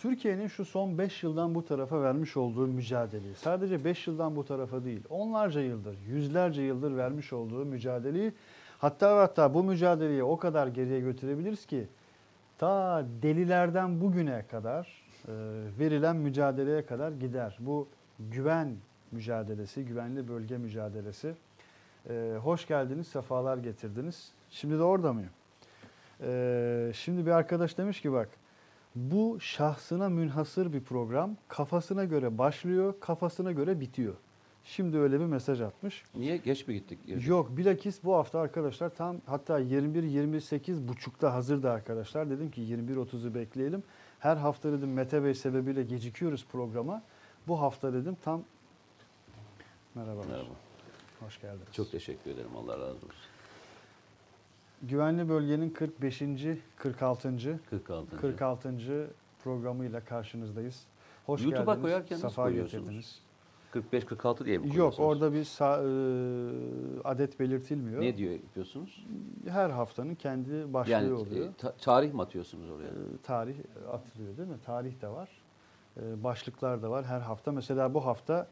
Türkiye'nin şu son 5 yıldan bu tarafa vermiş olduğu mücadeleyi, sadece 5 yıldan bu tarafa değil, onlarca yıldır, yüzlerce yıldır vermiş olduğu mücadeleyi, hatta bu mücadeleyi o kadar geriye götürebiliriz ki, ta delilerden bugüne kadar verilen mücadeleye kadar gider. Bu güven mücadelesi, güvenli bölge mücadelesi. Hoş geldiniz, sefalar getirdiniz. Şimdi de orada mıyım? Şimdi bir arkadaş demiş ki bak, bu şahsına münhasır bir program, kafasına göre başlıyor, kafasına göre bitiyor. Şimdi öyle bir mesaj atmış. Niye? Geç mi gittik? Yok, bilakis bu hafta arkadaşlar tam hatta 21-28.30'da hazırdı arkadaşlar. Dedim ki 21.30'u bekleyelim. Her hafta dedim Mete Bey sebebiyle gecikiyoruz programa. Bu hafta dedim tam... Merhabalar. Merhaba. Hoş geldiniz. Çok teşekkür ederim. Allah razı olsun. Güvenli Bölge'nin 46. programıyla karşınızdayız. Hoş YouTube'a geldiniz. koyarken nasıl Safa koyuyorsunuz? 45-46 diye mi Yok, koyuyorsunuz? orada bir adet belirtilmiyor. Ne diyor yapıyorsunuz? Her haftanın kendi başlığı Yani oluyor. tarih mi atıyorsunuz oraya? Tarih atılıyor değil mi? Tarih de var. Başlıklar da var her hafta. Mesela bu hafta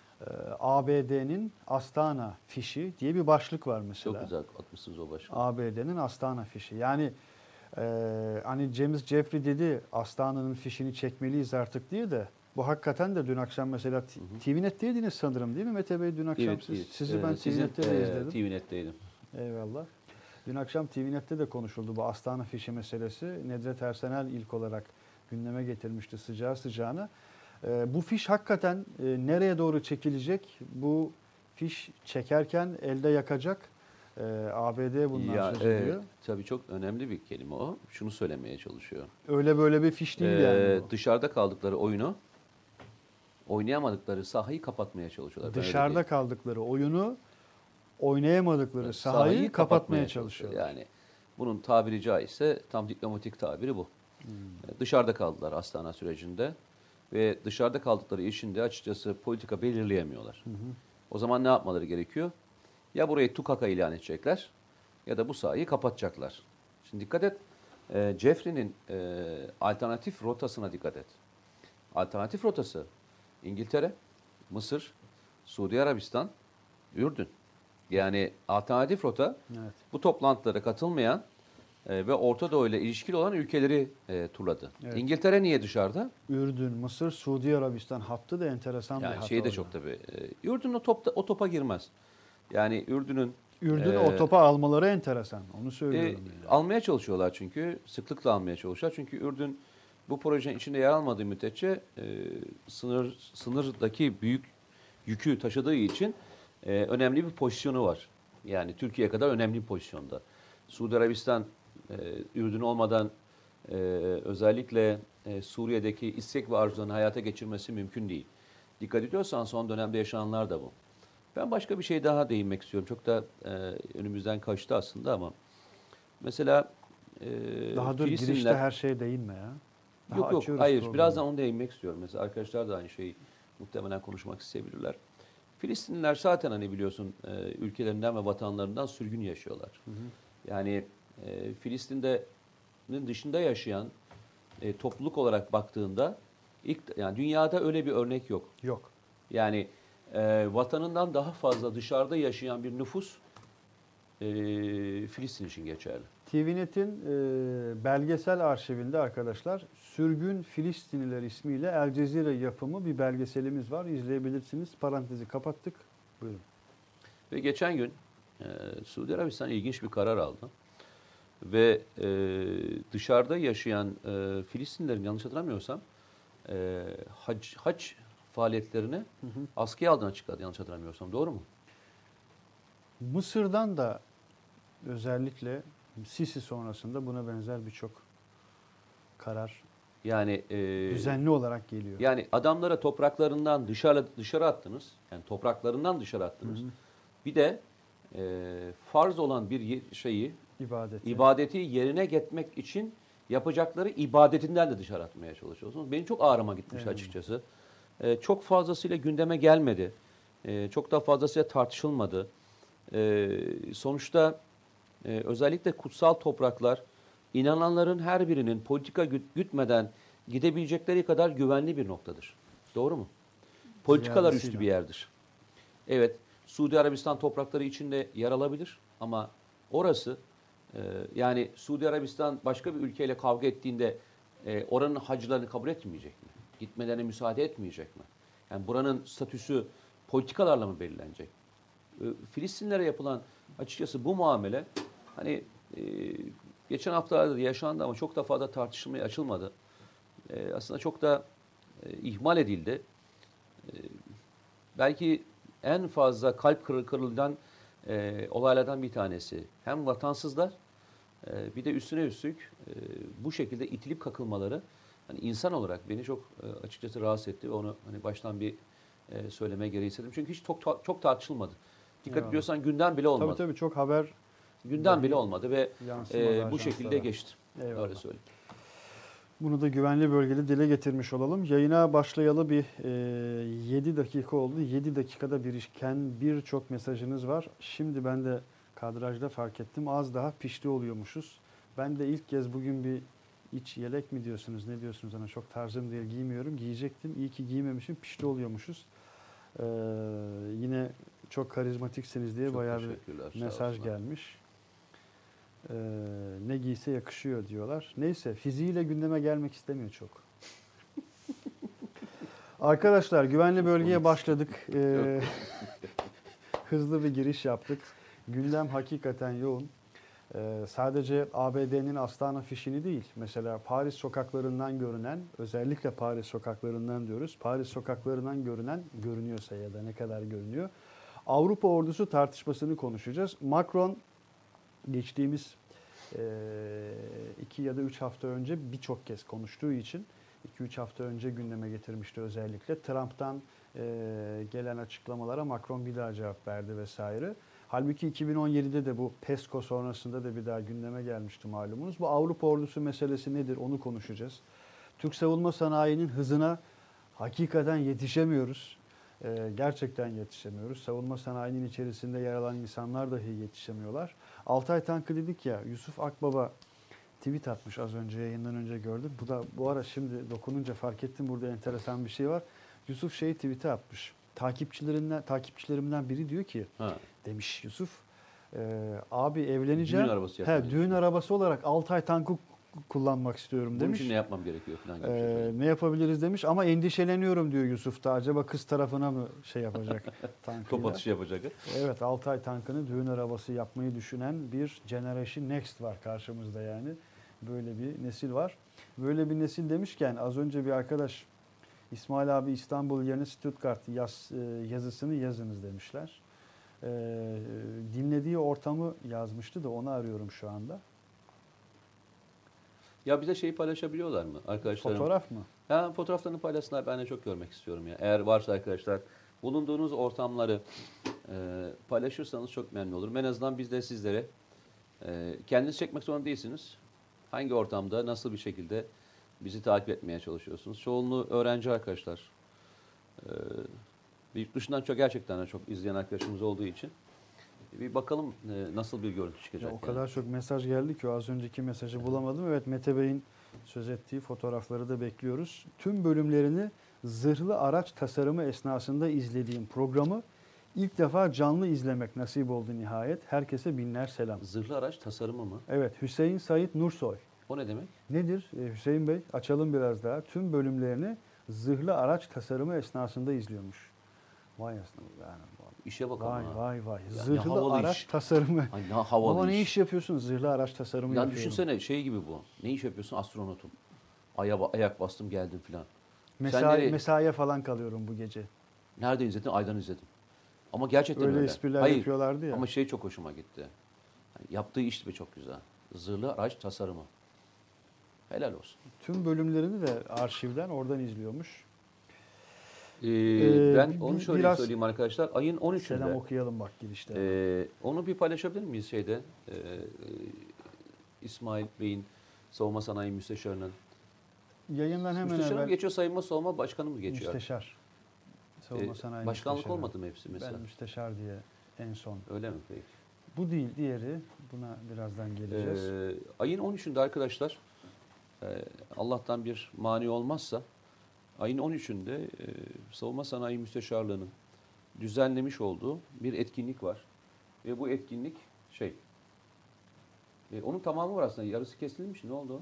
ABD'nin Astana fişi diye bir başlık var mesela. Çok güzel atmışsınız o başlığı. ABD'nin Astana fişi. Yani hani James Jeffrey dedi Astana'nın fişini çekmeliyiz artık diye de bu hakikaten de dün akşam mesela TVNet'teydiniz sanırım değil mi Mete Bey dün akşam? Evet. Sizi ben TVNet'te de izledim. TVNet'teydim. Eyvallah. Dün akşam TVNet'te de konuşuldu bu Astana fişi meselesi. Nedret Ersenel ilk olarak gündeme getirmişti sıcağı sıcağına. Bu fiş hakikaten nereye doğru çekilecek? Bu fiş çekerken elde yakacak. ABD bundan söz ediyor. Tabii çok önemli bir kelime o. Şunu söylemeye çalışıyor. Öyle böyle bir fiş değil yani bu. Dışarıda kaldıkları oyunu, oynayamadıkları sahayı kapatmaya çalışıyorlar. Dışarıda kaldıkları oyunu, oynayamadıkları sahayı kapatmaya çalışıyorlar. Yani bunun tabiri caizse tam diplomatik tabiri bu. Dışarıda kaldılar Astana sürecinde ve dışarıda kaldıkları için de açıkçası politika belirleyemiyorlar. O zaman ne yapmaları gerekiyor? Ya burayı tukaka ilan edecekler ya da bu sahayı kapatacaklar. Şimdi dikkat et, Jeffrey'nin alternatif rotasına dikkat et. Alternatif rotası İngiltere, Mısır, Suudi Arabistan, Ürdün. Yani alternatif rota bu toplantılara katılmayan ve Orta Doğu ile ilişkili olan ülkeleri turladı. Evet. İngiltere niye dışarıda? Ürdün, Mısır, Suudi Arabistan hattı da enteresan bir hat. hat. Şey de çok tabii. Ürdün o topa girmez. Yani Ürdün'ü o topa almaları enteresan. Onu söylüyorum. Yani. Almaya çalışıyorlar çünkü. Sıklıkla almaya çalışıyorlar. Çünkü Ürdün bu projenin içinde yer almadığı müddetçe sınırdaki büyük yükü taşıdığı için önemli bir pozisyonu var. Yani Türkiye kadar önemli bir pozisyonda. Suudi Arabistan Ürdün olmadan özellikle Suriye'deki istek ve arzularını hayata geçirmesi mümkün değil. Dikkat ediyorsan son dönemde yaşananlar da bu. Ben başka bir şey daha değinmek istiyorum. Çok da önümüzden kaçtı aslında ama mesela daha dur girişte her şeye değinme ya. Daha yok hayır programı. Birazdan onu değinmek istiyorum. Mesela arkadaşlar da aynı şeyi muhtemelen konuşmak isteyebilirler. Filistinliler zaten hani biliyorsun ülkelerinden ve vatanlarından sürgün yaşıyorlar. Yani Filistin'in dışında yaşayan topluluk olarak baktığında yani dünyada öyle bir örnek yok. Yok. Yani vatanından daha fazla dışarıda yaşayan bir nüfus Filistin için geçerli. TVNet'in belgesel arşivinde arkadaşlar Sürgün Filistinliler ismiyle El Cezire yapımı bir belgeselimiz var. İzleyebilirsiniz. Parantezi kapattık. Buyurun. Ve geçen gün Suudi Arabistan ilginç bir karar aldı. Ve dışarıda yaşayan Filistinlilerin yanlış hatırlamıyorsam hac faaliyetlerini askıya aldığını açıkladı yanlış hatırlamıyorsam. Doğru mu? Mısır'dan da özellikle Sisi sonrasında buna benzer birçok karar yani düzenli olarak geliyor. Yani adamlara topraklarından dışarı attınız. Yani topraklarından dışarı attınız. Bir de farz olan bir şeyi ibadeti yerine getirmek için yapacakları ibadetinden de dışarı atmaya çalışıyorsunuz. Benim çok ağrıma gitmiş açıkçası. Çok fazlasıyla gündeme gelmedi. Çok da fazlasıyla tartışılmadı. Sonuçta özellikle kutsal topraklar inananların her birinin politika gütmeden gidebilecekleri kadar güvenli bir noktadır. Doğru mu? Politikalar üstü Ziyadesiyle. bir yerdir. Evet, Suudi Arabistan toprakları içinde yer alabilir ama orası yani Suudi Arabistan başka bir ülkeyle kavga ettiğinde oranın hacılarını kabul etmeyecek mi? Gitmelerine müsaade etmeyecek mi? Yani buranın statüsü politikalarla mı belirlenecek? Filistinlere yapılan açıkçası bu muamele hani e, geçen haftalarda yaşandı ama çok da fazla tartışılmaya açılmadı. Aslında çok da ihmal edildi. E, Belki en fazla kalp kırılan olaylardan bir tanesi. Hem vatansızlar bir de üstüne üstlük bu şekilde itilip kakılmaları hani insan olarak beni çok açıkçası rahatsız etti ve onu hani baştan bir söylemeye gereği hissettim. Çünkü hiç çok tartışılmadı. Dikkat Eyvallah. ediyorsan gündem bile olmadı. Tabii çok haber Gündem bile olmadı ve yansımadı bu şekilde ajanslara. geçti. Eyvallah. Öyle söyleyeyim. Bunu da güvenli bölgede dile getirmiş olalım. Yayına başlayalı bir 7 dakika oldu. 7 dakikada birçok mesajınız var. Şimdi ben de kadrajda fark ettim. Az daha pişti oluyormuşuz. Ben de ilk kez bugün bir iç yelek mi diyorsunuz, ne diyorsunuz? Ana çok tarzım değil, giymiyorum. Giyecektim. İyi ki giymemişim. Pişti oluyormuşuz. Yine çok karizmatiksiniz diye Çok bayağı bir teşekkürler, sağ mesaj olsunlar. gelmiş. Ne giyse yakışıyor diyorlar. Neyse, fiziğiyle gündeme gelmek istemiyor çok. Arkadaşlar, güvenli bölgeye başladık. Hızlı bir giriş yaptık. Gündem hakikaten yoğun. Sadece ABD'nin Astana fişini değil, mesela Paris sokaklarından görünen, özellikle Paris sokaklarından diyoruz, Paris sokaklarından görünüyorsa ya da ne kadar görünüyor, Avrupa ordusu tartışmasını konuşacağız. Macron geçtiğimiz 2 ya da 3 hafta önce birçok kez konuştuğu için 2-3 hafta önce gündeme getirmişti özellikle. Trump'tan gelen açıklamalara Macron bir daha cevap verdi vesaire. Halbuki 2017'de de bu PESCO sonrasında da bir daha gündeme gelmişti malumunuz. Bu Avrupa ordusu meselesi nedir onu konuşacağız. Türk savunma sanayinin hızına hakikaten yetişemiyoruz. Gerçekten yetişemiyoruz. Savunma sanayinin içerisinde yer alan insanlar dahi yetişemiyorlar. Altay tankı dedik ya, Yusuf Akbaba tweet atmış az önce, yayından önce gördüm. Bu ara şimdi dokununca fark ettim, burada enteresan bir şey var. Yusuf tweet'e atmış. Takipçilerimden biri diyor ki, demiş Yusuf, abi evleneceğim. Düğün arabası yapmayı Düğün arabası olarak Altay tankı kullanmak istiyorum Bunun demiş. için ne yapmam gerekiyor falan gibi bir şey söyledi. Ne yapabiliriz demiş ama endişeleniyorum diyor Yusuf da. Acaba kız tarafına mı şey yapacak tankıyla? Top atışı yapacak. Evet, Altay tankını düğün arabası yapmayı düşünen bir Generation Next var karşımızda yani. Böyle bir nesil var. Böyle bir nesil demişken az önce bir arkadaş İsmail abi İstanbul yerine Stuttgart yazısını yazınız demişler. Dinlediği ortamı yazmıştı da onu arıyorum şu anda. Ya bize şeyi paylaşabiliyorlar mı arkadaşlarım? Fotoğraf mı? Ha, fotoğraflarını paylaşsınlar. Ben de çok görmek istiyorum ya. Eğer varsa arkadaşlar bulunduğunuz ortamları paylaşırsanız çok memnun olurum. En azından biz de sizlere kendiniz çekmek zorunda değilsiniz. Hangi ortamda, nasıl bir şekilde bizi takip etmeye çalışıyorsunuz? Çoğunluğu öğrenci arkadaşlar. Yurt dışından gerçekten de çok izleyen arkadaşımız olduğu için bir bakalım nasıl bir görüntü çıkacak. O kadar çok mesaj geldi ki az önceki mesajı bulamadım. Evet, Mete Bey'in söz ettiği fotoğrafları da bekliyoruz. Tüm bölümlerini zırhlı araç tasarımı esnasında izlediğim programı ilk defa canlı izlemek nasip oldu nihayet. Herkese binler selam. Zırhlı araç tasarımı mı? Evet, Hüseyin Sait Nursoy. O ne demek? Nedir Hüseyin Bey? Açalım biraz daha. Tüm bölümlerini zırhlı araç tasarımı esnasında izliyormuş. Vay aslında yani. İşe bakalım. Vay. Ya, Zırhlı araç tasarımı. Ay, ne havalı Ama iş. ne iş yapıyorsun? Zırhlı araç tasarımı Ya yapıyorum. düşünsene şey gibi bu. Ne iş yapıyorsun? Astronotum. Ayak bastım geldim filan. Mesaiye falan kalıyorum bu gece. Nerede izledin? Aydan izledim. Ama gerçekten öyle. Öyle espriler yapıyorlardı ya. Ama şey çok hoşuma gitti. Yani yaptığı iş de çok güzel. Zırhlı araç tasarımı. Helal olsun. Tüm bölümlerini de arşivden oradan izliyormuş. Ben onu şöyle biraz söyleyeyim arkadaşlar. Ayın 13'ünde. Selam okuyalım bak girişte. Onu bir paylaşabilir miyiz şeyde? İsmail Bey'in savunma sanayi müsteşarının. Yayından hemen Müsteşar mı evvel geçiyor, savunma savunma başkanı mı geçiyor? müsteşar. Savunma sanayi başkanlık müsteşarı. olmadı mı hepsi mesela? Ben müsteşar diye en son. Öyle mi peki? Bu değil, diğeri. Buna birazdan geleceğiz. Ayın 13'ünde arkadaşlar Allah'tan bir mani olmazsa ayın 13'ünde Savunma Sanayi Müsteşarlığı'nın düzenlemiş olduğu bir etkinlik var. Ve bu etkinlik onun tamamı var aslında. Yarısı kesilmiş. Ne oldu?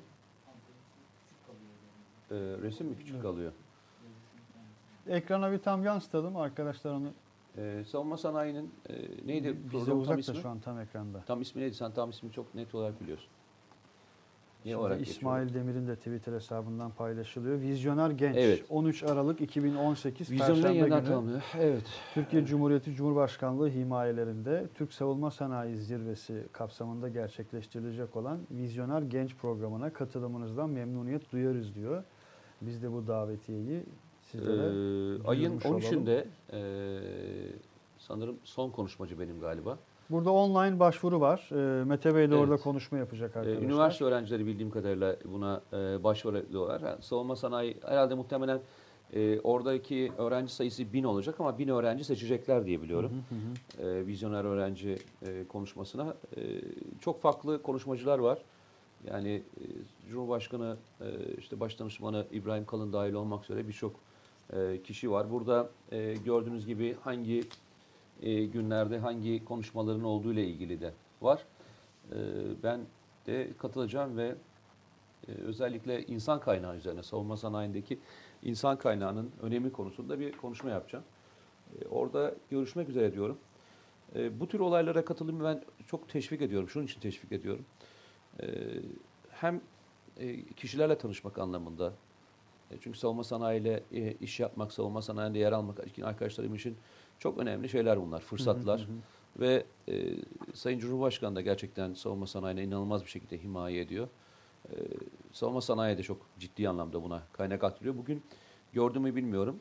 Resim mi küçük kalıyor? Ekrana bir tam yansıtalım. Arkadaşlar onu Savunma sanayinin neydi? bize Program tam uzak da ismi? şu an tam ekranda. Tam ismi neydi? Sen tam ismini çok net olarak biliyorsun. Ne Şimdi olarak İsmail geçiyor? Demir'in de Twitter hesabından paylaşılıyor. Vizyoner Genç. Evet. 13 Aralık 2018 Vizyonların Perşembe yeniden günü tanımlıyor. Evet. Türkiye Cumhuriyeti Cumhurbaşkanlığı himayelerinde Türk Savunma Sanayi Zirvesi kapsamında gerçekleştirilecek olan Vizyoner Genç programına katılımınızdan memnuniyet duyarız diyor. Biz de bu davetiyeyi sizlere Ayın duyurmuş olalım. 13'ünde sanırım son konuşmacı benim galiba. Burada online başvuru var. Mete Bey de orada Evet. konuşma yapacak arkadaşlar. Üniversite öğrencileri bildiğim kadarıyla buna başvuruyorlar. Yani savunma sanayi herhalde muhtemelen oradaki öğrenci sayısı 1000 olacak ama 1000 öğrenci seçecekler diye biliyorum. Vizyoner öğrenci konuşmasına. Çok farklı konuşmacılar var. Yani Cumhurbaşkanı, işte Başdanışmanı İbrahim Kalın dahil olmak üzere birçok kişi var. Burada gördüğünüz gibi hangi günlerde hangi konuşmaların olduğu ile ilgili de var. Ben de katılacağım ve özellikle insan kaynağı üzerine, savunma sanayindeki insan kaynağının önemi konusunda bir konuşma yapacağım. Orada görüşmek üzere diyorum. Bu tür olaylara katılımı ben çok teşvik ediyorum. Şunun için teşvik ediyorum. Hem kişilerle tanışmak anlamında. Çünkü savunma sanayiyle iş yapmak, savunma sanayinde yer almak arkadaşlarım için çok önemli şeyler bunlar, fırsatlar. Ve Sayın Cumhurbaşkanı da gerçekten savunma sanayine inanılmaz bir şekilde himaye ediyor. Savunma sanayi de çok ciddi anlamda buna kaynak aktarıyor. Bugün gördüğümü bilmiyorum.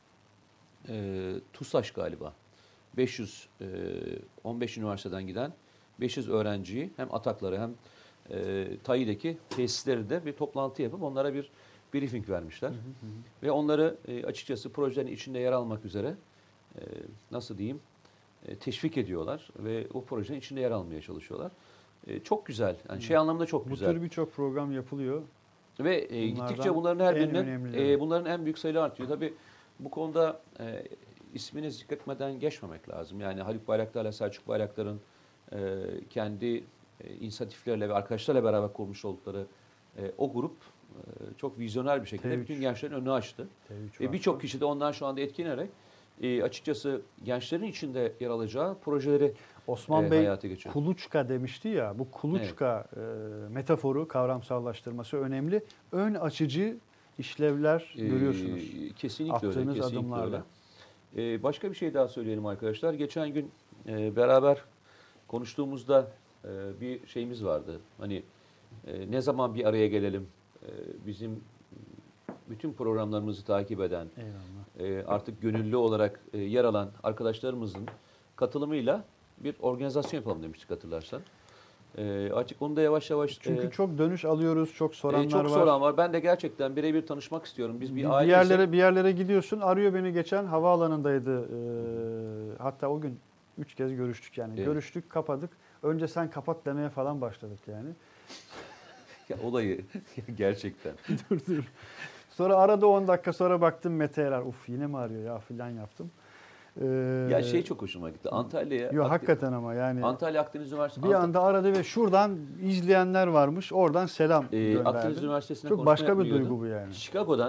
TUSAŞ galiba. 15 üniversiteden giden 500 öğrenciyi hem Atakları hem TAİ'deki tesisleri de bir toplantı yapıp onlara bir briefing vermişler. Ve onları açıkçası projelerin içinde yer almak üzere nasıl diyeyim teşvik ediyorlar ve o projenin içinde yer almaya çalışıyorlar. Çok güzel. Yani şey anlamda çok güzel. Bu tür birçok program yapılıyor. Ve gittikçe bunların her birinin bunların en büyük sayıları artıyor. Tabii bu konuda ismini zikretmeden geçmemek lazım. Yani Haluk Bayraktar'la Selçuk Bayraktar'ın kendi inisiyatifleriyle ve arkadaşlarla beraber kurmuş oldukları o grup çok vizyoner bir şekilde bütün gençlerin önünü açtı. Birçok kişi de ondan şu anda etkilenerek açıkçası gençlerin içinde yer alacağı projeleri Osman Bey hayata geçiyor. kuluçka demişti ya, bu kuluçka metaforu, kavramsallaştırması önemli. Ön açıcı işlevler görüyorsunuz. Kesinlikle öyle. Attığınız Kesinlikle adımlarla. öyle. Başka bir şey daha söyleyelim arkadaşlar. Geçen gün beraber konuştuğumuzda bir şeyimiz vardı. Hani ne zaman bir araya gelelim, bizim bütün programlarımızı takip eden, artık gönüllü olarak yer alan arkadaşlarımızın katılımıyla bir organizasyon yapalım demiştik hatırlarsan. Artık onu da yavaş yavaş... Çünkü çok dönüş alıyoruz, çok soranlar var. Çok soran var. Ben de gerçekten birebir tanışmak istiyorum. Biz bir aileyiz. Bir yerlere gidiyorsun, arıyor beni geçen havaalanındaydı. Hatta o gün 3 kez görüştük yani. Evet. Görüştük, kapadık. Önce sen kapat demeye falan başladık yani. Ya, olayı gerçekten. dur. Sonra arada 10 dakika sonra baktım Mete Erer. Uf yine mi arıyor ya filan yaptım. Ya çok hoşuma gitti. Antalya'ya... Yok hakikaten ama yani. Antalya Akdeniz Üniversitesi... Bir anda aradı ve şuradan izleyenler varmış. Oradan selam gönderdi. Akdeniz Üniversitesi'ne çok başka bir duygu bu yani. Chicago'dan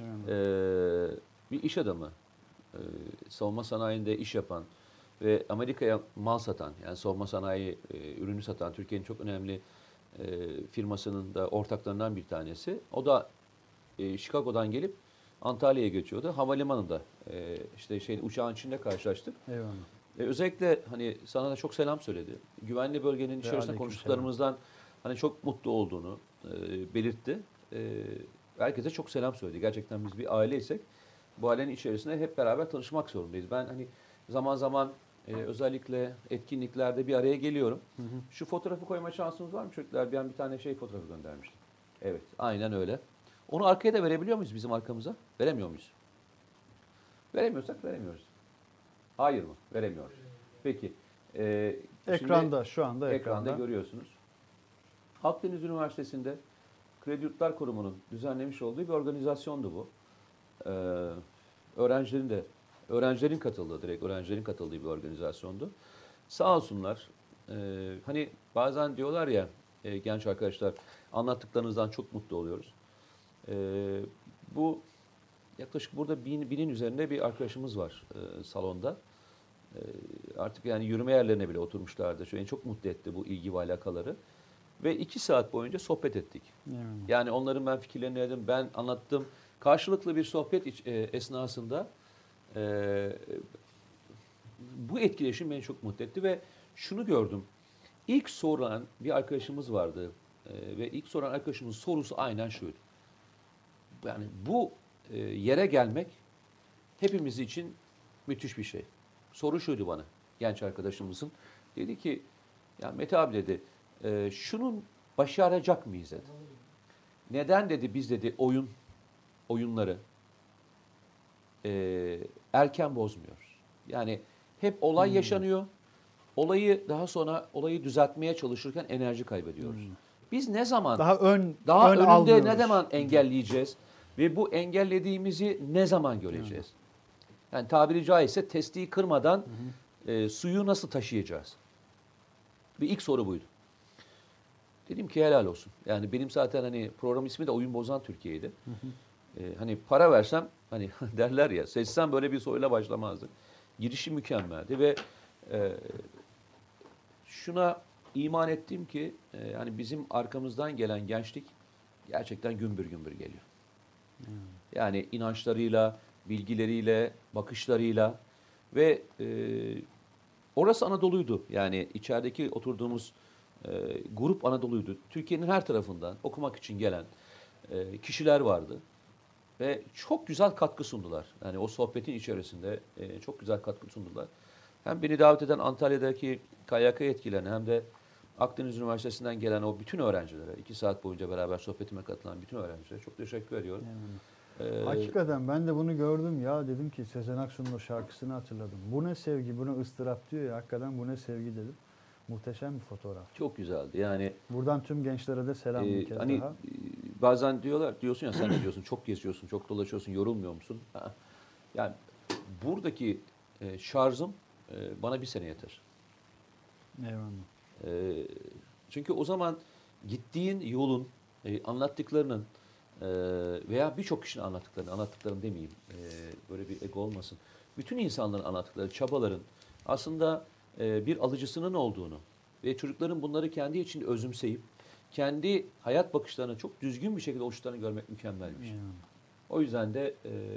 bir iş adamı, savunma sanayinde iş yapan ve Amerika'ya mal satan, yani savunma sanayi ürünü satan Türkiye'nin çok önemli firmasının da ortaklarından bir tanesi. O da Chicago'dan gelip Antalya'ya geçiyordu. Havalimanında uçağın içinde karşılaştık. Eyvallah. Özellikle hani sana da çok selam söyledi. Güvenli bölgenin içerisinde konuştuklarımızdan hani çok mutlu olduğunu belirtti. Herkese çok selam söyledi. Gerçekten biz bir aileysek bu ailenin içerisinde hep beraber tanışmak zorundayız. Ben hani zaman zaman özellikle etkinliklerde bir araya geliyorum. Şu fotoğrafı koyma şansımız var mı çocuklar? Ben bir tane fotoğrafı göndermiştim. Evet, aynen öyle. Onu arkaya da verebiliyor muyuz bizim arkamıza? Veremiyor muyuz? Veremiyorsak veremiyoruz. Hayır mı? Veremiyoruz. Peki. Ekranda, şu anda ekranda görüyorsunuz. Akdeniz Üniversitesi'nde Kredi Yurtlar Kurumu'nun düzenlemiş olduğu bir organizasyondu bu. Öğrencilerin katıldığı, direkt öğrencilerin katıldığı bir organizasyondu. Sağ olsunlar. Hani bazen diyorlar ya genç arkadaşlar, anlattıklarınızdan çok mutlu oluyoruz. Bu yaklaşık burada binin üzerinde bir arkadaşımız var salonda. Artık yani yürüme yerlerine bile oturmuşlardı. Şu en çok mutlu etti bu ilgi ve alakaları. Ve 2 saat boyunca sohbet ettik. Yani onların ben fikirlerini dedim, ben anlattım. Karşılıklı bir sohbet esnasında bu etkileşim beni çok mutlu etti ve şunu gördüm. İlk soran bir arkadaşımız vardı ve ilk soran arkadaşımızın sorusu aynen şuydu. Yani bu yere gelmek hepimiz için müthiş bir şey. Soru şuydu bana, genç arkadaşımızın. Dedi ki, ya Mete abi dedi, şunun başaracak mıyız dedi. Neden dedi biz dedi oyunları erken bozmuyoruz. Yani hep olay yaşanıyor. Daha sonra olayı düzeltmeye çalışırken enerji kaybediyoruz. Biz ne zaman daha önünde almıyoruz. ne zaman engelleyeceğiz ve bu engellediğimizi ne zaman göreceğiz? Yani tabiri caizse testiyi kırmadan suyu nasıl taşıyacağız? Ve ilk soru buydu. Dedim ki helal olsun. Yani benim zaten hani program ismi de Oyun Bozan Türkiye'ydi. Hani para versem hani derler ya, seçsem böyle bir soruyla başlamazdı. Girişi mükemmeldi ve şuna iman ettim ki yani bizim arkamızdan gelen gençlik gerçekten gümbür gümbür geliyor. Yani inançlarıyla, bilgileriyle, bakışlarıyla ve orası Anadolu'ydu. Yani içerideki oturduğumuz grup Anadolu'ydu. Türkiye'nin her tarafından okumak için gelen kişiler vardı. Ve çok güzel katkı sundular. Yani o sohbetin içerisinde çok güzel katkı sundular. Hem beni davet eden Antalya'daki KYK yetkililerine hem de Akdeniz Üniversitesi'nden gelen o bütün öğrencilere, 2 saat boyunca beraber sohbetime katılan bütün öğrencilere çok teşekkür ediyorum. Hakikaten ben de bunu gördüm ya, dedim ki Sezen Aksu'nun o şarkısını hatırladım. Bu ne sevgi, bu ne ıstırap diyor ya, hakikaten bu ne sevgi dedim. Muhteşem bir fotoğraf. Çok güzeldi. Yani buradan tüm gençlere de selam bir kez hani daha. Bazen diyorsun ya, sen ne diyorsun, çok geziyorsun, çok dolaşıyorsun, yorulmuyor musun? Yani buradaki şarjım bana 1 sene yeter. Eyvallah. Çünkü o zaman gittiğin yolun anlattıklarının veya birçok kişinin anlattıklarını demeyeyim, böyle bir ego olmasın. Bütün insanların anlattıkları, çabaların aslında bir alıcısının olduğunu ve çocukların bunları kendi içinde özümseyip kendi hayat bakışlarını çok düzgün bir şekilde oluşturduğunu görmek mükemmel bir şey. O yüzden de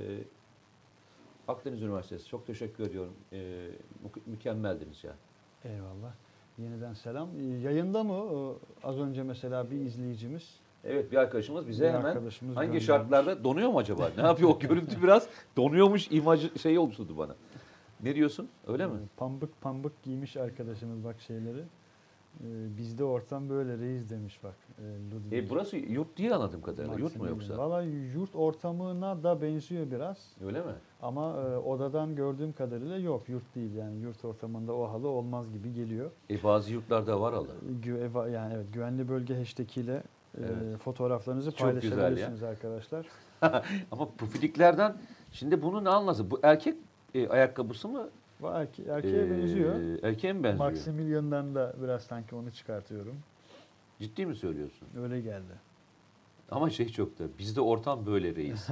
Akdeniz Üniversitesi çok teşekkür ediyorum. Mükemmeldiniz ya. Eyvallah. Yeniden selam. Yayında mı az önce mesela bir izleyicimiz? Evet, bir arkadaşımız bize hemen hangi göndermiş. şartlarda donuyor mu acaba? Ne yapıyor o görüntü, biraz donuyormuş imajı şeyi oluşturdu bana. Ne diyorsun? Öyle mi? Pambık pambık giymiş arkadaşımız bak şeyleri. Bizde ortam böyle reis demiş bak. Burası yurt değil anladığım kadarıyla. Yurt mu yoksa? Valla yurt ortamına da benziyor biraz. Öyle mi? Ama odadan gördüğüm kadarıyla yok, yurt değil yani, yurt ortamında o halı olmaz gibi geliyor. Bazı yurtlarda var halı. Yani evet, güvenli bölge hashtag ile fotoğraflarınızı çok paylaşabilirsiniz arkadaşlar. Ama pufidiklerden şimdi bunu ne anlasın? Bu erkek ayakkabısı mı? Erkeğe benziyor. Erkeğe mi benziyor? Maximilian'dan da biraz sanki onu çıkartıyorum. Ciddi mi söylüyorsun? Öyle geldi. Ama çok da bizde ortam böyle reis.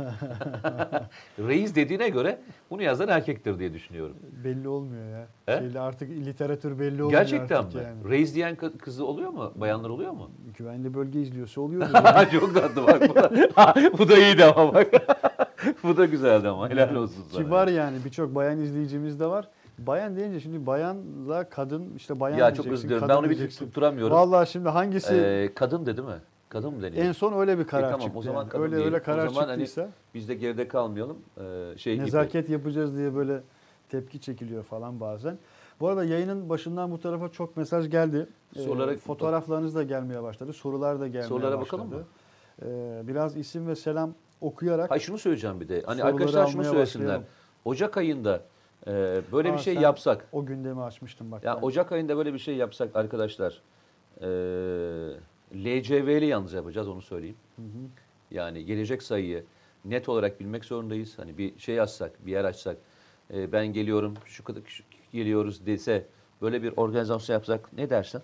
Reis dediğine göre bunu yazan erkektir diye düşünüyorum. Belli olmuyor ya. Artık literatür belli olmuyor. Gerçekten artık mi? Yani. Reis diyen kızı oluyor mu? Bayanlar oluyor mu? Güvenli bölge izliyorsa oluyor. Çok tatlı bak. Bu da iyiydi ama bak. Bu da güzeldi ama. Helal olsun sana. Ki var yani, birçok bayan izleyicimiz de var. Bayan deyince şimdi bayanla kadın, işte bayan ya diyeceksin. Çok özür dilerim. Ben onu bir tutturamıyorum. Vallahi şimdi hangisi? Kadın dedi mi? Kadın mı deniyor? En son öyle bir karar tamam, çıktı. o zaman yani. kadın öyle karar o zaman çıktıysa. Hani biz de geride kalmayalım. Nezaket yapacağız diye böyle tepki çekiliyor falan bazen. Bu arada yayının başından bu tarafa çok mesaj geldi. Fotoğraflarınız da gelmeye başladı. Sorular da gelmeye Sorulara başladı. bakalım mı? Biraz isim ve selam okuyarak. Hayır, şunu söyleyeceğim bir de. Hani arkadaşlar şunu söylesinler. Başlayalım. Ocak ayında böyle bir şey yapsak. O gündemi açmıştım bak. Ya Ocak ayında böyle bir şey yapsak arkadaşlar. LCV'li yalnız yapacağız, onu söyleyeyim. Yani gelecek sayıyı net olarak bilmek zorundayız. Hani bir şey açsak, bir yer açsak, ben geliyorum, şu kadar geliyoruz dese, böyle bir organizasyon yapsak ne dersin?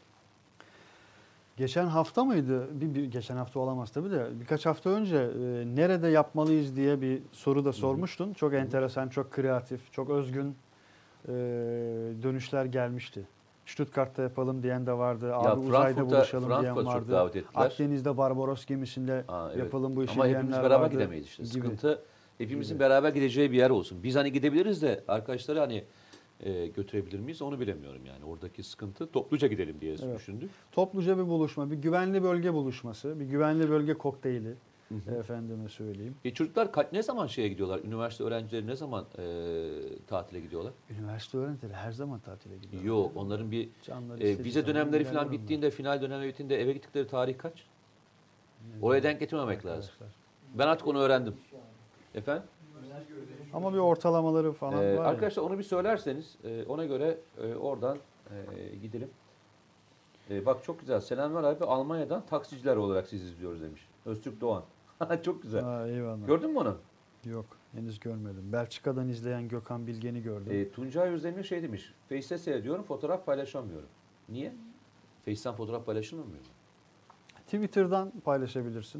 Geçen hafta mıydı? Geçen hafta olamaz tabii de birkaç hafta önce nerede yapmalıyız diye bir soru da sormuştun. Çok enteresan, çok kreatif, çok özgün dönüşler gelmişti. Stuttgart'ta yapalım diyen de vardı. Abi uzayda buluşalım diyen çok vardı. davet ettiler. Akdeniz'de Barbaros gemisinde Evet. yapalım bu işi Ama diyenler hepimiz vardı. beraber gidemeyiz işte. Gibi. Sıkıntı hepimizin beraber gideceği bir yer olsun. Biz hani gidebiliriz de arkadaşları hani götürebilir miyiz onu bilemiyorum yani. Oradaki sıkıntı topluca gidelim diye düşündük. Topluca bir buluşma, bir güvenli bölge buluşması, bir güvenli bölge kokteyli. Efendime söyleyeyim. Çocuklar ne zaman şeye gidiyorlar? Üniversite öğrencileri ne zaman tatile gidiyorlar? Üniversite öğrencileri her zaman tatile gidiyor. Yok, onların bir vize dönemleri falan bittiğinde, final dönemi bittiğinde eve gittikleri tarih kaç? Oraya denk getirmemek lazım. Ben artık onu öğrendim. Efendim? Ama bir ortalamaları falan var. Arkadaşlar onu bir söylerseniz ona göre oradan gidelim. Bak çok güzel. Selamlar abi. Almanya'dan taksiciler olarak sizi izliyoruz demiş. Öztürk Doğan. Çok güzel. Eyvallah. Gördün mü onu? Yok. Henüz görmedim. Belçika'dan izleyen Gökhan Bilgen'i gördüm. Tuncay Özdemir şey demiş. Face'te seyrediyorum, fotoğraf paylaşamıyorum. Niye? Face'ten fotoğraf paylaşılmıyor mu? Twitter'dan paylaşabilirsin.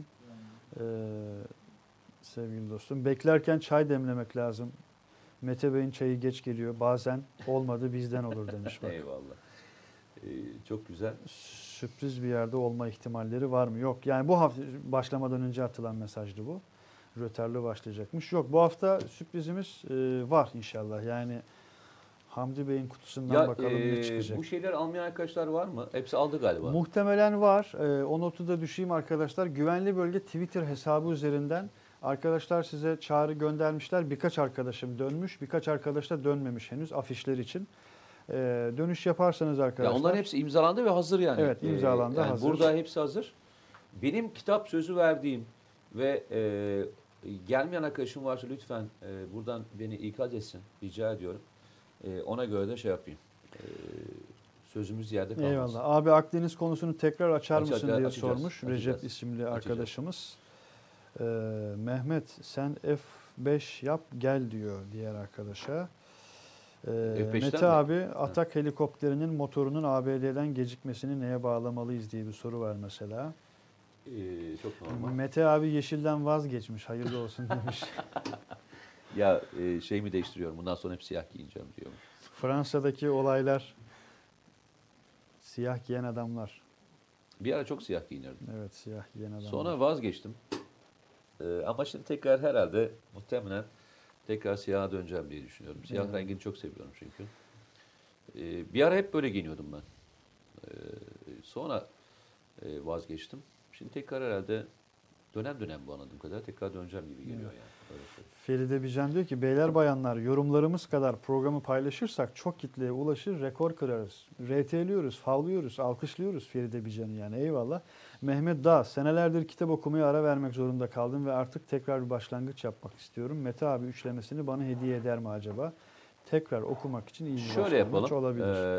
Sevgili dostum. Beklerken çay demlemek lazım. Mete Bey'in çayı geç geliyor. Bazen olmadı bizden olur demiş. Bak. Eyvallah. Çok güzel. Sürpriz bir yerde olma ihtimalleri var mı? Yok. Yani bu hafta başlamadan önce atılan mesajdı bu. Rötarlı başlayacakmış. Yok, bu hafta sürprizimiz var inşallah. Yani Hamdi Bey'in kutusundan bakalım ne çıkacak. Bu şeyler almayan arkadaşlar var mı? Hepsi aldı galiba. Muhtemelen var. O notu da düşeyim arkadaşlar. Güvenli Bölge Twitter hesabı üzerinden arkadaşlar size çağrı göndermişler. Birkaç arkadaşım dönmüş, birkaç arkadaş da dönmemiş henüz afişler için. Dönüş yaparsanız arkadaşlar. Ya onların hepsi imzalandı ve hazır yani. Evet, imzalandı, yani hazır. Burada hepsi hazır. Benim kitap sözü verdiğim ve gelmeyen arkadaşım varsa lütfen buradan beni ikaz etsin. Rica ediyorum. Ona göre de şey yapayım. Sözümüz yerde kalmasın. Eyvallah. Abi Akdeniz konusunu tekrar açar mısın diye sormuş açacağız. Recep isimli arkadaşımız. Mehmet sen F5 yap gel diyor diğer arkadaşa. Mete mi? abi Atak helikopterinin motorunun ABD'den gecikmesini neye bağlamalıyız diye bir soru var mesela. Çok normal. Mete abi yeşilden vazgeçmiş. Hayırlı olsun demiş. Ya şey mi değiştiriyorum? Bundan sonra hep siyah giyineceğim diyor. Fransa'daki olaylar, siyah giyen adamlar. Bir ara çok siyah giyinirdim. Evet, siyah giyen adamlar. Sonra vazgeçtim. Ama şimdi tekrar herhalde muhtemelen tekrar siyaha döneceğim diye düşünüyorum. Siyah rengini çok seviyorum çünkü. Bir ara hep böyle giyiniyordum ben. Sonra vazgeçtim. Şimdi tekrar herhalde dönem dönem bu anladığım kadar tekrar döneceğim gibi geliyor yani. Feride Bican diyor ki beyler bayanlar yorumlarımız kadar programı paylaşırsak çok kitleye ulaşır, rekor kırarız. RT'liyoruz, favlıyoruz, alkışlıyoruz Feride Bican'ı yani eyvallah. Mehmet Dağ, senelerdir kitap okumaya ara vermek zorunda kaldım ve artık tekrar bir başlangıç yapmak istiyorum. Mete abi üçlemesini bana hediye eder mi acaba? Tekrar okumak için iyi bir şöyle yapalım. Olabilir.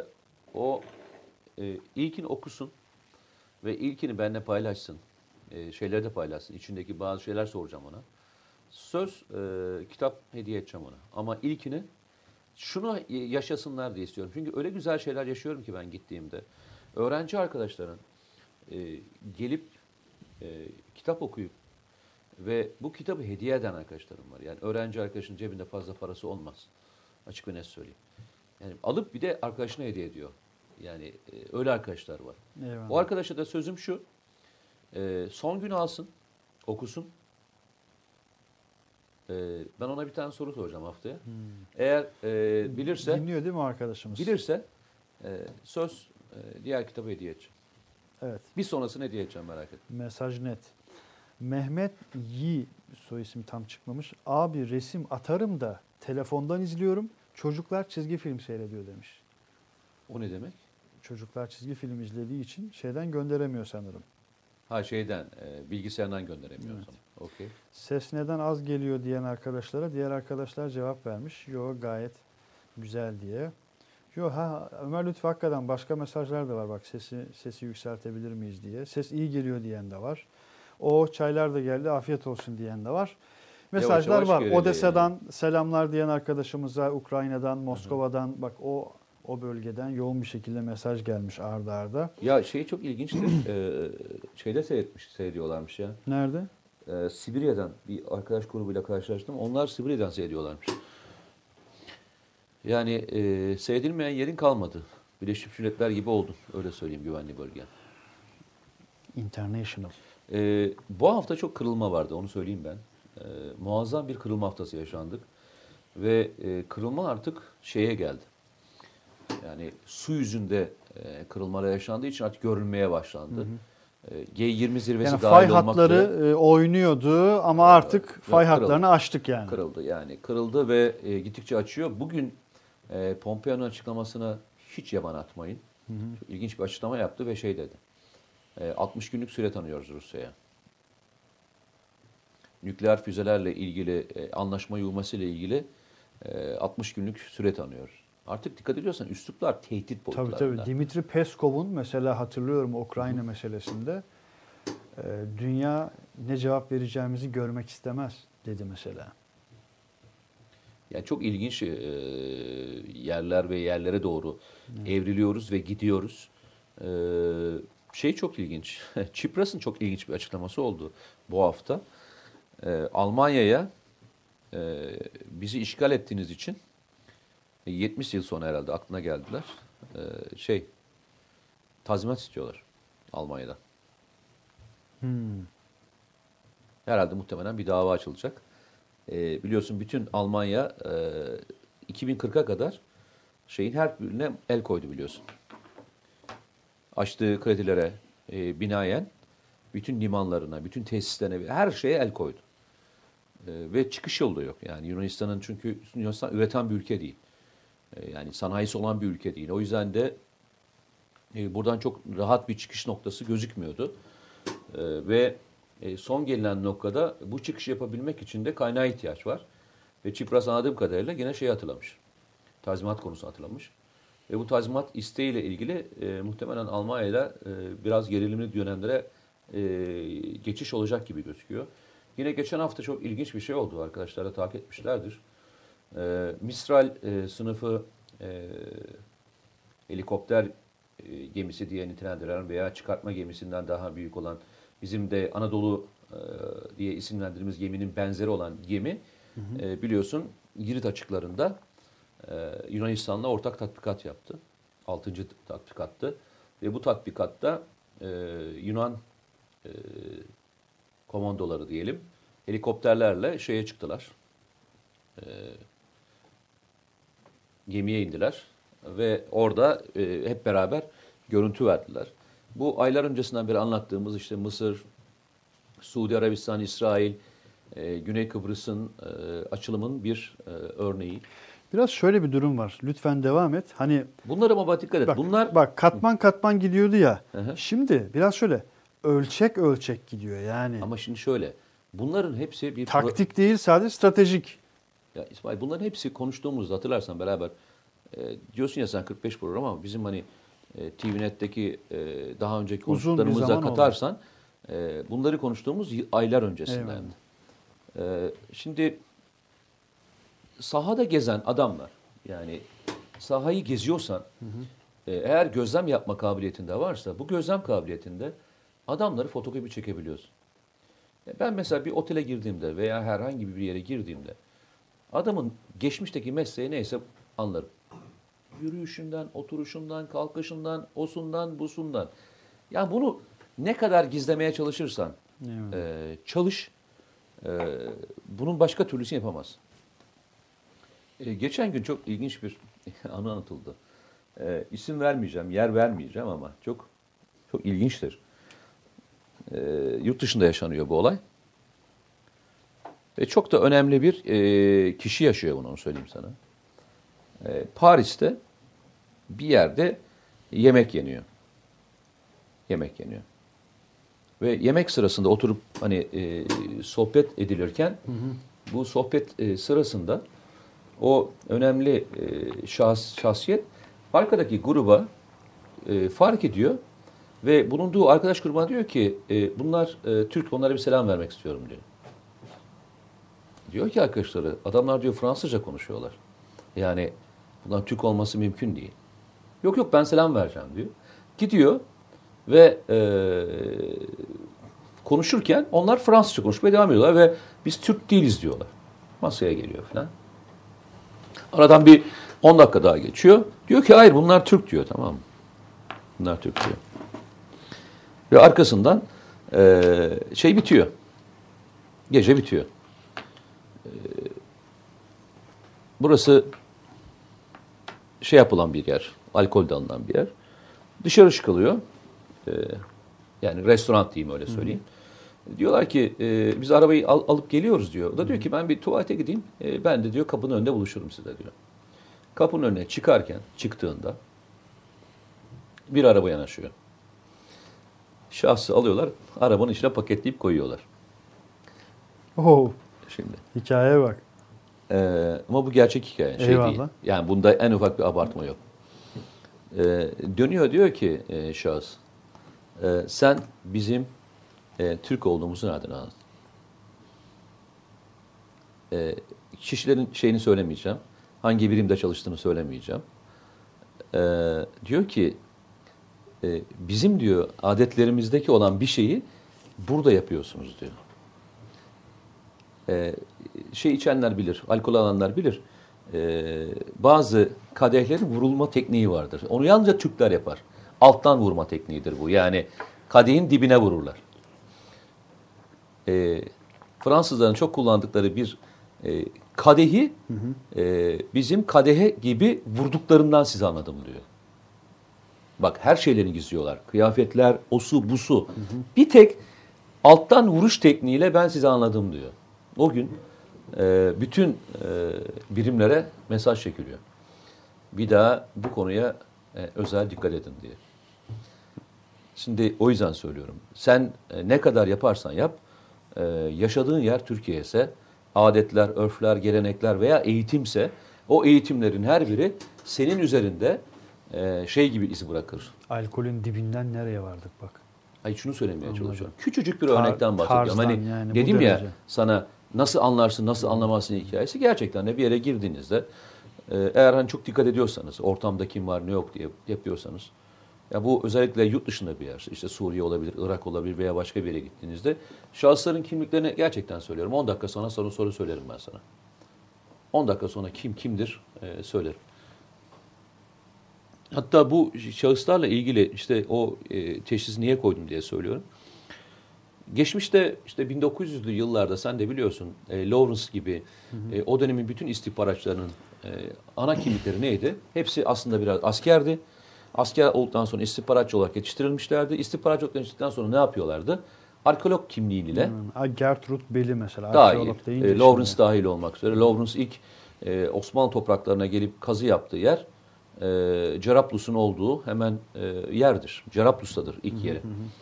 İlkini okusun ve ilkini benimle paylaşsın. Şeyleri de paylaşsın. İçindeki bazı şeyler soracağım ona. Söz kitap hediye edeceğim ona. Ama ilkini şunu yaşasınlar diye istiyorum. Çünkü öyle güzel şeyler yaşıyorum ki ben gittiğimde. Öğrenci arkadaşların gelip kitap okuyup ve bu kitabı hediye eden arkadaşlarım var. Yani öğrenci arkadaşın cebinde fazla parası olmaz. Açık ve net söyleyeyim. Yani alıp bir de arkadaşına hediye ediyor. Yani öyle arkadaşlar var. Eyvallah. O arkadaşa da sözüm şu. Son gün alsın, okusun. Ben ona bir tane soru soracağım haftaya. Eğer bilirse... Dinliyor değil mi arkadaşımız? Bilirse söz diğer kitabı hediye edeceğim. Evet. Bir sonrasını hediye edeceğim, merak etme. Mesaj net. Mehmet Yi, soy ismi tam çıkmamış. Abi resim atarım da telefondan izliyorum. Çocuklar çizgi film seyrediyor demiş. O ne demek? Çocuklar çizgi film izlediği için şeyden gönderemiyor sanırım. Ha şeyden, bilgisayardan gönderemiyor o zaman. Okey. Ses neden az geliyor diyen arkadaşlara diğer arkadaşlar cevap vermiş. Yo gayet güzel diye. Yok Ömer Lütfü hakikaten başka mesajlar da var. Bak sesi yükseltebilir miyiz diye. Ses iyi geliyor diyen de var. O çaylar da geldi afiyet olsun diyen de var. Mesajlar yavaş var. geliyor Odessa'dan yani. selamlar diyen arkadaşımıza, Ukrayna'dan, Moskova'dan bak o bölgeden yoğun bir şekilde mesaj gelmiş arda arda. Ya çok ilginçtir. Şeyde seyrediyorlarmış ya. Nerede? Sibirya'dan bir arkadaş grubuyla karşılaştım. Onlar Sibirya'dan seyrediyorlarmış. Yani seyredilmeyen yerin kalmadı. Birleşmiş Milletler gibi oldun. Öyle söyleyeyim, güvenli bölge. International. Bu hafta çok kırılma vardı, onu söyleyeyim ben. Muazzam bir kırılma haftası yaşandık. Ve kırılma artık şeye geldi. Yani su yüzünde kırılmalar yaşandığı için artık görülmeye başlandı. G20 zirvesi Yani dahil fay olmak hatları oynuyordu ama artık fay hatlarını aştık yani. Kırıldı yani. Kırıldı ve gittikçe açıyor. Bugün Pompeo'nun açıklamasına hiç yaban atmayın. Çok ilginç bir açıklama yaptı ve şey dedi. 60 günlük süre tanıyoruz Rusya'ya. Nükleer füzelerle ilgili anlaşma uyulması ile ilgili 60 günlük süre tanıyor. Artık dikkat ediyorsan üsluplar tehdit boyutlarında. Tabii. Dimitri Peskov'un mesela hatırlıyorum Ukrayna meselesinde dünya ne cevap vereceğimizi görmek istemez dedi mesela. Yani çok ilginç yerler ve yerlere doğru evriliyoruz ve gidiyoruz. Çok ilginç. Çipras'ın çok ilginç bir açıklaması oldu bu hafta. Almanya'ya bizi işgal ettiğiniz için 70 yıl sonra herhalde aklına geldiler. Tazminat istiyorlar Almanya'dan. Herhalde muhtemelen bir dava açılacak. Biliyorsun bütün Almanya 2040'a kadar her birine el koydu biliyorsun. Açtığı kredilere binaen bütün limanlarına, bütün tesislerine, her şeye el koydu. Ve çıkış yolu da yok. Yani çünkü Yunanistan üreten bir ülke değil. Yani sanayisi olan bir ülke değil. O yüzden de buradan çok rahat bir çıkış noktası gözükmüyordu. Ve son gelinen noktada bu çıkışı yapabilmek için de kaynağa ihtiyaç var. Ve Çipras anladığım kadarıyla gene hatırlamış. Tazminat konusunu hatırlamış. Ve bu tazminat isteğiyle ilgili muhtemelen Almanya'da biraz gerilimli dönemlere geçiş olacak gibi gözüküyor. Yine geçen hafta çok ilginç bir şey oldu. Arkadaşlar da takip etmişlerdir. Mistral sınıfı helikopter gemisi diye nitelendirilen veya çıkartma gemisinden daha büyük olan bizim de Anadolu diye isimlendirdiğimiz geminin benzeri olan gemi biliyorsun Girit açıklarında Yunanistan'la ortak tatbikat yaptı. 6. tatbikattı. Ve bu tatbikatta Yunan komandoları diyelim helikopterlerle çıktılar. Gemiye indiler ve orada hep beraber görüntü verdiler. Bu aylar öncesinden beri anlattığımız Mısır, Suudi Arabistan, İsrail, Güney Kıbrıs'ın açılımın bir örneği. Biraz şöyle bir durum var. Lütfen devam et. Hani bunlar ama dikkat et. Bak katman katman gidiyordu ya. Hı-hı. Şimdi biraz şöyle ölçek gidiyor yani. Ama şimdi şöyle. Bunların hepsi bir taktik değil, sadece stratejik. Ya İsmail, bunların hepsi konuştuğumuzda hatırlarsan beraber diyorsun ya sen 45 program ama bizim TVNet'teki daha önceki konuştuklarımıza katarsan bunları konuştuğumuz aylar öncesinden. Şimdi sahada gezen adamlar, yani sahayı geziyorsan eğer gözlem yapma kabiliyetinde varsa bu gözlem kabiliyetinde adamları fotokopi çekebiliyorsun. Ben mesela bir otele girdiğimde veya herhangi bir yere girdiğimde adamın geçmişteki mesleği neyse anlarım. Yürüyüşünden, oturuşundan, kalkışından, osundan, busundan. Yani bunu ne kadar gizlemeye çalışırsan çalış, bunun başka türlüsünü yapamazsın. Geçen gün çok ilginç bir anı anlatıldı. İsim vermeyeceğim, yer vermeyeceğim ama çok ilginçtir. Yurt dışında yaşanıyor bu olay. Ve çok da önemli bir kişi yaşıyor bunu, söyleyeyim sana. Paris'te bir yerde yemek yeniyor. Ve yemek sırasında oturup sohbet edilirken bu sohbet sırasında o önemli şahsiyet arkadaki gruba fark ediyor ve bulunduğu arkadaş grubuna diyor ki bunlar Türk, onlara bir selam vermek istiyorum diyor. Diyor ki arkadaşları, adamlar diyor Fransızca konuşuyorlar. Yani bunlar Türk olması mümkün değil. Yok yok ben selam vereceğim diyor. Gidiyor ve konuşurken onlar Fransızca konuşmaya devam ediyorlar ve biz Türk değiliz diyorlar. Masaya geliyor falan. Aradan bir 10 dakika daha geçiyor. Diyor ki hayır bunlar Türk diyor, tamam mı? Bunlar Türk diyor. Ve arkasından şey bitiyor. Gece bitiyor. Burası şey yapılan bir yer. Alkol de alınan bir yer. Dışarı çıkılıyor. Yani restoran diyeyim, öyle söyleyeyim. Diyorlar ki biz arabayı alıp geliyoruz diyor. O da diyor ki ben bir tuvalete gideyim. Ben de diyor kapının önünde buluşurum size diyor. Kapının önüne çıktığında bir araba yanaşıyor. Şahsı alıyorlar, arabanın içine paketleyip koyuyorlar. Oh, Şimdi. hikayeye bak. Ama bu gerçek hikaye, şey Eyvallah. değil. Yani bunda en ufak bir abartma yok. Dönüyor diyor ki şahıs, sen bizim Türk olduğumuzu nereden anladın? Kişilerin şeyini söylemeyeceğim. Hangi birimde çalıştığını söylemeyeceğim. Diyor ki bizim diyor adetlerimizdeki olan bir şeyi burada yapıyorsunuz diyor. Şey içenler bilir, alkol alanlar bilir. Bazı kadehlerin vurulma tekniği vardır. Onu yalnızca Türkler yapar. Alttan vurma tekniğidir bu. Yani kadehin dibine vururlar. Fransızların çok kullandıkları bir kadehi bizim kadehe gibi vurduklarından size anladım diyor. Bak her şeylerini gizliyorlar. Kıyafetler, osu, busu. Bir tek alttan vuruş tekniğiyle ben size anladım diyor. O gün bütün birimlere mesaj çekiliyor. Bir daha bu konuya özel dikkat edin diye. Şimdi o yüzden söylüyorum. Sen ne kadar yaparsan yap, yaşadığın yer Türkiye ise, adetler, örfler, gelenekler veya eğitimse, o eğitimlerin her biri senin üzerinde şey gibi iz bırakır. Alkolün dibinden nereye vardık bak. Ay şunu söylemeye Anladım. çalışıyorum. Küçücük bir örnekten bahsediyorum. Hani yani dedim ya derece. sana nasıl anlarsın, nasıl anlamazsın hikayesi. Gerçekten de bir yere girdiğinizde eğer hani çok dikkat ediyorsanız, ortamda kim var ne yok diye yapıyorsanız, ya bu özellikle yurt dışında bir yer, işte Suriye olabilir, Irak olabilir veya başka bir yere gittiğinizde şahısların kimliklerini gerçekten söylüyorum. 10 dakika sonra soru söylerim ben sana. 10 dakika sonra kimdir söylerim. Hatta bu şahıslarla ilgili işte o teşhisi niye koydum diye söylüyorum. Geçmişte işte 1900'lü yıllarda sen de biliyorsun Lawrence gibi o dönemin bütün istihbaratçılarının ana kimlikleri neydi? Hepsi aslında biraz askerdi. Asker olduktan sonra istihbaratçı olarak yetiştirilmişlerdi. İstihbaratçı olarak yetiştirdikten sonra ne yapıyorlardı? Arkeolog kimliğiyle. Gertrude Bell'i mesela. Dahil. Deyince Lawrence şimdi. dahil olmak üzere. Lawrence ilk Osmanlı topraklarına gelip kazı yaptığı yer Cerablus'un olduğu hemen yerdir. Cerablus'tadır ilk yeri.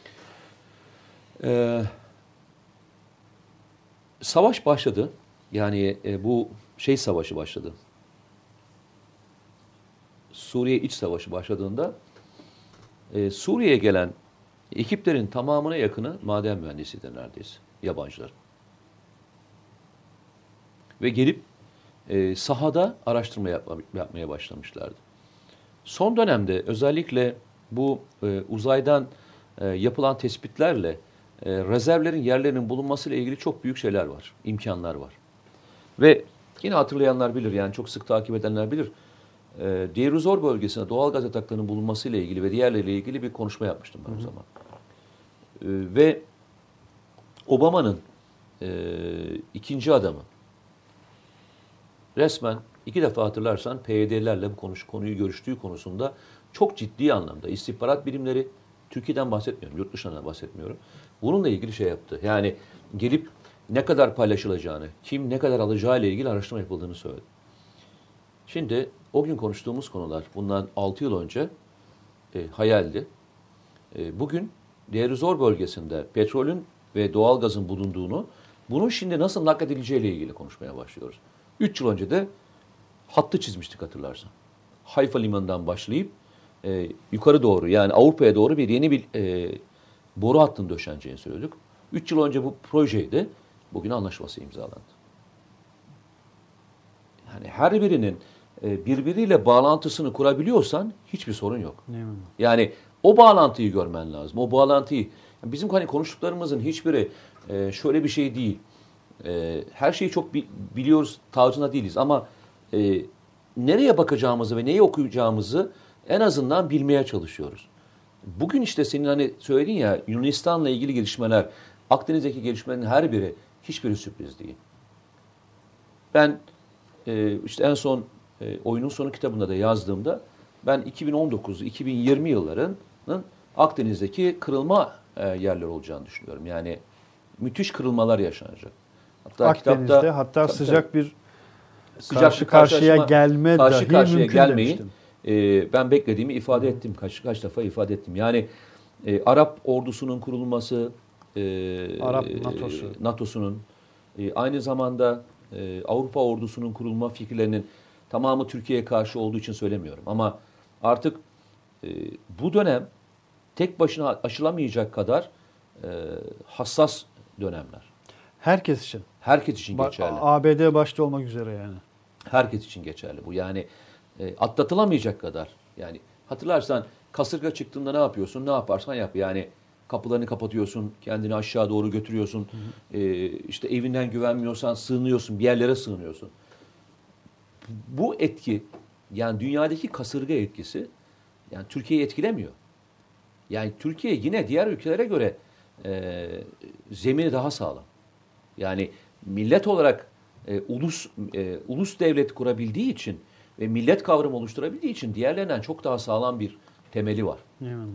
Savaş başladı. Yani bu şey savaşı başladı. Suriye iç savaşı başladığında Suriye'ye gelen ekiplerin tamamına yakını maden mühendisidir neredeyse. Yabancılar. Ve gelip sahada araştırma yapmaya başlamışlardı. Son dönemde özellikle bu uzaydan yapılan tespitlerle rezervlerin yerlerinin bulunmasıyla ilgili çok büyük şeyler var, imkanlar var. Ve yine hatırlayanlar bilir, yani çok sık takip edenler bilir. Deir ez-Zor bölgesinde doğal gaz yataklarının bulunmasıyla ilgili ve diğerleriyle ilgili bir konuşma yapmıştım ben o zaman. Ve Obama'nın ikinci adamı resmen 2 defa hatırlarsan PYD'lerle bu konuyu görüştüğü konusunda çok ciddi anlamda istihbarat birimleri, Türkiye'den bahsetmiyorum, yurt dışından bahsetmiyorum. Bununla ilgili şey yaptı. Yani gelip ne kadar paylaşılacağını, kim ne kadar alacağı ile ilgili araştırma yapıldığını söyledi. Şimdi o gün konuştuğumuz konular bundan 6 yıl önce hayaldi. Bugün Deir ez-Zor bölgesinde petrolün ve doğalgazın bulunduğunu, bunun şimdi nasıl nakledileceği ile ilgili konuşmaya başlıyoruz. 3 yıl önce de hattı çizmiştik hatırlarsan. Hayfa limanından başlayıp yukarı doğru yani Avrupa'ya doğru yeni bir boru hattının döşeneceğini söyledik. 3 yıl önce bu projeydi. Bugün anlaşması imzalandı. Yani her birinin birbiriyle bağlantısını kurabiliyorsan hiçbir sorun yok. Yani o bağlantıyı görmen lazım. O bağlantıyı. Bizim hani konuştuklarımızın hiçbiri şöyle bir şey değil. Her şeyi çok biliyoruz tarzında değiliz ama nereye bakacağımızı ve neyi okuyacağımızı en azından bilmeye çalışıyoruz. Bugün işte senin hani söyledin ya Yunanistan'la ilgili gelişmeler, Akdeniz'deki gelişmelerin her biri hiçbiri sürpriz değil. Ben işte en son Oyunun Sonu kitabında da yazdığımda ben 2019-2020 yıllarının Akdeniz'deki kırılma yerleri olacağını düşünüyorum. Yani müthiş kırılmalar yaşanacak. Hatta Akdeniz'de hatta sıcak bir karşı karşıya gelme dahi mümkün gelmeyin. Ben beklediğimi ifade ettim. Kaç defa ifade ettim. Yani Arap ordusunun kurulması, Arap NATO'sunun aynı zamanda Avrupa ordusunun kurulma fikirlerinin tamamı Türkiye'ye karşı olduğu için söylemiyorum. Ama artık bu dönem tek başına aşılamayacak kadar hassas dönemler. Herkes için. Herkes için geçerli. ABD başta olmak üzere yani. Herkes için geçerli bu. Yani atlatılamayacak kadar. Yani hatırlarsan kasırga çıktığında ne yapıyorsun? Ne yaparsan yap. Yani kapılarını kapatıyorsun, kendini aşağı doğru götürüyorsun. İşte evinden güvenmiyorsan sığınıyorsun, bir yerlere sığınıyorsun. Bu etki, yani dünyadaki kasırga etkisi, yani Türkiye'yi etkilemiyor. Yani Türkiye yine diğer ülkelere göre zemini daha sağlam. Yani millet olarak ulus devlet kurabildiği için ve millet kavramı oluşturabildiği için diğerlerinden çok daha sağlam bir temeli var.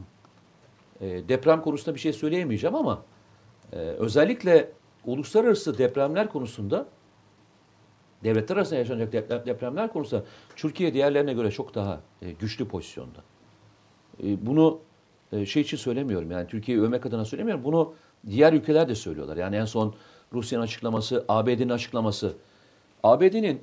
Deprem konusunda bir şey söyleyemeyeceğim ama özellikle uluslararası depremler konusunda, devletler arasında yaşanacak depremler konusunda Türkiye diğerlerine göre çok daha güçlü pozisyonda. Bunu şey için söylemiyorum, yani Türkiye'yi övmek adına söylemiyorum. Bunu diğer ülkeler de söylüyorlar. Yani en son Rusya'nın açıklaması, ABD'nin açıklaması. ABD'nin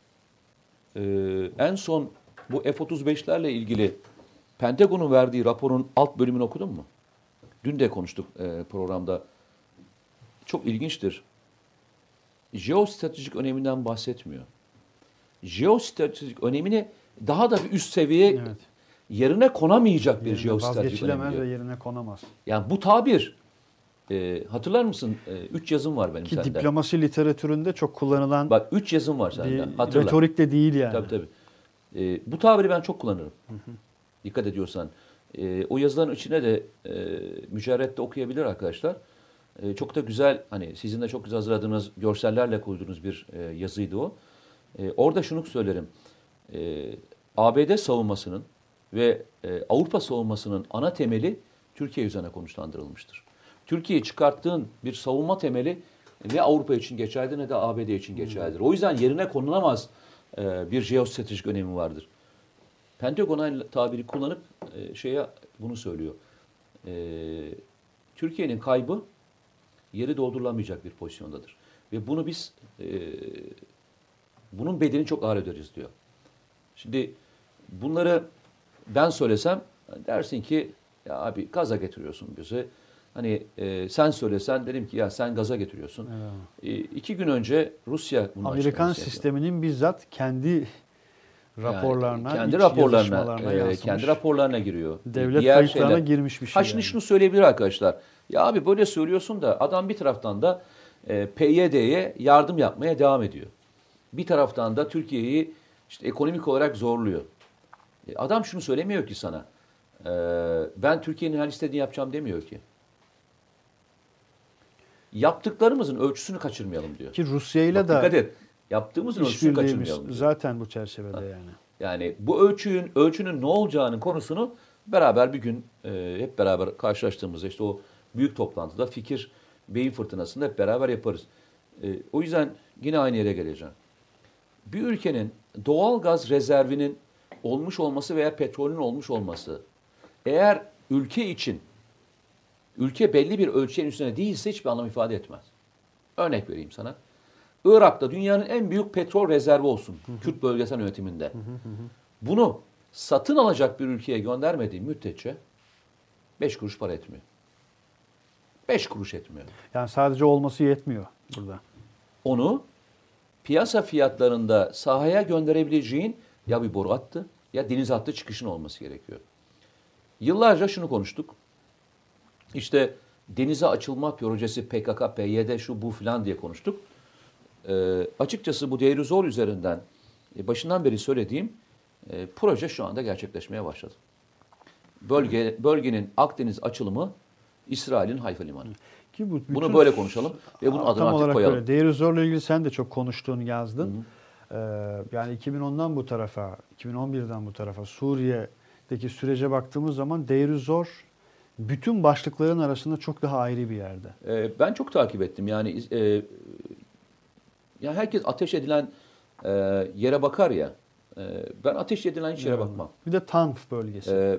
en son bu F-35'lerle ilgili Pentagon'un verdiği raporun alt bölümünü okudun mu? Dün de konuştuk programda. Çok ilginçtir. Jeostratejik öneminden bahsetmiyor. Jeostratejik önemini daha da bir üst seviyeye yerine konamayacak bir jeostratejik önemi diyor. Vazgeçilemez ve yerine konamaz. Yani bu tabir hatırlar mısın? 3 yazım var benim ki sende. Diplomasi literatüründe çok kullanılan bak 3 yazım var sende. Hatırla. Retorik de değil yani. Tabii. Bu tabiri ben çok kullanırım. Dikkat ediyorsan. O yazıların içine de mücerrette okuyabilir arkadaşlar. Çok da güzel, hani sizin de çok güzel hazırladığınız görsellerle koyduğunuz bir yazıydı o. Orada şunu söylerim. ABD savunmasının ve Avrupa savunmasının ana temeli Türkiye üzerine konuşlandırılmıştır. Türkiye'yi çıkarttığın bir savunma temeli ne Avrupa için geçerlidir ne de ABD için geçerlidir. O yüzden yerine konulamaz bir jeostratejik önemi vardır. Pentagon aynı tabiri kullanıp bunu söylüyor. Türkiye'nin kaybı yeri doldurulamayacak bir pozisyondadır. Ve bunu biz bunun bedelini çok ağır öderiz diyor. Şimdi bunları ben söylesem dersin ki ya abi gaza getiriyorsun bizi. Hani sen söylesen derim ki ya sen gaza getiriyorsun. Evet. 2 gün önce Rusya bunu Amerikan sisteminin bizzat kendi raporlarına, yani kendi raporlarına giriyor. Devlet kayıtlarına girmiş bir şey. Şimdi şunu söyleyebilir arkadaşlar. Ya abi böyle söylüyorsun da adam bir taraftan da PYD'ye yardım yapmaya devam ediyor. Bir taraftan da Türkiye'yi işte ekonomik olarak zorluyor. Adam şunu söylemiyor ki sana. Ben Türkiye'nin her istediğini yapacağım demiyor ki. Yaptıklarımızın ölçüsünü kaçırmayalım diyor. Ki Rusya ile de dikkat et. Yaptığımızın ölçüsünü kaçırmayalım diyor. Zaten bu çerçevede yani. Yani bu ölçünün ne olacağının konusunu beraber bir gün hep beraber karşılaştığımızda işte o büyük toplantıda fikir beyin fırtınasında hep beraber yaparız. O yüzden yine aynı yere geleceğim. Bir ülkenin doğal gaz rezervinin olmuş olması veya petrolün olmuş olması eğer ülke belli bir ölçeğin üstüne değilse hiçbir anlam ifade etmez. Örnek vereyim sana. Irak'ta dünyanın en büyük petrol rezervi olsun. Kürt bölgesel yönetiminde. Bunu satın alacak bir ülkeye göndermediği müddetçe 5 kuruş para etmiyor. 5 kuruş etmiyor. Yani sadece olması yetmiyor burada. Onu piyasa fiyatlarında sahaya gönderebileceğin ya bir boru hattı ya deniz hattı çıkışın olması gerekiyor. Yıllarca şunu konuştuk. İşte denize açılma projesi PKK, PYD şu bu filan diye konuştuk. Açıkçası bu Deir ez-Zor üzerinden başından beri söylediğim proje şu anda gerçekleşmeye başladı. Bölgenin Akdeniz açılımı İsrail'in Hayfa Limanı. Ki Bunu böyle konuşalım ve bunun adını artık koyalım. Böyle. Deir ez-Zor'la ilgili sen de çok konuştuğunu yazdın. Yani 2010'dan bu tarafa, 2011'den bu tarafa Suriye'deki sürece baktığımız zaman Deir ez-Zor bütün başlıkların arasında çok daha ayrı bir yerde. Ben çok takip ettim. Yani herkes ateş edilen yere bakar ya. Ben ateş edilen hiç yere bakmam. Bir de Tanf bölgesi.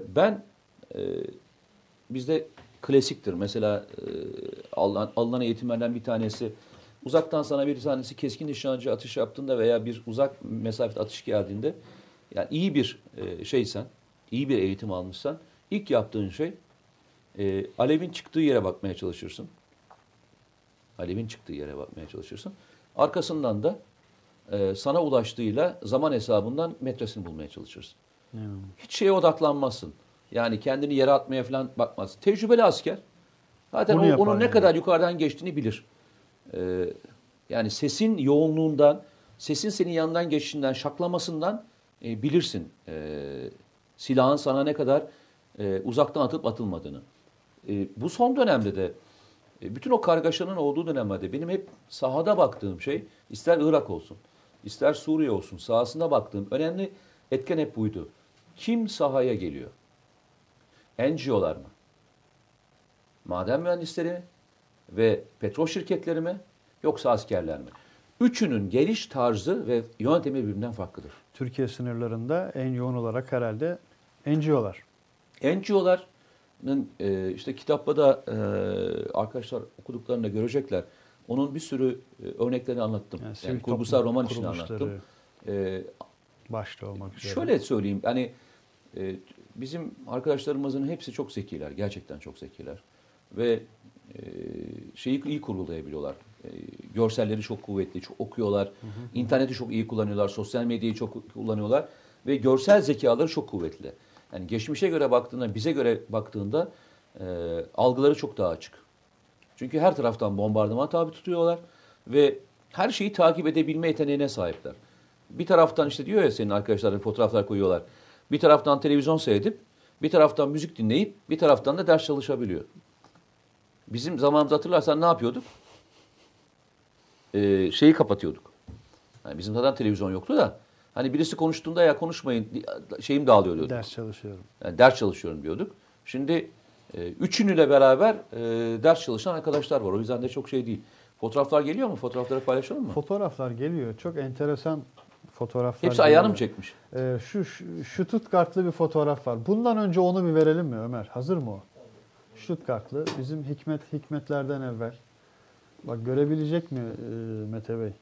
Bizde klasiktir. Mesela alınan eğitimlerden bir tanesi uzaktan sana bir tanesi keskin nişancı atış yaptığında veya bir uzak mesafede atış geldiğinde yani iyi bir şeysen, iyi bir eğitim almışsan ilk yaptığın şey alevin çıktığı yere bakmaya çalışırsın. Alevin çıktığı yere bakmaya çalışırsın. Arkasından da sana ulaştığıyla zaman hesabından metresini bulmaya çalışırsın. Hiç şeye odaklanmazsın. Yani kendini yere atmaya falan bakmaz. Tecrübeli asker zaten onun ne kadar yukarıdan geçtiğini bilir. Yani sesin yoğunluğundan, sesin senin yanından geçtiğinden, şaklamasından bilirsin. Silahın sana ne kadar uzaktan atıp atılmadığını. Bu son dönemde de bütün o kargaşanın olduğu dönemlerde benim hep sahada baktığım şey, ister Irak olsun, ister Suriye olsun, sahasında baktığım önemli etken hep buydu. Kim sahaya geliyor? NGO'lar mı? Maden mühendisleri ve petrol şirketleri mi? Yoksa askerler mi? Üçünün geliş tarzı ve yöntemi birbirinden farklıdır. Türkiye sınırlarında en yoğun olarak herhalde NGO'lar. NGO'ların işte kitapta da arkadaşlar okuduklarında görecekler. Onun bir sürü örneklerini anlattım. Yani kurgusal roman içinde anlattım. Başta olmak üzere. Şöyle söyleyeyim. Yani bizim arkadaşlarımızın hepsi çok zekiler. Gerçekten çok zekiler. Ve şeyi iyi kurgulayabiliyorlar. Görselleri çok kuvvetli, çok okuyorlar. İnterneti çok iyi kullanıyorlar. Sosyal medyayı çok kullanıyorlar. Ve görsel zekaları çok kuvvetli. Yani geçmişe göre baktığında, bize göre baktığında algıları çok daha açık. Çünkü her taraftan bombardımana tabi tutuyorlar. Ve her şeyi takip edebilme yeteneğine sahipler. Bir taraftan işte diyor ya senin arkadaşların fotoğraflar koyuyorlar. Bir taraftan televizyon seyredip, bir taraftan müzik dinleyip, bir taraftan da ders çalışabiliyor. Bizim zamanımızda hatırlarsan ne yapıyorduk? Şeyi kapatıyorduk. Yani bizim zaten televizyon yoktu da. Hani birisi konuştuğunda ya konuşmayın şeyim dağılıyor diyorduk. Ders çalışıyorum. Yani ders çalışıyorum diyorduk. Şimdi üçünüyle beraber ders çalışan arkadaşlar var. O yüzden de çok şey değil. Fotoğraflar geliyor mu? Fotoğrafları paylaşalım mı? Fotoğraflar geliyor. Çok enteresan fotoğraflar. Hepsi ayağını mı çekmiş? Şu Stuttgartlı bir fotoğraf var. Bundan önce onu bir verelim mi Ömer? Hazır mı o? Stuttgartlı. Bizim hikmetlerden evvel. Bak görebilecek mi Mete Bey?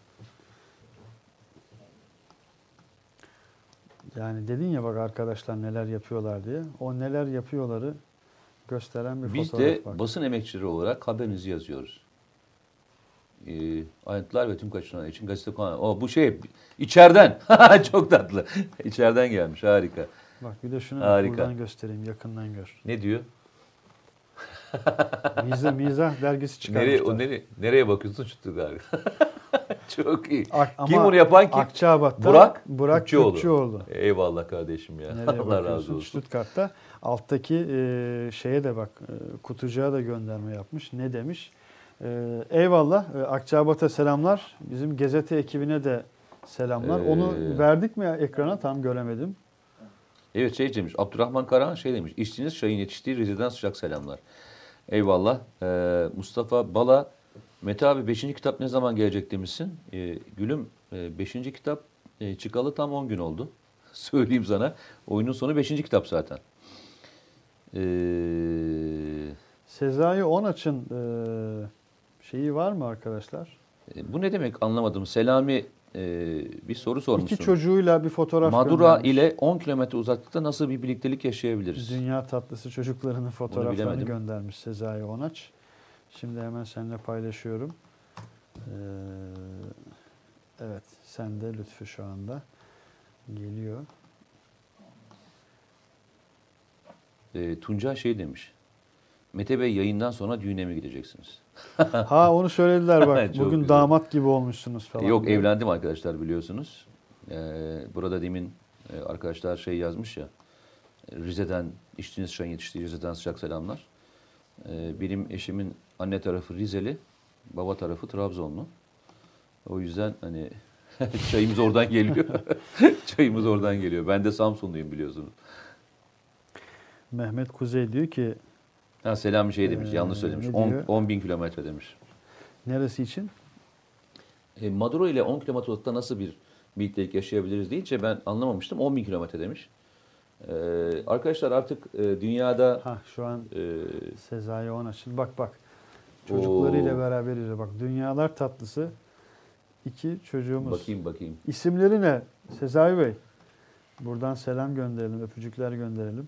Yani dedin ya bak arkadaşlar neler yapıyorlar diye. O neler yapıyorları gösteren bir Biz fotoğraf de var. basın emekçileri olarak haberinizi yazıyoruz. Ayrıntılar ve tüm kaçınanlar için gazete konan. Bu şey içeriden. Çok tatlı. İçeriden gelmiş. Harika. Bak bir de şunu Harika. buradan göstereyim. Yakından gör. Ne diyor? Mizah dergisi çıkarmışlar. Nereye bakıyorsun Stuttgart? Çok iyi. Ama kim bunu yapan kim? Akçabat'ta Burak Kürkçüoğlu. Eyvallah kardeşim ya. Allah razı olsun. Stuttgart'ta alttaki şeye de bak kutucuğa da gönderme yapmış. Ne demiş? Eyvallah. Akçabat'a selamlar. Bizim gazete ekibine de selamlar. Onu verdik mi ekrana? Tam göremedim. Evet şey demiş. Abdurrahman Karahan şey demiş. İşçiniz çayın yetiştiği Rize'den sıcak selamlar. Eyvallah. Mustafa Bala Mete abi 5. kitap ne zaman gelecek demişsin. Gülüm 5. kitap çıkalı tam 10 gün oldu. Söyleyeyim sana. Oyunun sonu 5. kitap zaten. Sezai Onaç'ın şeyi var mı arkadaşlar? Bu ne demek anlamadım. Selami bir soru sormuşsun. İki çocuğuyla bir fotoğraf Madura göndermiş. ile 10 kilometre uzaklıkta nasıl bir birliktelik yaşayabiliriz? Dünya tatlısı çocuklarının fotoğraflarını bilemedim. göndermiş Sezai Onaç. Şimdi hemen seninle paylaşıyorum. Evet, sen de Lütfü şu anda geliyor. Tunca şey demiş. Mete Bey yayından sonra düğüne mi gideceksiniz? Ha onu söylediler bak. Çok Bugün güzel. damat gibi olmuşsunuz falan. Yok diye. evlendim arkadaşlar biliyorsunuz. Burada demin arkadaşlar şey yazmış ya. Rize'den içtiğiniz çayın yetiştiği Rize'den sıcak selamlar. Benim eşimin anne tarafı Rizeli, baba tarafı Trabzonlu. O yüzden hani çayımız oradan geliyor. Çayımız oradan geliyor. Ben de Samsunluyum biliyorsunuz. Mehmet Kuzey diyor ki Ha Selami şey demiş, yanlış söylemiş. ne 10 diyor? 10.000 kilometre demiş. neresi için? Maduro ile 10 kilometre uzakta nasıl bir birliktelik yaşayabiliriz deyince ben anlamamıştım. 10.000 kilometre demiş. Arkadaşlar artık dünyada Ha şu an e, Sezai Onaç'ın bak çocuklarıyla Oo. beraber izliyor. Bak dünyalar tatlısı iki çocuğumuz. bakayım. İsimleri ne? Sezai Bey. Buradan selam gönderelim, öpücükler gönderelim.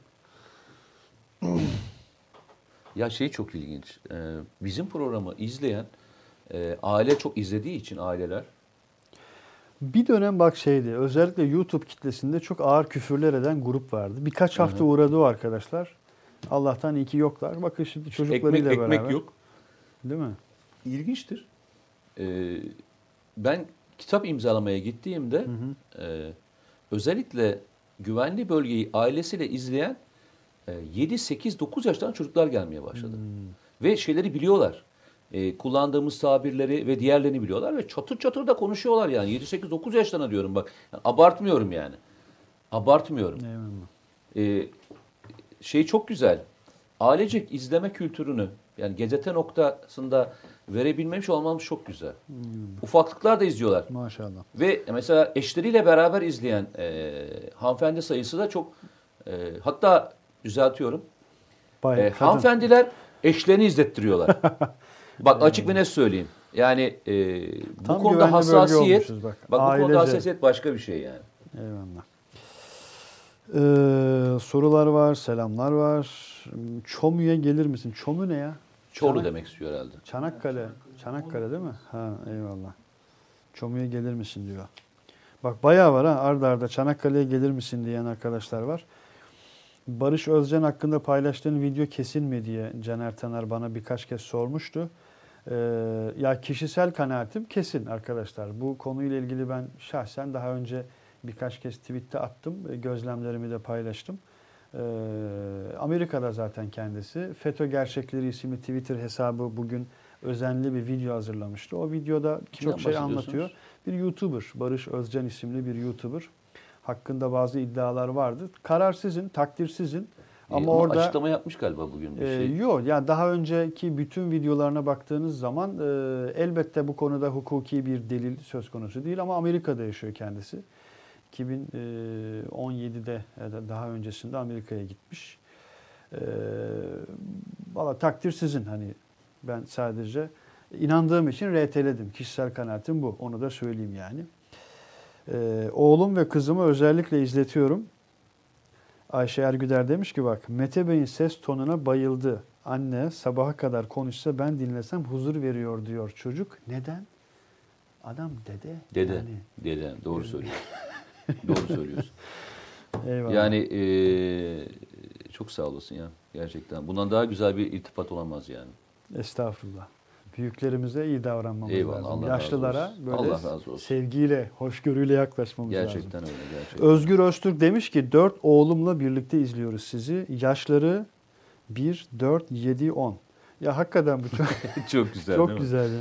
Ya şey çok ilginç. Bizim programı izleyen aile çok izlediği için aileler Bir dönem bak şeydi, özellikle YouTube kitlesinde çok ağır küfürler eden grup vardı. Birkaç hafta uğradı o arkadaşlar. Allah'tan iyi ki yoklar. Bakın şimdi çocuklarıyla beraber. ekmek yok. Değil mi? İlginçtir. Ben kitap imzalamaya gittiğimde özellikle güvenli bölgeyi ailesiyle izleyen 7, 8, 9 yaştan çocuklar gelmeye başladı. Ve şeyleri biliyorlar. Kullandığımız tabirleri ve diğerlerini biliyorlar ve çatır çatır da konuşuyorlar yani. 7, 8, 9 yaşlarına diyorum bak. Yani abartmıyorum yani. Abartmıyorum. Eyvallah. Şey çok güzel. Ailecek izleme kültürünü yani gazete noktasında verebilmemiş olmamız çok güzel. Ufaklıklar da izliyorlar. Maşallah. Ve mesela eşleriyle beraber izleyen hanımefendi sayısı da çok hatta düzeltiyorum. Bayağı kadın. Hanımefendiler eşlerini izlettiriyorlar. Bak açık ve net söyleyeyim. Yani bu Tam güvenli konuda bölge hassasiyet olmuşuz bak. bu konuda Ailece. hassasiyet başka bir şey yani. Eyvallah. Sorular var, selamlar var. Çomu'ya gelir misin? Çomu ne ya? Çorlu demek istiyor herhalde. Çanakkale. Çanakkale değil mi? Ha eyvallah. Çomu'ya gelir misin diyor. Bak bayağı var ha arda arda Çanakkale'ye gelir misin diyen arkadaşlar var. Barış Özcan hakkında paylaştığın video kesin mi diye Caner Taner bana birkaç kez sormuştu. Ya kişisel kanaatim kesin arkadaşlar. Bu konuyla ilgili ben şahsen daha önce birkaç kez tweette attım. Gözlemlerimi de paylaştım. Amerika'da zaten kendisi. FETÖ Gerçekleri isimli Twitter hesabı bugün özenli bir video hazırlamıştı. O videoda Kimden çok şey bahsediyorsunuz? anlatıyor. Bir YouTuber, Barış Özcan isimli bir YouTuber. Hakkında bazı iddialar vardı. Karar sizin, takdir sizin. Ama orada açıklama yapmış galiba bugün bir şey. yok. Yani daha önceki bütün videolarına baktığınız zaman elbette bu konuda hukuki bir delil söz konusu değil ama Amerika'da yaşıyor kendisi. 2017'de daha öncesinde Amerika'ya gitmiş. Valla takdir sizin. Hani ben sadece inandığım için RT'ledim. Kişisel kanaatim bu. Onu da söyleyeyim yani. Oğlum ve kızımı özellikle izletiyorum. Ayşe Ergüder demiş ki bak Mete Bey'in ses tonuna bayıldı. Anne sabaha kadar konuşsa ben dinlesem huzur veriyor diyor çocuk. Neden? Adam dede. Dede. Yani. Dede. Doğru söylüyorsun. Doğru söylüyorsun. Eyvallah. Yani çok sağ olasın ya. Gerçekten. Bundan daha güzel bir iltifat olamaz yani. Estağfurullah. Büyüklerimize iyi davranmamız Eyvallah, lazım. Allah Yaşlılara razı olsun. böyle Allah razı olsun. sevgiyle, hoşgörüyle yaklaşmamız lazım. Gerçekten öyle. Gerçekten. Özgür Öztürk demiş ki 4 oğlumla birlikte izliyoruz sizi. Yaşları 1, 4, 7, 10. Ya hakikaten bu çok, Çok güzel çok değil mi? güzel ya.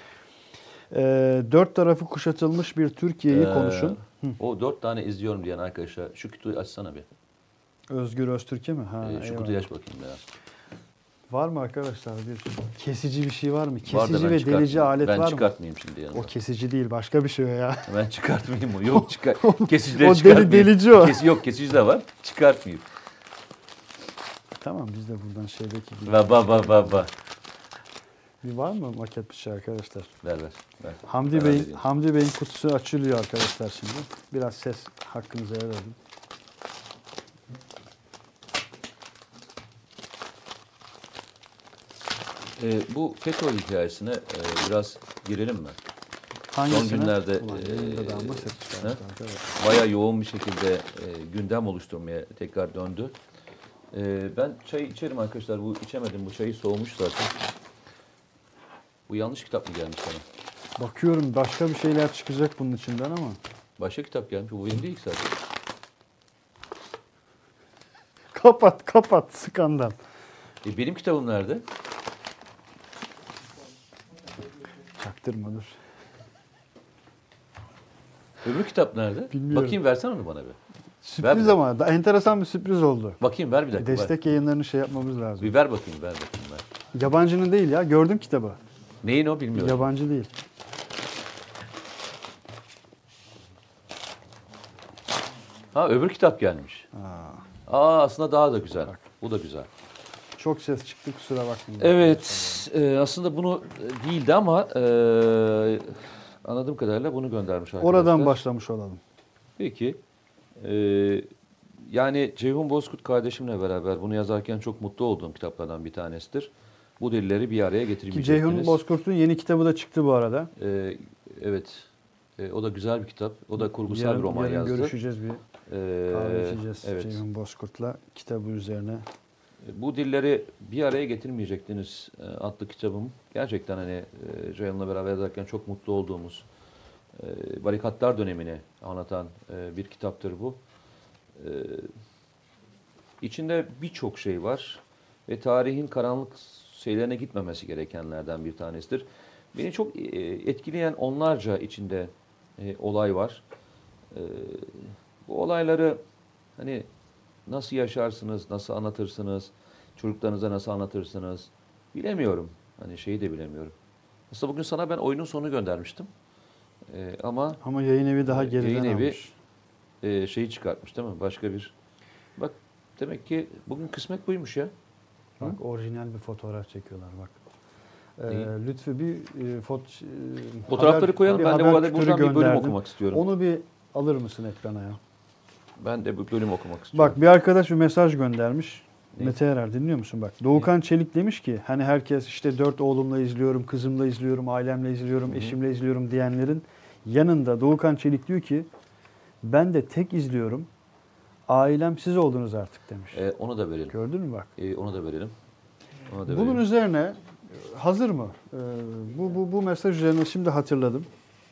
4 tarafı kuşatılmış bir Türkiye'yi konuşun. O 4 tane izliyorum diyen arkadaşlar şu kutuyu açsana bir. Özgür Öztürk'e mi? Ha, Şu eyvallah. kutuyu aç bakayım ya. Var mı arkadaşlar bir kesici bir şey var mı? Var da Kesici ben ve çıkartmayayım. delici alet Ben var mı? çıkartmayayım şimdi yanımda. O kesici değil başka bir şey o ya. Ben çıkartmayayım mı? Yok kesicileri O çıkartmayayım. delici o. Yok kesici de var. Çıkartmayayım. Tamam biz de buradan şeydeki gibi. Va. Bir var mı maket bıçağı arkadaşlar? Ver. Hamdi Ver Bey'in dediğin. Hamdi Bey'in kutusu açılıyor arkadaşlar şimdi. Biraz ses hakkınızı helal edin. Bu FETÖ hikayesine biraz girelim mi? Hangisine? Son günlerde Ulan yayında da ama ses çıkarmış arkadaşlar. bayağı yoğun bir şekilde gündem oluşturmaya tekrar döndü. Ben çay içerim arkadaşlar. Bu içemedim. Bu çayı soğumuş zaten. Bu yanlış kitap mı gelmiş sana? Bakıyorum başka bir şeyler çıkacak bunun içinden ama. Başka kitap gelmiş. Bu benim değil ki zaten. Kapat skandal. Benim kitabım nerede? Çaktırma dur. Öbür kitap nerede? Bilmiyorum. Bakayım versene onu bana bir. Sürpriz Ver. ama enteresan bir sürpriz oldu. Bakayım ver bir dakika. Destek yayınlarını şey yapmamız Ver. lazım. Bir ver bakayım. Ver. Yabancının değil ya. Gördüm kitabı. Neyin o bilmiyorum. Yabancı değil. Ha öbür kitap gelmiş. Aslında daha da güzel. Bak. Bu da güzel. Çok ses çıktı kusura bakmayın. Evet, aslında bunu değildi ama anladığım kadarıyla bunu göndermiş arkadaşlar. Oradan başlamış olalım. Peki, yani Ceyhun Bozkurt kardeşimle beraber bunu yazarken çok mutlu olduğum kitaplardan bir tanesidir. Bu delilleri bir araya Ki getirmeyecektiniz. Ceyhun Bozkurt'un yeni kitabı da çıktı bu arada. Evet, o da güzel bir kitap. O da kurgusal bir roman yarın yazdı. görüşeceğiz bir kahve içeceğiz evet. Ceyhun Bozkurt'la kitabı üzerine. Bu dilleri bir araya getirmeyecektiniz adlı kitabım. Gerçekten hani Ceyhun'la beraber yazarken çok mutlu olduğumuz barikatlar dönemini anlatan bir kitaptır bu. İçinde birçok şey var ve tarihin karanlık şeylerine gitmemesi gerekenlerden bir tanesidir. Beni çok etkileyen onlarca içinde olay var. Bu olayları hani nasıl yaşarsınız, nasıl anlatırsınız, çocuklarınıza nasıl anlatırsınız bilemiyorum. Hani şeyi de bilemiyorum. Aslında bugün sana ben oyunun sonunu göndermiştim. Ama Yayın evi daha geriden yayın evi almış. Şeyi çıkartmış değil mi? Başka bir... Bak demek ki bugün kısmet buymuş ya. Bak orijinal bir fotoğraf çekiyorlar bak. Neyi? Lütfü bir Fotoğrafları koyalım. Ben de bu arada buradan bir bölüm gönderdim. okumak istiyorum. Onu bir alır mısın ekrana ya? Ben de bu bölüm okumak istiyorum. Bak bir arkadaş bir mesaj göndermiş. Ne? Mete Erer dinliyor musun bak. Doğukan Çelik demiş ki hani herkes işte 4 oğlumla izliyorum, kızımla izliyorum, ailemle izliyorum, eşimle izliyorum diyenlerin yanında Doğukan Çelik diyor ki ben de tek izliyorum. Ailem siz oldunuz artık demiş. Onu da verelim. Gördün mü bak. Onu da verelim. Onu da Bunun verelim. üzerine hazır mı? Bu mesaj üzerine şimdi hatırladım.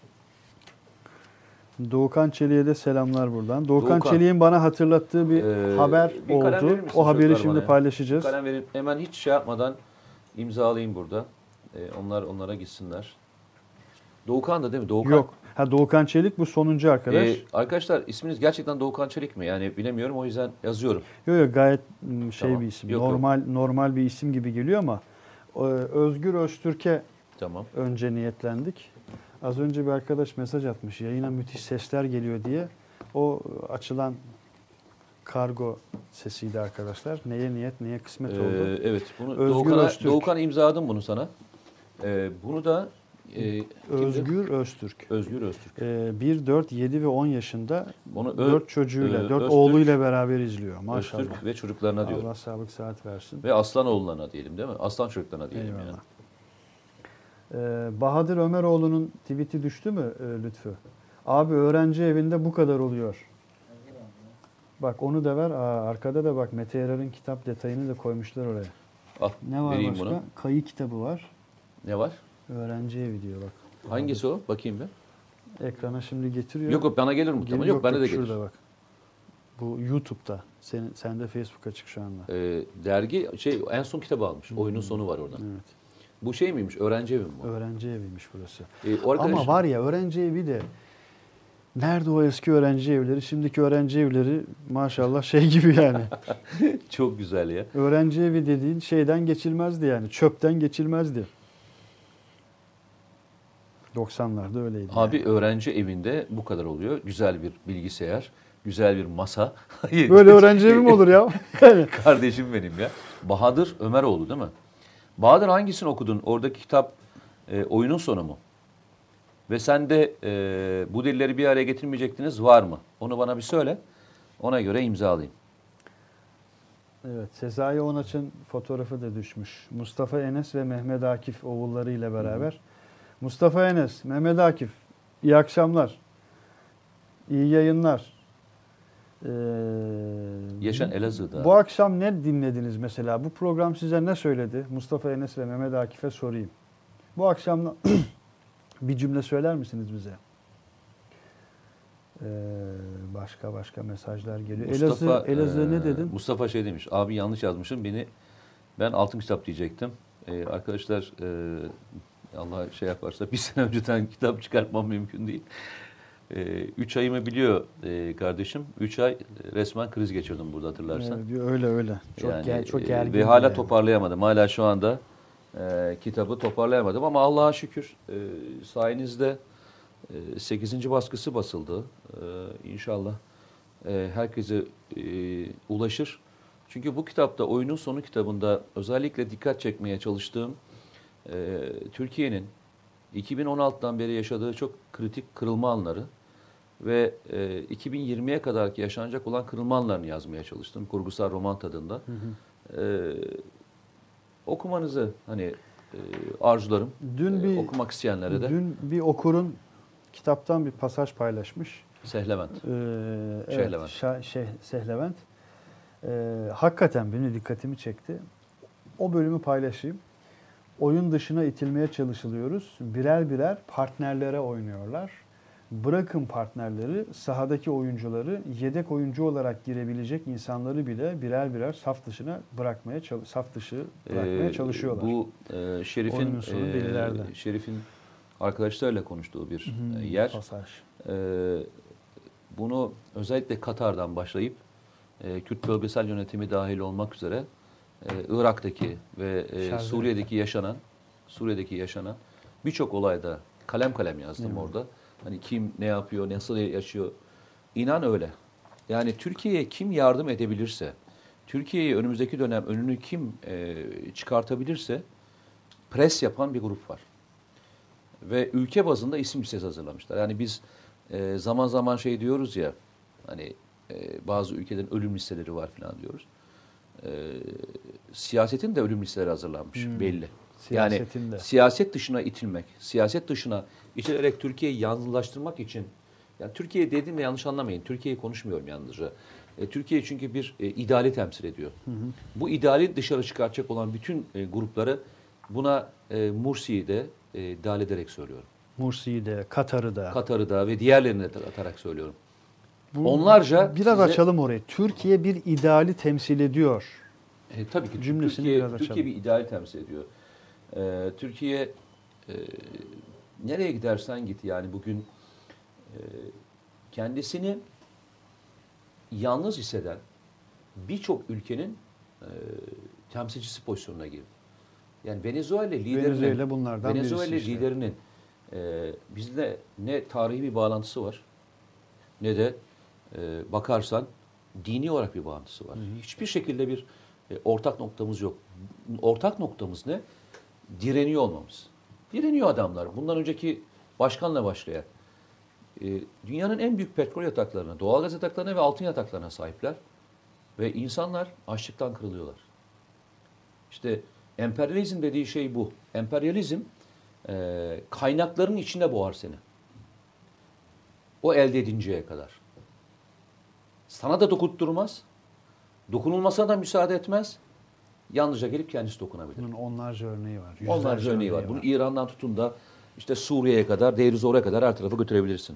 Doğukan Çelik'e de selamlar buradan. Doğukan Çelik'in bana hatırlattığı bir haber bir kalem verir oldu. misin O haberi çocuklar şimdi bana ya? paylaşacağız. Kalem verip hemen hiç şey yapmadan imzalayayım burada. Onlara gitsinler. Doğukan da değil mi? Doğukan. Yok. Doğukan Çelik bu sonuncu arkadaş. Arkadaşlar isminiz gerçekten Doğukan Çelik mi? Yani bilemiyorum o yüzden yazıyorum. Yok gayet şey Tamam. bir isim. Yok, normal bir isim gibi geliyor ama Özgür Öztürk'e Tamam. önce niyetlendik. Az önce bir arkadaş mesaj atmış. Yayına müthiş sesler geliyor diye. O açılan kargo sesiydi arkadaşlar. Neye niyet, neye kısmet oldu. Evet. Bunu Özgür Öztürk. Doğukan imzaladım bunu sana. Bunu da Özgür Öztürk. Özgür Öztürk. 1, 4, 7 ve 10 yaşında Bunu 4 çocuğuyla, 4 Öztürk, oğluyla beraber izliyor. Maşallah. Öztürk ve çocuklarına diyorum. Allah sağlık saat versin. Ve Aslanoğullarına diyelim değil mi? Aslan çocuklarına diyelim Eyvallah. yani. Bahadır Ömeroğlu'nun tweet'i düştü mü Lütfü? Abi öğrenci evinde bu kadar oluyor. Bak onu da ver. Arkada da bak Mete Erer'in kitap detayını da koymuşlar oraya. Al, Ne var vereyim başka? bunu. Kayı kitabı var. Ne var? Öğrenci evi diyor bak. Hangisi o? Bakayım bir. Ekrana şimdi getiriyor. Yok bana gelir muhtemelen. Yok bende de gelir. Şurada bak. Bu YouTube'da. Sende Facebook açık şu anda. Dergi en son kitabı almış. Oyunun sonu var orada. Evet. Bu şey miymiş? Öğrenci evi mi bu? Öğrenci eviymiş burası. O arkadaş, Ama var ya öğrenci evi de nerede o eski öğrenci evleri? Şimdiki öğrenci evleri maşallah şey gibi yani. çok güzel ya. Öğrenci evi dediğin şeyden geçilmezdi yani. Çöpten geçilmezdi. 90'larda öyleydi. Abi yani. öğrenci evinde bu kadar oluyor. Güzel bir bilgisayar, güzel bir masa. Böyle öğrenci evi mi olur ya? Yani. Kardeşim benim ya. Bahadır Ömeroğlu değil mi? Bahadır hangisini okudun? Oradaki kitap oyunun sonu mu? Ve sen de bu delilleri bir araya getirmeyecektiniz, var mı? Onu bana bir söyle. Ona göre imzalayayım. Evet, Sezai Onaç'ın fotoğrafı da düşmüş. Mustafa Enes ve Mehmet Akif oğulları ile beraber. Mustafa Enes, Mehmet Akif, iyi akşamlar. İyi yayınlar. Yaşan Elazığ'da. Bu akşam ne dinlediniz mesela? Bu program size ne söyledi? Mustafa Enes ve Mehmet Akif'e sorayım. Bu akşam bir cümle söyler misiniz bize? Başka mesajlar geliyor. Elazığ ne dedin? Mustafa şey demiş. Abi yanlış yazmışım. Ben altın kitap diyecektim. Arkadaşlar Allah şey yaparsa bir sene önceden kitap çıkartmam mümkün değil. 3 ayımı biliyor kardeşim. 3 ay resmen kriz geçirdim burada, hatırlarsan. Evet, öyle. Çok gergin. Ve hala toparlayamadım. Hala şu anda kitabı toparlayamadım ama Allah'a şükür sayenizde 8. baskısı basıldı. İnşallah herkese ulaşır. Çünkü bu kitapta, oyunun sonu kitabında özellikle dikkat çekmeye çalıştığım Türkiye'nin 2016'dan beri yaşadığı çok kritik kırılma anları ve 2020'ye kadarki yaşanacak olan kırılma anlarını yazmaya çalıştım. Kurgusal roman tadında. Okumanızı arzularım. Okumak isteyenlere de. Dün bir okurun kitaptan bir pasaj paylaşmış. Sehlevent. Sehlevent. Hakikaten benim dikkatimi çekti. O bölümü paylaşayım. Oyun dışına itilmeye çalışılıyoruz. Birer birer partnerlere oynuyorlar. Bırakın partnerleri, sahadaki oyuncuları, yedek oyuncu olarak girebilecek insanları bile birer birer saf dışı bırakmaya çalışıyorlar. Bu Şerif'in arkadaşlarıyla konuştuğu bir yer. Pasaj. Bunu özellikle Katar'dan başlayıp Kürt bölgesel yönetimi dahil olmak üzere Irak'taki ve Suriye'deki yaşanan birçok olayda kalem kalem yazdım orada. Hani kim ne yapıyor, nasıl yaşıyor. İnan öyle. Yani Türkiye'ye kim yardım edebilirse, Türkiye'yi önümüzdeki dönem önünü kim çıkartabilirse pres yapan bir grup var. Ve ülke bazında isim listesi hazırlamışlar. Yani biz zaman zaman şey diyoruz ya, hani bazı ülkelerin ölüm listeleri var falan diyoruz. Siyasetin de ölüm listeleri hazırlanmış belli. Yani siyaset dışına itilmek, siyaset dışına itilerek Türkiye'yi yalnızlaştırmak için, yani Türkiye dediğimde yanlış anlamayın, Türkiye'yi konuşmuyorum yalnızca. Türkiye çünkü bir ideali temsil ediyor. Bu ideali dışarı çıkartacak olan bütün grupları buna Mursi'yi de dahil ederek söylüyorum. Mursi'yi de, Katar'ı da ve diğerlerini de atarak söylüyorum. Onlarca biraz açalım orayı. Türkiye bir ideali temsil ediyor. Tabii ki Türkiye bir ideali temsil ediyor. Türkiye nereye gidersen git, yani bugün kendisini yalnız hisseden birçok ülkenin temsilcisi pozisyonuna girdi. Yani Venezuela liderinin bizle ne tarihi bir bağlantısı var, ne de bakarsan dini olarak bir bağlantısı var. Hiçbir şekilde bir ortak noktamız yok. Ortak noktamız ne? Direniyor olmamız. Direniyor adamlar. Bundan önceki başkanla başlayan dünyanın en büyük petrol yataklarına, doğalgaz yataklarına ve altın yataklarına sahipler. Ve insanlar açlıktan kırılıyorlar. İşte emperyalizm dediği şey bu. Emperyalizm kaynakların içinde boğar seni. O elde edinceye kadar. Sana da dokunturmaz. Dokunulmasına da müsaade etmez. Yalnızca gelip kendisi dokunabilir. Bunun onlarca örneği var. Onlarca örneği var. Bunu İran'dan tutun da işte Suriye'ye kadar, Deir Zor'a kadar her tarafa götürebilirsin.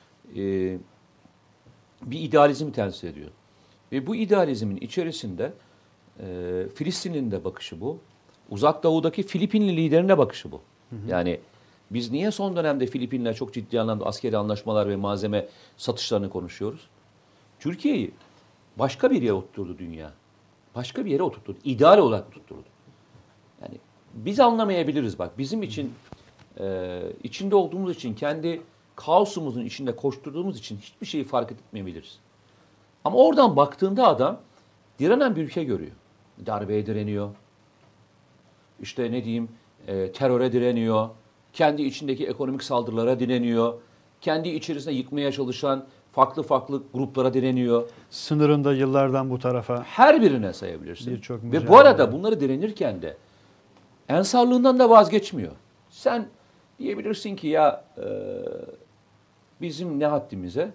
Bir idealizmi temsil ediyor. Ve bu idealizmin içerisinde Filistin'in de bakışı bu. Uzak Doğu'daki Filipinli liderine bakışı bu. Yani biz niye son dönemde Filipin'le çok ciddi anlamda askeri anlaşmalar ve malzeme satışlarını konuşuyoruz? Türkiye'yi başka bir yere oturtturdu dünya. Başka bir yere oturtturdu. İdeal olarak oturtturdu. Yani biz anlamayabiliriz bak. Bizim için içinde olduğumuz için, kendi kaosumuzun içinde koşturduğumuz için hiçbir şeyi fark etmeyebiliriz. Ama oradan baktığında adam direnen bir ülke görüyor. Darbeye direniyor. işte ne diyeyim teröre direniyor, kendi içindeki ekonomik saldırılara direniyor, kendi içerisinde yıkmaya çalışan farklı farklı gruplara direniyor. Sınırında yıllardan bu tarafa. Her birine sayabilirsin. Birçok Ve mücadele. bu arada bunları direnirken de ensarlığından da vazgeçmiyor. Sen diyebilirsin ki ya bizim ne haddimize?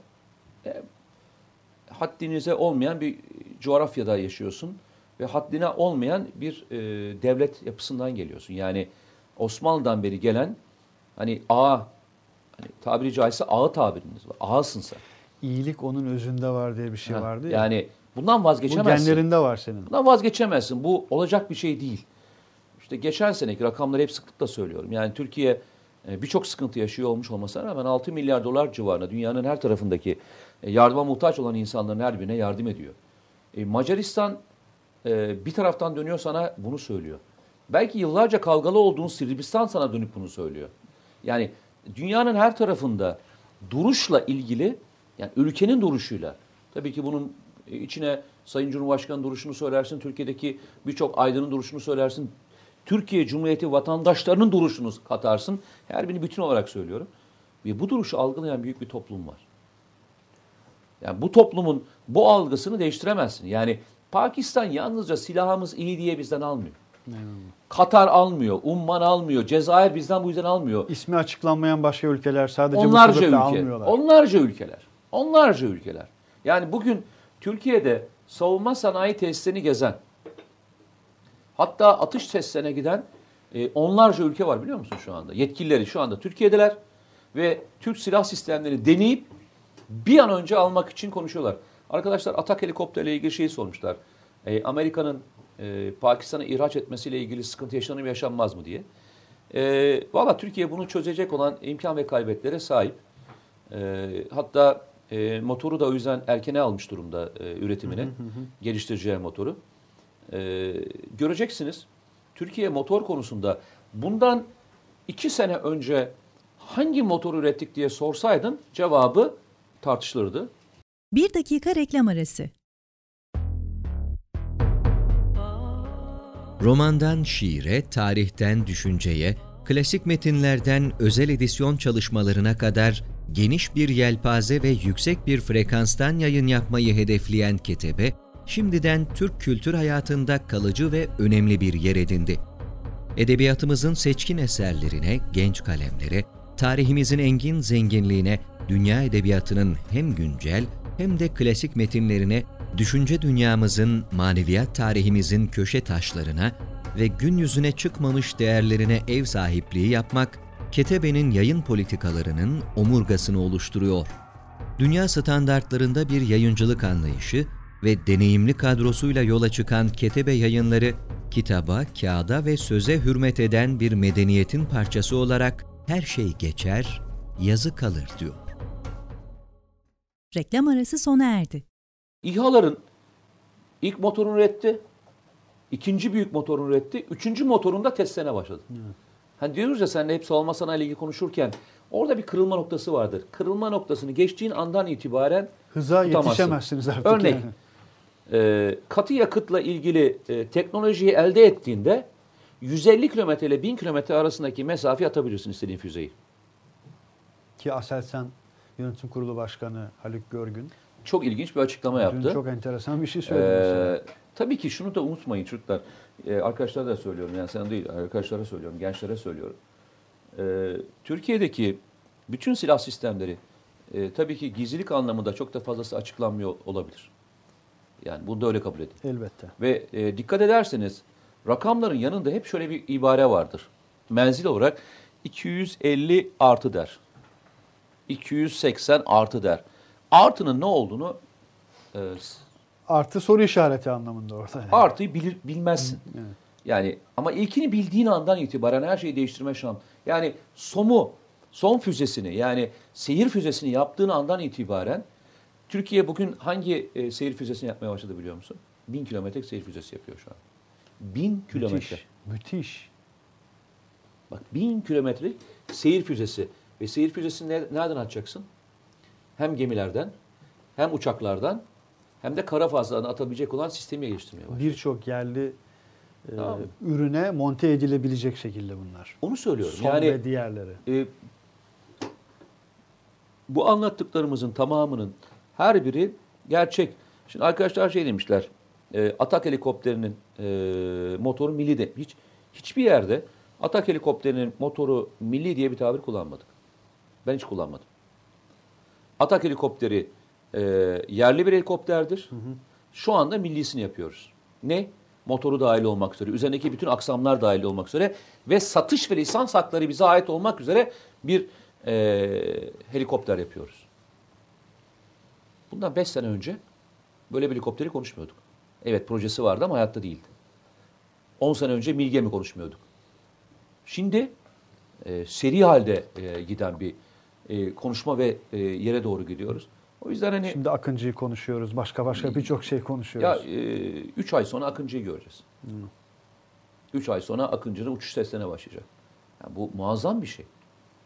Haddinize olmayan bir coğrafyada yaşıyorsun ve haddine olmayan bir devlet yapısından geliyorsun. Yani Osmanlı'dan beri gelen hani ağa, hani tabiri caizse ağa tabiriniz var. Ağasın sen. İyilik onun özünde var diye bir şey vardı ya. Yani bundan bu vazgeçemezsin. genlerinde var senin. Bundan vazgeçemezsin. Bu olacak bir şey değil. İşte geçen seneki rakamları hep sıklıkla söylüyorum. Yani Türkiye birçok sıkıntı yaşıyor olmuş olmasına rağmen 6 milyar dolar civarında dünyanın her tarafındaki yardıma muhtaç olan insanların her birine yardım ediyor. Macaristan bir taraftan dönüyor sana bunu söylüyor. Belki yıllarca kavgalı olduğun Sırbistan sana dönüp bunu söylüyor. Yani dünyanın her tarafında duruşla ilgili, yani ülkenin duruşuyla, tabii ki bunun içine Sayın Cumhurbaşkanı duruşunu söylersin, Türkiye'deki birçok aydının duruşunu söylersin, Türkiye Cumhuriyeti vatandaşlarının duruşunu katarsın. Her birini bütün olarak söylüyorum. Ve bu duruşu algılayan büyük bir toplum var. Yani bu toplumun bu algısını değiştiremezsin. Yani Pakistan yalnızca silahımız iyi diye bizden almıyor. Katar almıyor, Umman almıyor, Cezayir bizden bu yüzden almıyor. İsmi açıklanmayan başka ülkeler sadece Onlarca bu sebeple ülke, almıyorlar. onlarca ülkeler. Yani bugün Türkiye'de savunma sanayi tesislerini gezen, hatta atış testlerine giden onlarca ülke var biliyor musun şu anda? Yetkilileri şu anda Türkiye'deler ve Türk silah sistemlerini deneyip bir an önce almak için konuşuyorlar. Arkadaşlar Atak helikopterle ilgili şeyi sormuşlar. Amerika'nın Pakistan'a ihraç etmesiyle ilgili sıkıntı yaşanır mı yaşanmaz mı diye. Valla Türkiye bunu çözecek olan imkan ve kaybetlere sahip. Hatta motoru da o yüzden erkene almış durumda üretimine. Geliştireceği motoru. Göreceksiniz Türkiye motor konusunda bundan 2 sene önce hangi motor ürettik diye sorsaydın cevabı tartışılırdı. 1 dakika reklam arası. Romandan şiire, tarihten düşünceye, klasik metinlerden özel edisyon çalışmalarına kadar geniş bir yelpaze ve yüksek bir frekanstan yayın yapmayı hedefleyen Ketebe, şimdiden Türk kültür hayatında kalıcı ve önemli bir yer edindi. Edebiyatımızın seçkin eserlerine, genç kalemlere, tarihimizin engin zenginliğine, dünya edebiyatının hem güncel hem de klasik metinlerine, düşünce dünyamızın, maneviyat tarihimizin köşe taşlarına ve gün yüzüne çıkmamış değerlerine ev sahipliği yapmak, Ketebe'nin yayın politikalarının omurgasını oluşturuyor. Dünya standartlarında bir yayıncılık anlayışı ve deneyimli kadrosuyla yola çıkan Ketebe Yayınları, kitaba, kağıda ve söze hürmet eden bir medeniyetin parçası olarak her şey geçer, yazı kalır diyor. Reklam arası sona erdi. İHA'ların ilk motorunu üretti, ikinci büyük motorunu üretti, üçüncü motorunda testlerine başladı. Hani diyoruz ya seninle hep savunma sanayi ile ilgili konuşurken orada bir kırılma noktası vardır. Kırılma noktasını geçtiğin andan itibaren Hıza tutamazsın. yetişemezsiniz artık. Örnek, yani. Katı yakıtla ilgili teknolojiyi elde ettiğinde 150 kilometre ile 1000 kilometre arasındaki mesafeyi atabilirsin istediğin füzeyi. Ki Aselsan Yönetim Kurulu Başkanı Haluk Görgün Çok ilginç bir açıklama yaptı. dün çok enteresan bir şey söyledi. Tabii ki şunu da unutmayın çocuklar. Arkadaşlara da söylüyorum. Yani sana değil, arkadaşlara söylüyorum, gençlere söylüyorum. Türkiye'deki bütün silah sistemleri tabii ki gizlilik anlamında çok da fazlası açıklanmıyor olabilir. Yani bunu da öyle kabul edin. Elbette. Ve dikkat ederseniz rakamların yanında hep şöyle bir ibare vardır. Menzil olarak 250 artı der. 280 artı der. Artının ne olduğunu Artı soru işareti anlamında orada. Yani. artıyı bilmezsin. Evet. Yani ama ilkini bildiğin andan itibaren her şeyi değiştirme şansı. Yani son füzesini yani seyir füzesini yaptığın andan itibaren Türkiye bugün hangi seyir füzesini yapmaya başladı biliyor musun? 1000 kilometrelik seyir füzesi yapıyor şu an. 1000 kilometre. Müthiş. Bak 1000 kilometrelik seyir füzesi. Ve seyir füzesini nereden atacaksın? Hem gemilerden, hem uçaklardan, hem de kara fazlardan atabilecek olan sistemi geliştirmeye başladı. Birçok yerli Tamam. ürüne monte edilebilecek şekilde bunlar. Onu söylüyorum. Son Yani ve diğerleri. Bu anlattıklarımızın tamamının her biri gerçek. Şimdi arkadaşlar şey demişler. Atak helikopterinin motoru milli de. Hiçbir yerde Atak helikopterinin motoru milli diye bir tabir kullanmadık. Ben hiç kullanmadım. Atak helikopteri yerli bir helikopterdir. Şu anda millisini yapıyoruz. Ne? Motoru dahil olmak üzere, üzerindeki bütün aksamlar dahil olmak üzere ve satış ve lisans hakları bize ait olmak üzere bir helikopter yapıyoruz. Bundan 5 sene önce böyle bir helikopteri konuşmuyorduk. Evet, projesi vardı ama hayatta değildi. 10 sene önce Milge mi konuşmuyorduk? Şimdi seri halde giden bir konuşma ve yere doğru gidiyoruz. O yüzden hani... Şimdi Akıncı'yı konuşuyoruz. Başka birçok şey konuşuyoruz. Ya 3 ay sonra Akıncı'yı göreceğiz. 3 ay sonra Akıncı'nın uçuş testlerine başlayacak. Yani bu muazzam bir şey.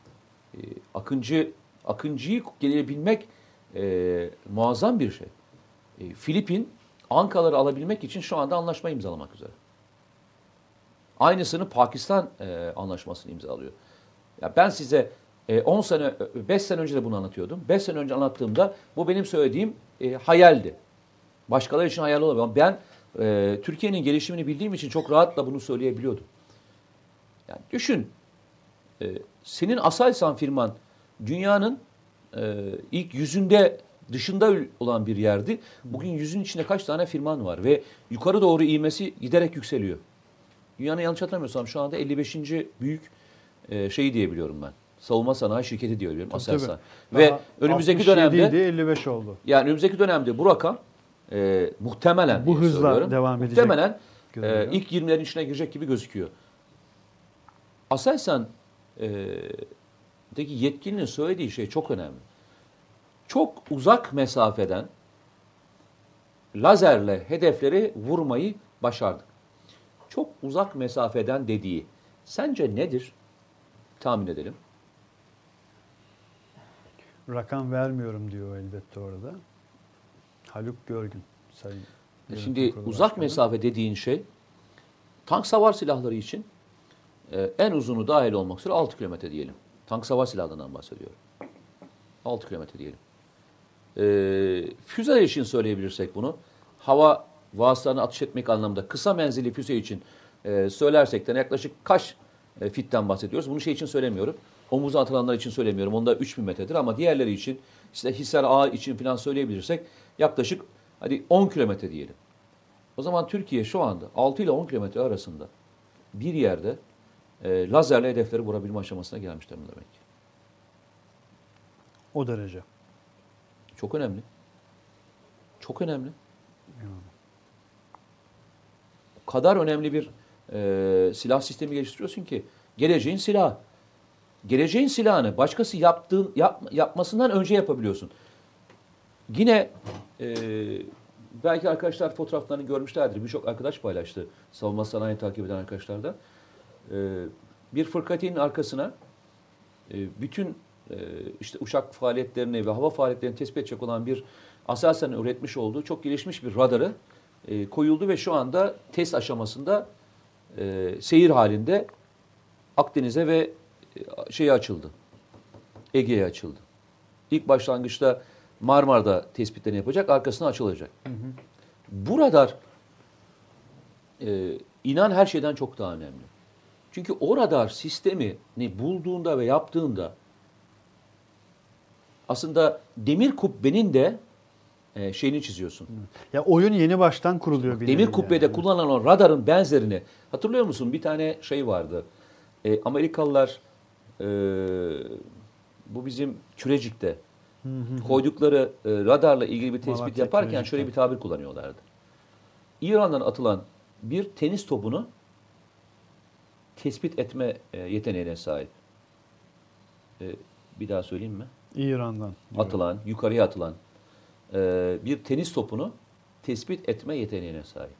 Akıncı'yı gelebilmek muazzam bir şey. Filipin Ankaları alabilmek için şu anda anlaşma imzalamak üzere. Aynısını Pakistan anlaşmasını imzalıyor. Ya ben size 5 sene önce de bunu anlatıyordum. 5 sene önce anlattığımda bu benim söylediğim hayaldi. Başkaları için hayal olabilir. Ama ben Türkiye'nin gelişimini bildiğim için çok rahatla bunu söyleyebiliyordum. Yani düşün, senin Aselsan firman dünyanın ilk dışında olan bir yerdi. Bugün 100'ün içinde kaç tane firman var ve yukarı doğru ivmesi giderek yükseliyor. Dünyanın yanlış hatırlamıyorsam şu anda 55. büyük şeyi diyebiliyorum ben. Savunma sanayi şirketi diyebiliyorum Aselsan. Ve önümüzdeki dönemde 55 oldu. Yani önümüzdeki dönemde bu rakam muhtemelen bu hızla devam edecek. Muhtemelen ilk 20'lerin içine girecek gibi gözüküyor. Aselsan'daki yetkilinin söylediği şey çok önemli. Çok uzak mesafeden lazerle hedefleri vurmayı başardık. Çok uzak mesafeden dediği sence nedir? Tahmin edelim. Rakam vermiyorum diyor elbette orada. Haluk Görgün. Sayın Şimdi uzak mesafe dediğin şey tank savar silahları için en uzunu dahil olmak üzere 6 kilometre diyelim. Tank savar silahlarından bahsediyorum. 6 kilometre diyelim. Füzeler için söyleyebilirsek bunu. Hava vasıtalarını atış etmek anlamında kısa menzilli füze için söylersek de yaklaşık kaç fitten bahsediyoruz? Bunu şey için söylemiyorum. Omuza atılanlar için söylemiyorum. Onda 3000 metredir ama diğerleri için işte Hisar Ağa için falan söyleyebilirsek yaklaşık hadi 10 kilometre diyelim. O zaman Türkiye şu anda 6 ile 10 kilometre arasında bir yerde lazerle hedefleri vurabilme aşamasına gelmiş demek ki. O derece. Çok önemli. Çok önemli. O kadar önemli bir silah sistemi geliştiriyorsun ki geleceğin silahı. Geleceğin silahını başkası yapmasından önce yapabiliyorsun. Yine belki arkadaşlar fotoğraflarını görmüşlerdir. Birçok arkadaş paylaştı. Savunma sanayi takip eden arkadaşlar da. Bir fırkateyn'in arkasına bütün işte uçak faaliyetlerini ve hava faaliyetlerini tespit edecek olan bir Aselsan'ın üretmiş olduğu çok gelişmiş bir radarı koyuldu ve şu anda test aşamasında seyir halinde Akdeniz'e ve şeye açıldı. Ege'ye açıldı. İlk başlangıçta Marmara'da tespitlerini yapacak, arkasına açılacak. Bu radar inan her şeyden çok daha önemli. Çünkü o radar sistemini bulduğunda ve yaptığında aslında demir kubbenin de şeyini çiziyorsun. Ya oyun yeni baştan kuruluyor. Demir kubbede yani kullanılan o radarın benzerini hatırlıyor musun? Bir tane şey vardı. Amerikalılar bu bizim Kürecik'te koydukları radarla ilgili bir tespit yaparken şöyle bir tabir kullanıyorlardı. İran'dan atılan bir tenis topunu tespit etme yeteneğine sahip. Bir daha söyleyeyim mi? İran'dan atılan, yukarıya atılan bir tenis topunu tespit etme yeteneğine sahip.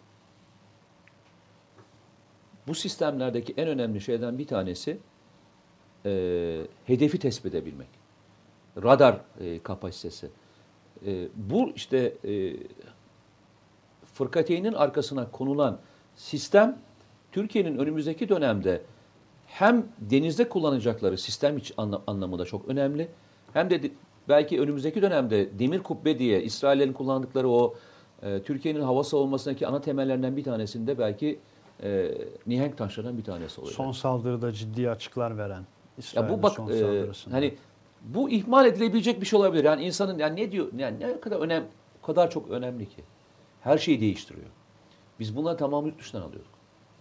Bu sistemlerdeki en önemli şeyden bir tanesi hedefi tespit edebilmek. Radar kapasitesi. Bu işte fırkateyn'in arkasına konulan sistem Türkiye'nin önümüzdeki dönemde hem denizde kullanacakları sistem anlamında çok önemli, hem de belki önümüzdeki dönemde demir kubbe diye İsraillerin kullandıkları o Türkiye'nin hava savunmasındaki ana temellerinden bir tanesinde belki mihenk taşlarından bir tanesi olacak. Son saldırıda ciddi açıklar veren İsrail'in Ya bu bak son saldırısında. hani bu ihmal edilebilecek bir şey olabilir. Yani insanın yani ne diyor, yani ne kadar o kadar çok önemli ki. Her şeyi değiştiriyor. Biz bunları tamamı yurt dışından alıyorduk.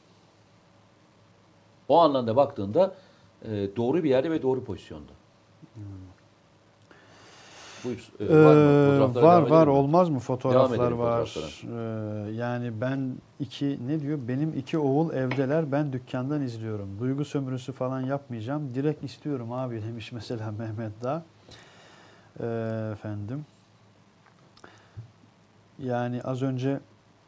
O anlamda baktığında doğru bir yerde ve doğru pozisyonda. Buyur. Var mı? Fotoğraflara Var devam var edelim mi? olmaz mı? Fotoğraflar edelim var. fotoğraflara. Yani ben ne diyor? Benim 2 oğul evdeler, ben dükkandan izliyorum. Duygu sömürüsü falan yapmayacağım. Direkt istiyorum abi demiş mesela Mehmet Dağ. Efendim. Yani az önce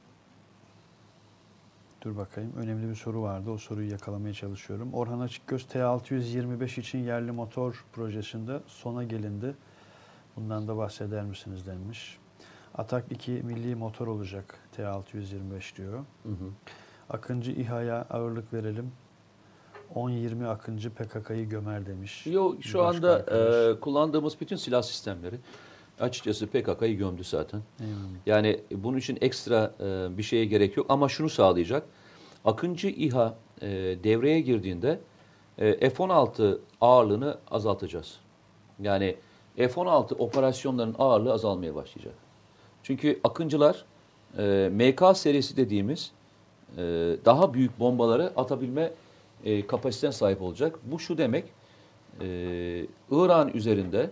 dur bakayım. Önemli bir soru vardı. O soruyu yakalamaya çalışıyorum. Orhan Açıkgöz T625 için yerli motor projesinde sona gelindi. Bundan da bahseder misiniz denmiş. Atak 2 milli motor olacak T625 diyor. Hı hı. Akıncı İHA'ya ağırlık verelim. 10-20 Akıncı PKK'yı gömer demiş. Şu anda kullandığımız bütün silah sistemleri açıkçası PKK'yı gömdü zaten. Eyvallah. Yani bunun için ekstra bir şeye gerek yok ama şunu sağlayacak. Akıncı İHA devreye girdiğinde F-16 ağırlığını azaltacağız. Yani F-16 operasyonların ağırlığı azalmaya başlayacak. Çünkü Akıncılar MK serisi dediğimiz daha büyük bombaları atabilme kapasitesine sahip olacak. Bu şu demek, İran üzerinde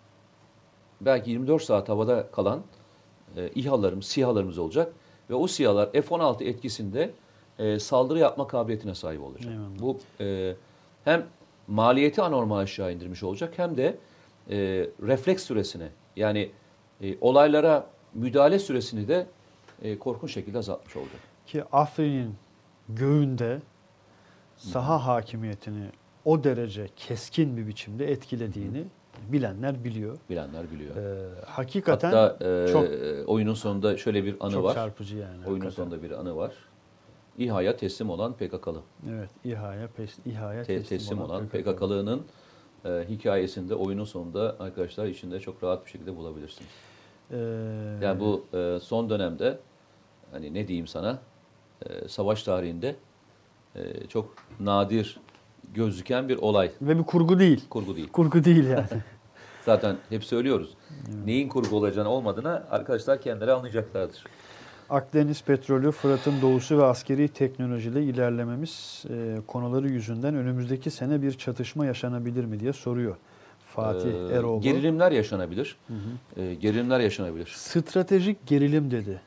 belki 24 saat havada kalan SİHA'larımız olacak. Ve o SİHA'lar F-16 etkisinde saldırı yapma kabiliyetine sahip olacak. Eyvallah. Bu hem maliyeti anormal aşağı indirmiş olacak hem de refleks süresini yani olaylara müdahale süresini de korkunç şekilde azaltmış olacak. Ki Afrin'in göğünde saha hakimiyetini o derece keskin bir biçimde etkilediğini bilenler biliyor. Bilenler biliyor. Hakikaten Hatta çok oyunun sonunda şöyle bir anı çok var. çarpıcı yani. Oyunun hakikaten. sonunda bir anı var. İHA'ya teslim olan PKK'lı. Evet, İHA'ya Teslim olan PKK'lının hikayesinde oyunun sonunda arkadaşlar içinde çok rahat bir şekilde bulabilirsiniz. Yani bu son dönemde hani ne diyeyim sana savaş tarihinde çok nadir gözüken bir olay. Ve bir kurgu değil. Kurgu değil. Kurgu değil yani. Zaten hep söylüyoruz. Neyin kurgu olacağını olmadığını arkadaşlar kendileri anlayacaklardır. Akdeniz petrolü, Fırat'ın doğusu ve askeri teknolojiyle ilerlememiz konuları yüzünden önümüzdeki sene bir çatışma yaşanabilir mi diye soruyor Fatih Eroğlu. Gerilimler yaşanabilir. Gerilimler yaşanabilir. Stratejik gerilim dedi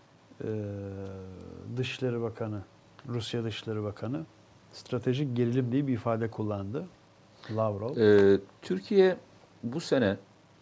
Dışişleri Bakanı, Rusya Dışişleri Bakanı. Stratejik gerilim diye bir ifade kullandı Lavrov. Türkiye bu sene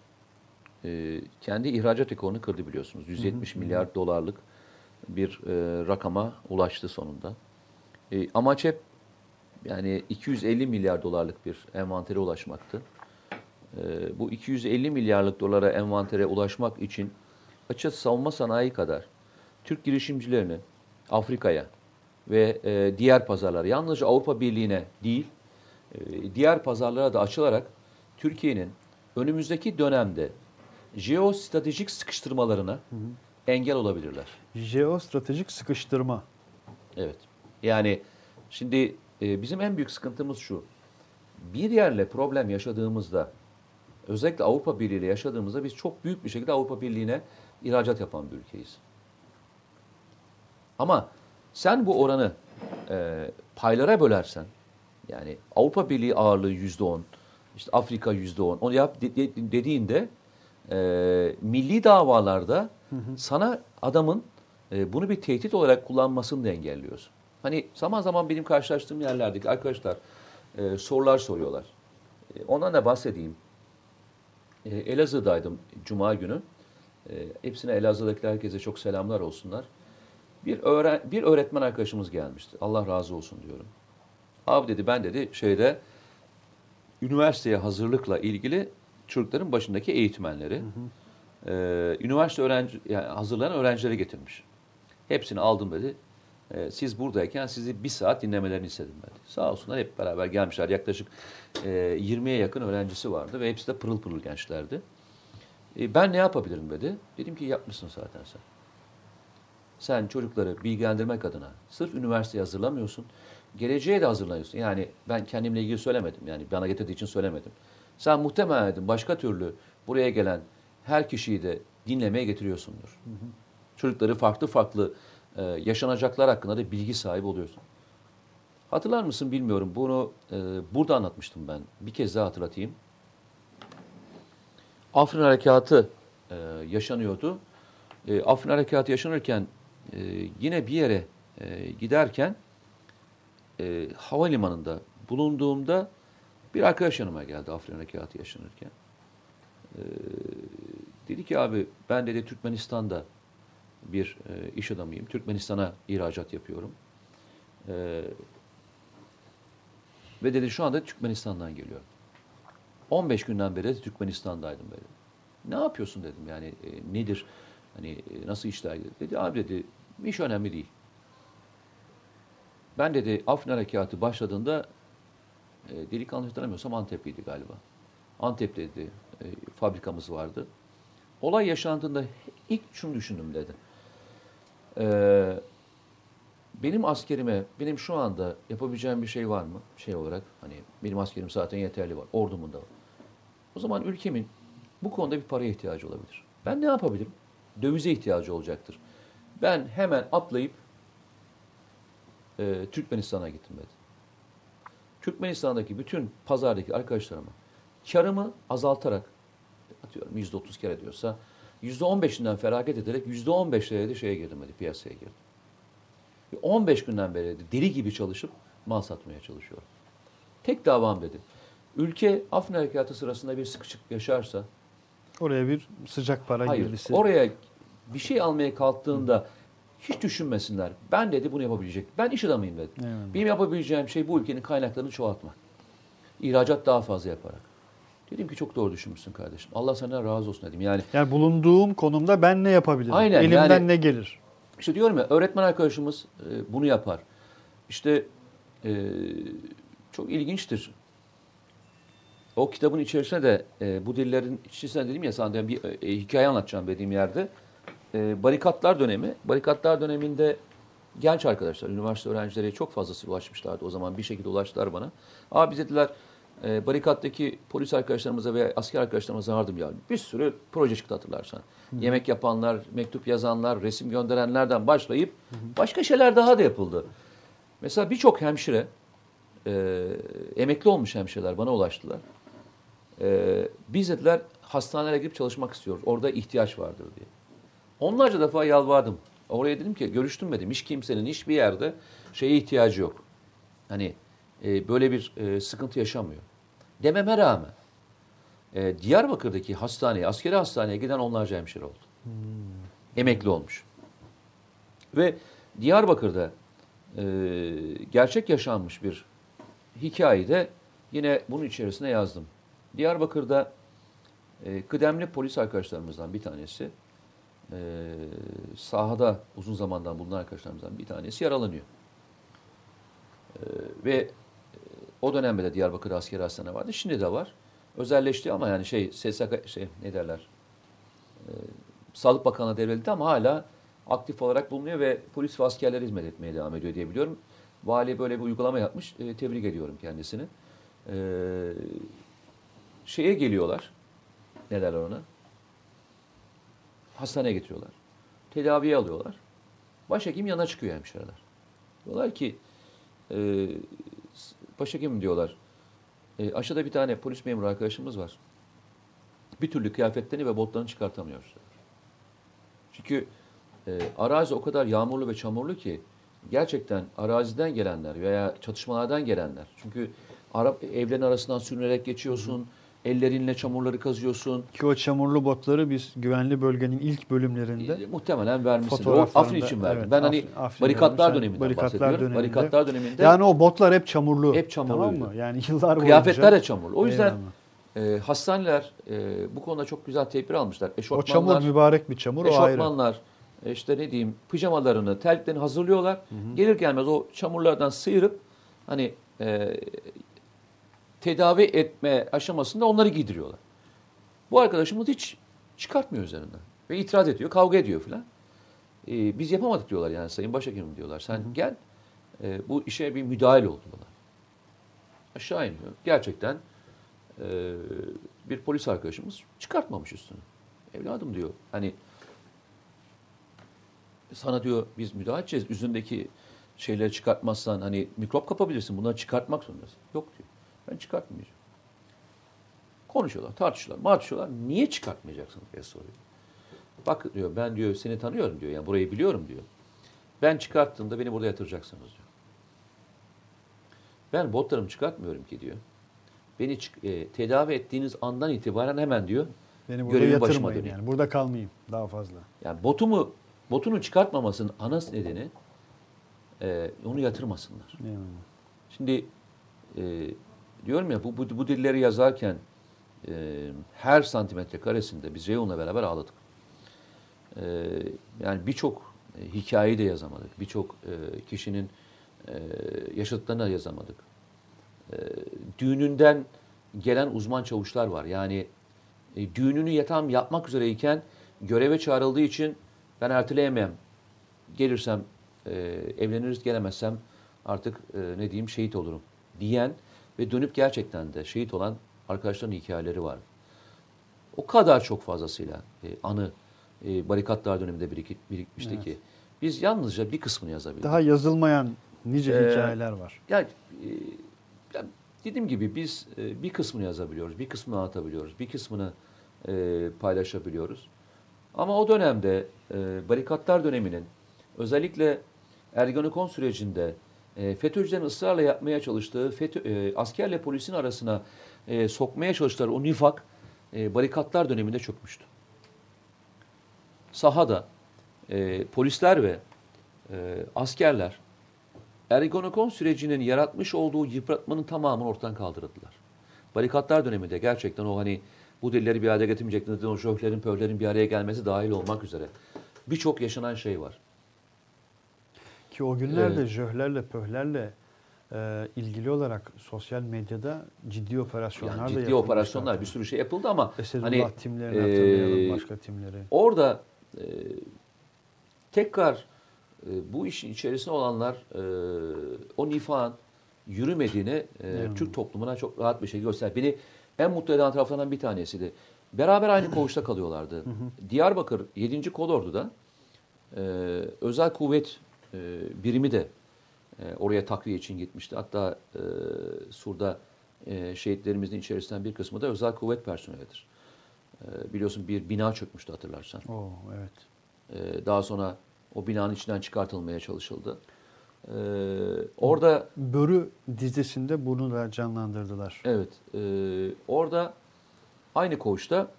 kendi ihracat rekorunu kırdı biliyorsunuz. 170 milyar dolarlık bir rakama ulaştı sonunda. Amaç hep yani 250 milyar dolarlık bir envantere ulaşmaktı. Bu 250 milyarlık dolara envantere ulaşmak için açıkçası savunma sanayi kadar Türk girişimcilerini Afrika'ya ve diğer pazarlara, yalnızca Avrupa Birliği'ne değil, diğer pazarlara da açılarak Türkiye'nin önümüzdeki dönemde jeostratejik sıkıştırmalarına engel olabilirler. Jeostratejik sıkıştırma. Evet. Yani şimdi bizim en büyük sıkıntımız şu. Bir yerle problem yaşadığımızda, özellikle Avrupa Birliği ile yaşadığımızda biz çok büyük bir şekilde Avrupa Birliği'ne ihracat yapan bir ülkeyiz. Ama sen bu oranı paylara bölersen, yani Avrupa Birliği ağırlığı %10, işte Afrika %10, onu yap dediğinde milli davalarda sana adamın bunu bir tehdit olarak kullanmasını da engelliyorsun. Hani zaman zaman benim karşılaştığım yerlerdeki arkadaşlar sorular soruyorlar. Ondan da bahsedeyim. Elazığ'daydım Cuma günü. Hepsine Elazığ'dakiler herkese çok selamlar olsunlar. Bir öğretmen arkadaşımız gelmişti. Allah razı olsun diyorum. Abi dedi ben dedi üniversiteye hazırlıkla ilgili çocukların başındaki eğitmenleri üniversite hazırlanan öğrencileri getirmiş. Hepsini aldım dedi. Siz buradayken sizi bir saat dinlemelerini istedim ben. Sağ olsunlar hep beraber gelmişler. Yaklaşık 20'ye yakın öğrencisi vardı ve hepsi de pırıl pırıl gençlerdi. Ben ne yapabilirim dedi. Dedim ki yapmışsın zaten sen. Sen çocukları bilgilendirmek adına sırf üniversiteye hazırlamıyorsun. Geleceğe de hazırlanıyorsun. Yani ben kendimle ilgili söylemedim. Yani bana getirdiği için söylemedim. Sen muhtemelen dedim, başka türlü buraya gelen her kişiyi de dinlemeye getiriyorsundur. Hı hı. Çocukları farklı farklı yaşanacaklar hakkında da bilgi sahibi oluyorsun. Hatırlar mısın bilmiyorum. Bunu burada anlatmıştım ben. Bir kez daha hatırlatayım. Afrin Harekatı yaşanıyordu. Afrin Harekatı yaşanırken yine bir yere giderken havalimanında bulunduğumda bir arkadaş yanıma geldi Afrin Harekatı yaşanırken. Dedi ki abi ben dedi Türkmenistan'da bir iş adamıyım. Türkmenistan'a ihracat yapıyorum. Ve dedi şu anda Türkmenistan'dan geliyorum. 15 günden beri de Türkmenistan'daydım böyle. Ne yapıyorsun dedim yani nedir? Hani nasıl işler? Dedi abi dedi iş önemli değil. Ben dedi Afrin Harekatı başladığında delikanlı hatırlamıyorsam Antep'liydi galiba. Antep'te dedi fabrikamız vardı. Olay yaşandığında ilk şunu düşündüm dedi. Benim askerime, benim şu anda yapabileceğim bir şey var mı? Şey olarak hani benim askerim zaten yeterli var. Ordumun da var. O zaman ülkemin bu konuda bir paraya ihtiyacı olabilir. Ben ne yapabilirim? Dövize ihtiyacı olacaktır. Ben hemen atlayıp Türkmenistan'a gittim dedi. Türkmenistan'daki bütün pazardaki arkadaşlarıma karımı azaltarak atıyorum %30 kere diyorsa %15'inden feragat ederek %15'lere de şeye girdim dedi, piyasaya girdim. 15 günden beri dedi, deli gibi çalışıp mal satmaya çalışıyorum. Tek davam dedi. Ülke Afrin Harekatı sırasında bir sıkışık yaşarsa oraya bir sıcak para girdisi. Oraya bir şey almaya kalktığında hiç düşünmesinler. Ben dedi bunu yapabilecek. Ben iş adamıyım dedi. Evet. Benim yapabileceğim şey bu ülkenin kaynaklarını çoğaltmak. İhracat daha fazla yaparak. Dedim ki çok doğru düşünmüşsün kardeşim. Allah senden razı olsun dedim. Yani bulunduğum konumda ben ne yapabilirim? Aynen, elimden yani, ne gelir? İşte diyorum ya öğretmen arkadaşımız bunu yapar. İşte çok ilginçtir. O kitabın içerisinde de bu dillerin içerisinde dedim ya sana bir hikaye anlatacağım dediğim yerde. Barikatlar dönemi. Barikatlar döneminde genç arkadaşlar, üniversite öğrencileri çok fazlası ulaşmışlardı. O zaman bir şekilde ulaştılar bana. Abi biz dediler barikattaki polis arkadaşlarımıza ve asker arkadaşlarımıza yardım ya. Bir sürü proje çıktı hatırlarsan. Yemek yapanlar, mektup yazanlar, resim gönderenlerden başlayıp başka şeyler daha da yapıldı. Mesela birçok hemşire, emekli olmuş hemşireler bana ulaştılar. Biz dediler hastanelere gidip çalışmak istiyoruz. Orada ihtiyaç vardır diye. Onlarca defa yalvardım. Oraya dedim ki görüştüm dedim. Hiç kimsenin hiçbir yerde şeye ihtiyacı yok. Hani böyle bir sıkıntı yaşamıyor. Dememe rağmen Diyarbakır'daki hastaneye, askeri hastaneye giden onlarca hemşire oldu. Emekli olmuş. Ve Diyarbakır'da gerçek yaşanmış bir hikayeyi de yine bunun içerisine yazdım. Diyarbakır'da kıdemli polis arkadaşlarımızdan bir tanesi, sahada uzun zamandan bulunan arkadaşlarımızdan bir tanesi yaralanıyor. Ve o dönemde de Diyarbakır'da askeri hastane vardı. Şimdi de var. Özelleşti ama yani SSK ne derler? Sağlık Bakanlığı devredildi ama hala aktif olarak bulunuyor ve polis ve askerler hizmet etmeye devam ediyor diye biliyorum. Vali böyle bir uygulama yapmış. Tebrik ediyorum kendisini. Şeye geliyorlar. Ne derler ona? Hastaneye getiriyorlar. Tedaviye alıyorlar. Başhekim yana çıkıyor hemşireler. Diyorlar ki başhekim diyorlar. Aşağıda bir tane polis memuru arkadaşımız var. Bir türlü kıyafetlerini ve botlarını çıkartamıyoruz. Çünkü arazi o kadar yağmurlu ve çamurlu ki gerçekten araziden gelenler veya çatışmalardan gelenler. Çünkü evlerin arasından sürünerek geçiyorsun. Ellerinle çamurları kazıyorsun. Ki o çamurlu botları biz güvenli bölgenin ilk bölümlerinde muhtemelen vermişsin. O Afrin için verdim. Evet, ben hani barikatlar döneminden bahsediyorum. Barikatlar döneminde. Yani o botlar hep çamurlu. Hep çamurlu. Tamam mı? Yani yıllar boyunca. Kıyafetler de çamurlu. O yüzden hastaneler bu konuda çok güzel tedbir almışlar. O çamur mübarek bir çamur. Eşofmanlar, işte ne diyeyim pijamalarını, terliklerini hazırlıyorlar. Gelir gelmez o çamurlardan sıyırıp hani tedavi etme aşamasında onları giydiriyorlar. Bu arkadaşımız hiç çıkartmıyor üzerinden. Ve itiraz ediyor, kavga ediyor filan. Biz yapamadık diyorlar yani Sayın Başhekimim diyorlar. Sen gel bu işe bir müdahil ol diyorlar. Aşağı iniyor. Gerçekten bir polis arkadaşımız çıkartmamış üstünü. Evladım diyor hani sana diyor biz müdahale edeceğiz. Üzerindeki şeyleri çıkartmazsan hani mikrop kapabilirsin. Bunları çıkartmak zorundasın. Yok diyor. Ben çıkartmayacağım. Konuşuyorlar, tartışıyorlar. Niye çıkartmayacaksın diye soruyor. Bak diyor ben diyor seni tanıyorum diyor. Yani burayı biliyorum diyor. Ben çıkarttığımda beni burada yatıracaksınız diyor. Ben botlarımı çıkartmıyorum ki diyor. Beni tedavi ettiğiniz andan itibaren hemen diyor Beni burada görevin başıma yatırmayın döneyim. yani. Burada kalmayayım daha fazla. Yani botunun çıkartmamasının ana nedeni onu yatırmasınlar. Yani. Şimdi diyorum ya bu dilleri yazarken her santimetre karesinde biz Ceyhun'la beraber ağladık. Yani birçok hikayeyi de yazamadık. Birçok kişinin yaşadıklarını da yazamadık. Düğününden gelen uzman çavuşlar var. Yani düğününü tam yapmak üzereyken göreve çağrıldığı için ben erteleyemem. Gelirsem evleniriz, gelemezsem artık ne diyeyim şehit olurum diyen ve dönüp gerçekten de şehit olan arkadaşların hikayeleri var. O kadar çok fazlasıyla anı barikatlar döneminde birikmişti Evet. ki biz yalnızca bir kısmını yazabildik. Daha yazılmayan nice hikayeler var. Yani dediğim gibi biz bir kısmını yazabiliyoruz, bir kısmını anlatabiliyoruz, bir kısmını paylaşabiliyoruz. Ama o dönemde barikatlar döneminin özellikle Ergenekon sürecinde FETÖ'cülerin ısrarla yapmaya çalıştığı askerle polisin arasına sokmaya çalıştıkları o nifak barikatlar döneminde çökmüştü. Sahada polisler ve askerler Ergenekon sürecinin yaratmış olduğu yıpratmanın tamamını ortadan kaldırdılar. Barikatlar döneminde gerçekten o hani bu dilleri bir araya getirmeyeceklerdi. O jöhlerin, pöhlerin bir araya gelmesi dahil olmak üzere birçok yaşanan şey var. Ki o günlerde jöhlerle, pöhlerle ilgili olarak sosyal medyada ciddi operasyonlar Yani da ciddi yapılmıştı. operasyonlar, bir sürü şey yapıldı ama Esedullah hani timlerini hatırlayalım, başka timleri. orada tekrar bu işin içerisinde olanlar o nifakın yürümediğini Türk toplumuna çok rahat bir şekilde göster. Beni en mutlu eden taraflardan bir tanesiydi. Beraber aynı koğuşta kalıyorlardı. Diyarbakır 7. Kolordu'da özel kuvvet birimi de oraya takviye için gitmişti. Hatta Sur'da şehitlerimizin içerisinden bir kısmı da özel kuvvet personelidir. Biliyorsun bir bina çökmüştü hatırlarsan. Oo, evet. Daha sonra o binanın içinden çıkartılmaya çalışıldı. Orada Börü dizisinde bunu da canlandırdılar. evet, orada aynı koğuşta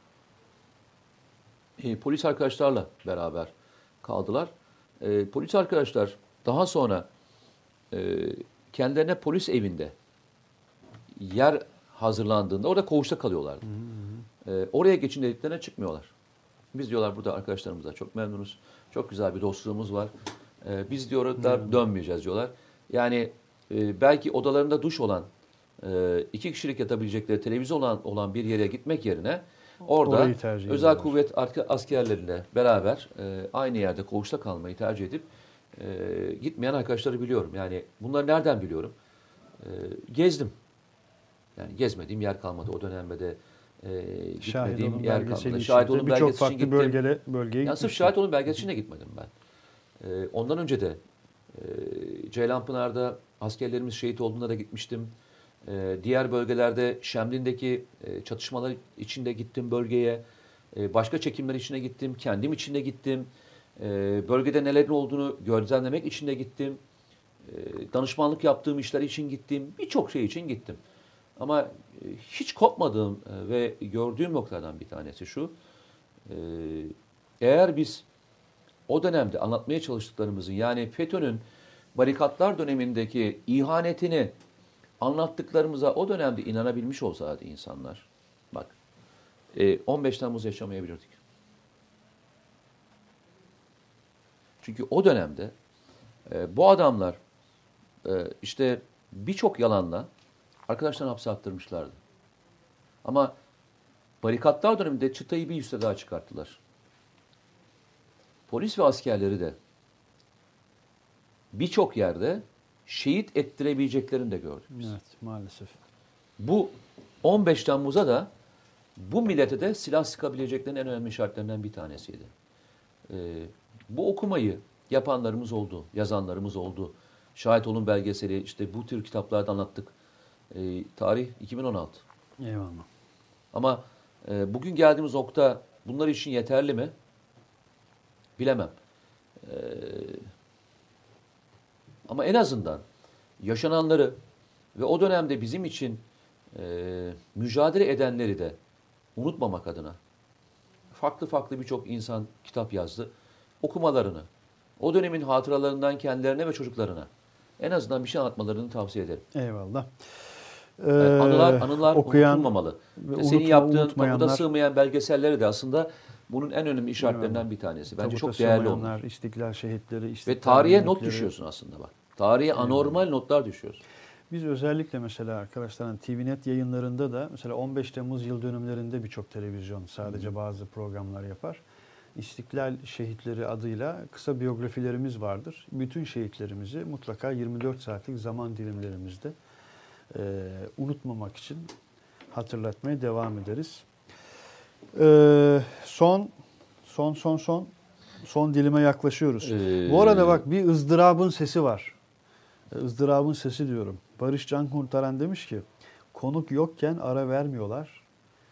polis arkadaşlarla beraber kaldılar. Polis arkadaşlar daha sonra kendilerine polis evinde yer hazırlandığında orada koğuşta kalıyorlardı. Oraya geçin dediklerine çıkmıyorlar. Biz diyorlar burada arkadaşlarımızla çok memnunuz. Çok güzel bir dostluğumuz var. Biz diyorlar dönmeyeceğiz diyorlar. Yani belki odalarında duş olan, 2 kişilik yatabilecekleri televizyon olan bir yere gitmek yerine orada özel kuvvet askerleriyle beraber aynı yerde koğuşta kalmayı tercih edip gitmeyen arkadaşları biliyorum. Yani bunları nereden biliyorum? Gezdim. Yani gezmediğim yer kalmadı. O dönemde de gitmediğim yer kalmadı. Şahit olun belgesi için gittim. Bölgeye yani sırf şahit olun belgesi için de gitmedim ben. Ondan önce de Ceylanpınar'da askerlerimiz şehit olduğunda da gitmiştim. Diğer bölgelerde Şemdin'deki çatışmalar içinde gittim bölgeye. Başka çekimler içine gittim. Kendim içinde gittim. Bölgede nelerin olduğunu gözlemlemek için de gittim. Danışmanlık yaptığım işler için gittim. Birçok şey için gittim. Ama hiç kopmadığım ve gördüğüm noktadan bir tanesi şu. Eğer biz o dönemde anlatmaya çalıştıklarımızın yani FETÖ'nün barikatlar dönemindeki ihanetini anlattıklarımıza o dönemde inanabilmiş olsaydı insanlar, bak 15 Temmuz yaşamayabilirdik. Çünkü o dönemde bu adamlar işte birçok yalanla arkadaşlarını hapse attırmışlardı. Ama barikatlar döneminde çıtayı bir üste daha çıkarttılar. Polis ve askerleri de birçok yerde şehit ettirebileceklerini de gördük biz. Evet, maalesef. Bu 15 Temmuz'a da bu millete de silah sıkabileceklerinin en önemli şartlarından bir tanesiydi. Bu okumayı yapanlarımız oldu, yazanlarımız oldu. Şahit Olun belgeseli, işte bu tür kitaplarda anlattık. Tarih 2016. Eyvallah. Ama bugün geldiğimiz nokta bunlar için yeterli mi? Bilemem. Ama en azından yaşananları ve o dönemde bizim için mücadele edenleri de unutmamak adına farklı birçok insan kitap yazdı. Okumalarını, o dönemin hatıralarından kendilerine ve çocuklarına en azından bir şey anlatmalarını tavsiye ederim. Eyvallah. Anılar unutulmamalı. Senin yaptığın tabuta sığmayan belgeselleri de aslında bunun en önemli işaretlerinden bir tanesi. Bence çok değerli onlar. İstiklal şehitleri, ve tarihe not düşüyorsun aslında bak. Tarihe anormal notlar düşüyorsun. Biz özellikle mesela arkadaşlar TVNet yayınlarında da mesela 15 Temmuz yıl dönümlerinde birçok televizyon sadece bazı programlar yapar. İstiklal şehitleri adıyla kısa biyografilerimiz vardır. Bütün şehitlerimizi mutlaka 24 saatlik zaman dilimlerimizde unutmamak için hatırlatmaya devam ederiz. Son dilime yaklaşıyoruz. Bu arada bak bir ızdırabın sesi var. Izdırabın sesi diyorum. Barış Can Kurtaran demiş ki konuk yokken ara vermiyorlar.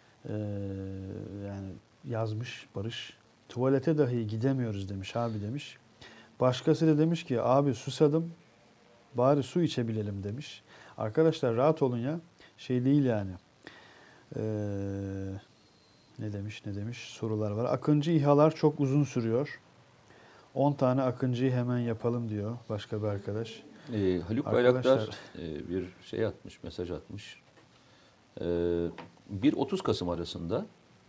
Yani yazmış Barış. Tuvalete dahi gidemiyoruz demiş abi demiş. Başkası da demiş ki abi susadım bari su içebilelim demiş. Arkadaşlar rahat olun ya. Şey değil yani. Ne demiş sorular var. Akıncı İHA'lar çok uzun sürüyor. 10 tane Akıncı'yı hemen yapalım diyor başka bir arkadaş. Haluk Bayraktar bir şey atmış, mesaj atmış. 1-30 Kasım arasında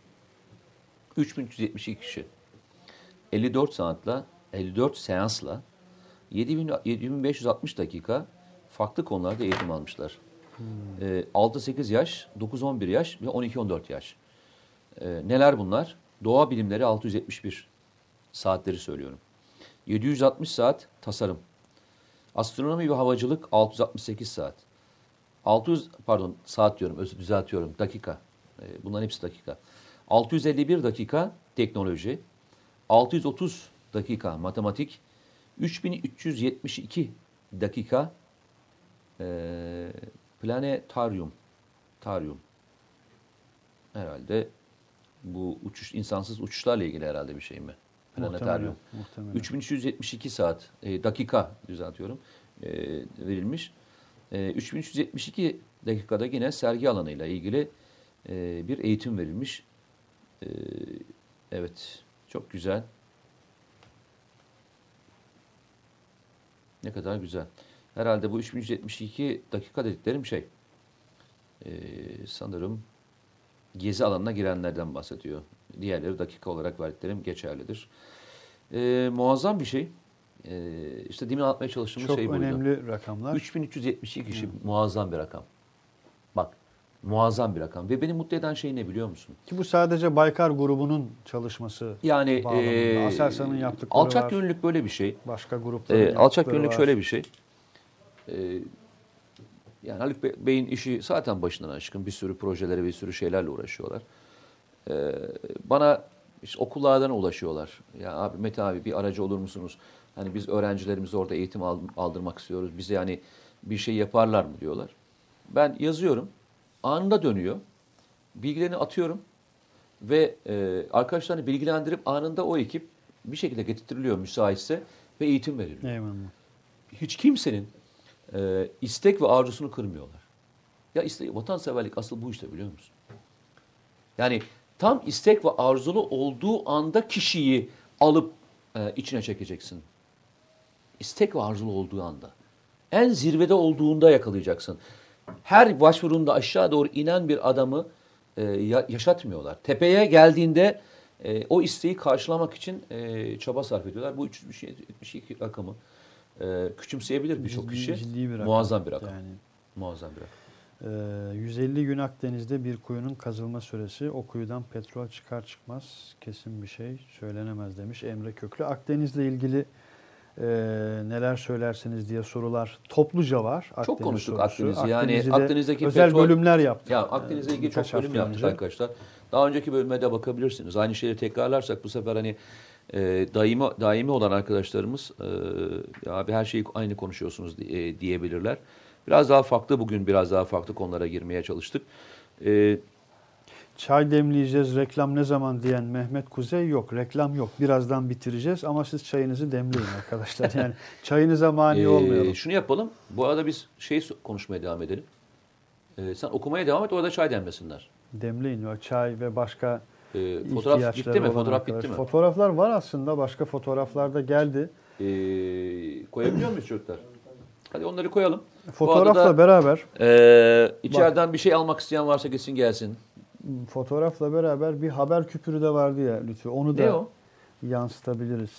3372 kişi 54 seansla 7560 dakika farklı konularda eğitim almışlar. 6-8 yaş, 9-11 yaş ve 12-14 yaş. Neler bunlar? Doğa bilimleri 671 saatleri söylüyorum. 760 saat tasarım. Astronomi ve havacılık 668 saat. Saat diyorum, düzeltiyorum, dakika. Bunların hepsi dakika. 651 dakika teknoloji, 630 dakika matematik, 3372 dakika planetaryum. Herhalde bu insansız uçuşlarla ilgili herhalde bir şey mi? Planetaryum. Muhtemelen. 3372 saat dakika düzeltiyorum verilmiş. 3372 dakikada yine sergi alanıyla ilgili bir eğitim verilmiş. Evet, çok güzel. Ne kadar güzel. Herhalde bu 3372 dakika dediklerim sanırım gezi alanına girenlerden bahsediyor. Diğerleri dakika olarak verdiklerim geçerlidir. Muazzam bir şey. İşte demin anlatmaya çalıştığımız çok şey buydu. Çok önemli rakamlar. 3372 kişi muazzam bir rakam. Bak, muazzam bir rakam. Ve beni mutlu eden şey ne biliyor musun? Ki bu sadece Baykar grubunun çalışması. Yani Aselsan'ın yaptıkları alçak var. gönüllülük böyle bir şey. Başka grupların alçak gönüllülük şöyle bir şey. Yani Haluk Bey'in işi zaten başından aşkın. Bir sürü projelere, bir sürü şeylerle uğraşıyorlar. Bana işte okullardan ulaşıyorlar. Ya abi Mete abi bir aracı olur musunuz? Hani biz öğrencilerimizi orada eğitim aldırmak istiyoruz. Bize yani bir şey yaparlar mı diyorlar. Ben yazıyorum. Anında dönüyor. Bilgilerini atıyorum. Ve arkadaşlarını bilgilendirip anında o ekip bir şekilde getirtiliyor müsaitse ve eğitim veriliyor. Eyvallah. Hiç kimsenin istek ve arzusunu kırmıyorlar. Ya vatanseverlik asıl bu işte biliyor musun? Yani tam istek ve arzulu olduğu anda kişiyi alıp içine çekeceksin. İstek ve arzulu olduğu anda. En zirvede olduğunda yakalayacaksın. Her başvurunda aşağı doğru inen bir adamı yaşatmıyorlar. Tepeye geldiğinde o isteği karşılamak için çaba sarf ediyorlar. Bu 372 rakamı küçümseyebilir birçok kişi. Ciddi bir rakam. Muazzam bir rakam. Yani, Muazzam bir rakam. 150 gün Akdeniz'de bir kuyunun kazılma süresi, o kuyudan petrol çıkar çıkmaz kesin bir şey söylenemez demiş Emre Köklü. Akdeniz'le ilgili neler söylersiniz diye sorular topluca var. Çok Akdeniz konuştuk sorusu. Akdeniz'i. Yani Akdeniz'deki özel petrol, bölümler yaptık. Ya Akdeniz'le ilgili Birkaç çok bölüm hafta yaptık önce. arkadaşlar. Daha önceki bölüme de bakabilirsiniz. Aynı şeyleri tekrarlarsak bu sefer hani daimi olan arkadaşlarımız abi her şeyi aynı konuşuyorsunuz diyebilirler. Biraz daha farklı bugün biraz daha farklı konulara girmeye çalıştık. Çay demleyeceğiz, reklam ne zaman diyen Mehmet Kuzey yok. Reklam yok. Birazdan bitireceğiz ama siz çayınızı demleyin arkadaşlar. Yani çayınıza mani olmayalım. Şunu yapalım. Bu arada biz konuşmaya devam edelim. Sen okumaya devam et, orada çay demlesinler. Demleyin. O çay ve başka Fotoğraf ihtiyaçları bitti mi? olan Fotoğraf arkadaş. bitti mi? Fotoğraflar var aslında. Başka fotoğraflar da geldi. Koyabiliyor muyuz çocuklar? Hadi onları koyalım. Fotoğrafla beraber içeriden bir şey almak isteyen varsa gitsin gelsin. fotoğrafla beraber bir haber küpürü de vardı ya Lütfü. Onu Ne da o? yansıtabiliriz.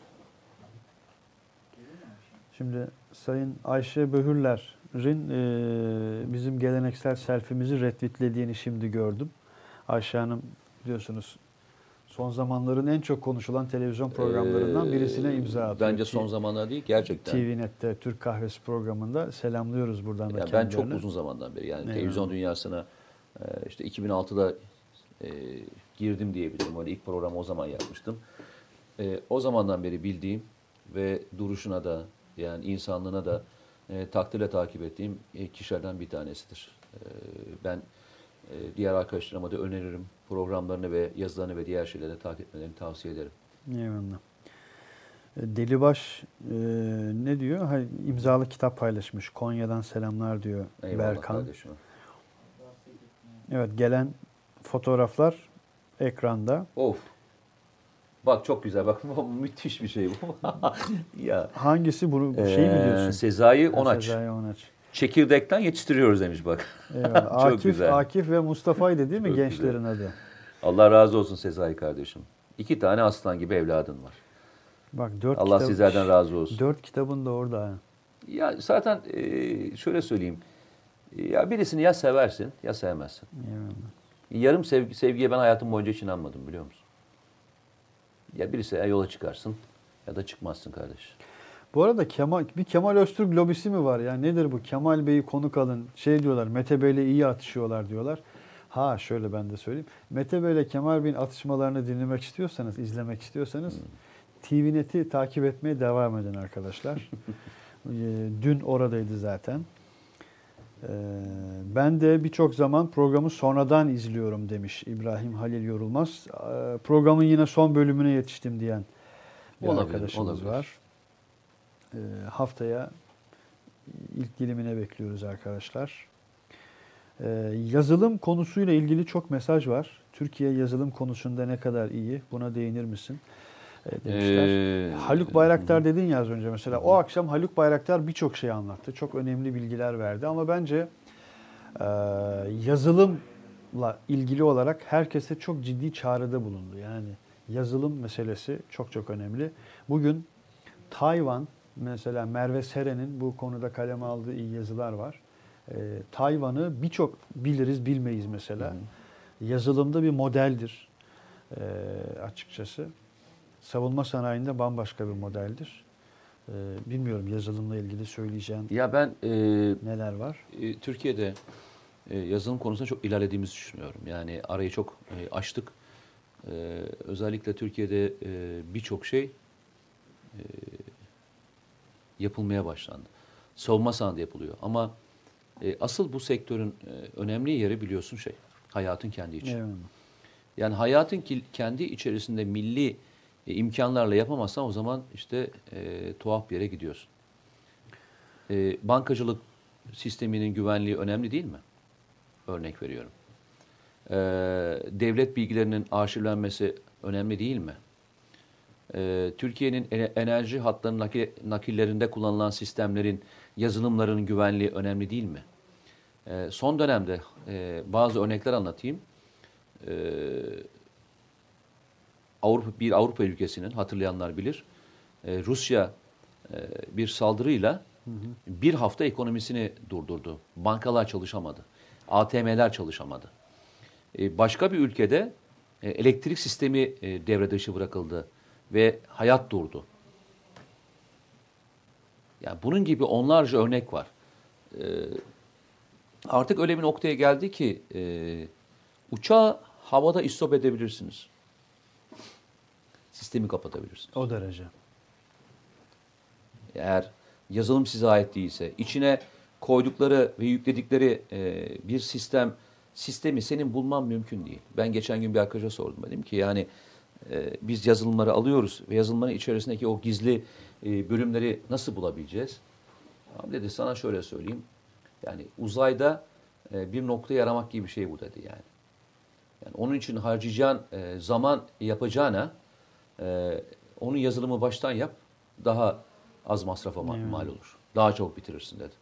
Şimdi Sayın Ayşe Böhürler'in bizim geleneksel selfie'mizi retweetlediğini şimdi gördüm. Ayşe Hanım biliyorsunuz son zamanların en çok konuşulan televizyon programlarından birisine imza atıyor. Bence son zamanlar değil, gerçekten. TVNet'te Türk Kahvesi programında selamlıyoruz buradan da Yani ben kendilerini. çok uzun zamandan beri yani Eyvallah. televizyon dünyasına işte 2006'da girdim diyebilirim. Öyle ilk programı o zaman yapmıştım. O zamandan beri bildiğim ve duruşuna da yani insanlığına da takdirle takip ettiğim kişilerden bir tanesidir. Ben diğer arkadaşlarıma da öneririm. Programlarını ve yazılarını ve diğer şeyleri takip etmelerini tavsiye ederim. Eyvallah. Delibaş ne diyor? İmzalı kitap paylaşmış. Konya'dan selamlar diyor Eyvallah Berkan. kardeşim. Evet, gelen fotoğraflar ekranda. Of. Bak çok güzel. Bak müthiş bir şey bu. Ya. Hangisi bunu şey mi diyorsun? Sezai Onaç. Sezai Onaç. Çekirdekten yetiştiriyoruz demiş bak. Eyvallah. Çok güzel. Akif ve Mustafa'ydı değil mi Çok gençlerin adı? Allah razı olsun Sezai kardeşim. 2 tane aslan gibi evladın var. Bak Allah sizlerden razı olsun. 4 kitabın da orada. Ha. Ya zaten şöyle söyleyeyim. Ya birisini ya seversin ya sevmezsin. Eyvallah. Yarım sevgiye ben hayatım boyunca hiç inanmadım biliyor musun? Ya birisi ya yola çıkarsın ya da çıkmazsın kardeş. Bu arada Kemal Öztürk lobisi mi var? Yani nedir bu? Kemal Bey'i konuk alın. Şey diyorlar, Mete Bey'le iyi atışıyorlar diyorlar. Ha şöyle ben de söyleyeyim. Mete Bey'le Kemal Bey'in atışmalarını dinlemek istiyorsanız, izlemek istiyorsanız TVNet'i takip etmeye devam edin arkadaşlar. Dün oradaydı zaten. Ben de birçok zaman programı sonradan izliyorum demiş İbrahim Halil Yorulmaz. Programın yine son bölümüne yetiştim diyen bir arkadaşımız var. Haftaya ilk dilimine bekliyoruz arkadaşlar. Yazılım konusuyla ilgili çok mesaj var. Türkiye yazılım konusunda ne kadar iyi? Buna değinir misin? Demişler. Haluk Bayraktar dedin ya az önce mesela. O akşam Haluk Bayraktar birçok şey anlattı. Çok önemli bilgiler verdi. Ama bence yazılımla ilgili olarak herkese çok ciddi çağrıda bulundu. Yani yazılım meselesi çok çok önemli. Bugün Tayvan, mesela Merve Seren'in bu konuda kaleme aldığı iyi yazılar var. Tayvan'ı birçok biliriz, bilmeyiz mesela. Yazılımda bir modeldir açıkçası. Savunma sanayinde bambaşka bir modeldir. Bilmiyorum yazılımla ilgili söyleyeceğim neler var? Türkiye'de yazılım konusunda çok ilerlediğimizi düşünüyorum. Yani arayı çok açtık. Özellikle Türkiye'de birçok şey yapılmaya başlandı. Savunma sanayinde yapılıyor. Ama asıl bu sektörün önemli yeri biliyorsun hayatın kendi içi. Evet. Yani hayatın kendi içerisinde milli imkanlarla yapamazsan o zaman işte tuhaf bir yere gidiyorsun. Bankacılık sisteminin güvenliği önemli değil mi? Örnek veriyorum. Devlet bilgilerinin arşivlenmesi önemli değil mi? Türkiye'nin enerji hatlarının nakillerinde kullanılan sistemlerin, yazılımların güvenliği önemli değil mi? Son dönemde bazı örnekler anlatayım. bir Avrupa ülkesinin, hatırlayanlar bilir, Rusya bir saldırıyla bir hafta ekonomisini durdurdu. Bankalar çalışamadı. ATM'ler çalışamadı. Başka bir ülkede elektrik sistemi devre dışı bırakıldı ve hayat durdu. Yani bunun gibi onlarca örnek var. Artık öyle bir noktaya geldi ki uçağı havada istop edebilirsiniz. Sistemi kapatabilirsiniz. O derece. Eğer yazılım size ait değilse, içine koydukları ve yükledikleri bir sistemi senin bulman mümkün değil. Ben geçen gün bir arkadaşa sordum. Dedim ki yani biz yazılımları alıyoruz ve yazılımların içerisindeki o gizli bölümleri nasıl bulabileceğiz? Abi dedi sana şöyle söyleyeyim. Yani uzayda bir noktayı aramak gibi bir şey bu dedi yani. Yani onun için harcayacağın zaman yapacağına onun yazılımı baştan yap, daha az masrafa mal olur. Daha çok bitirirsin dedi.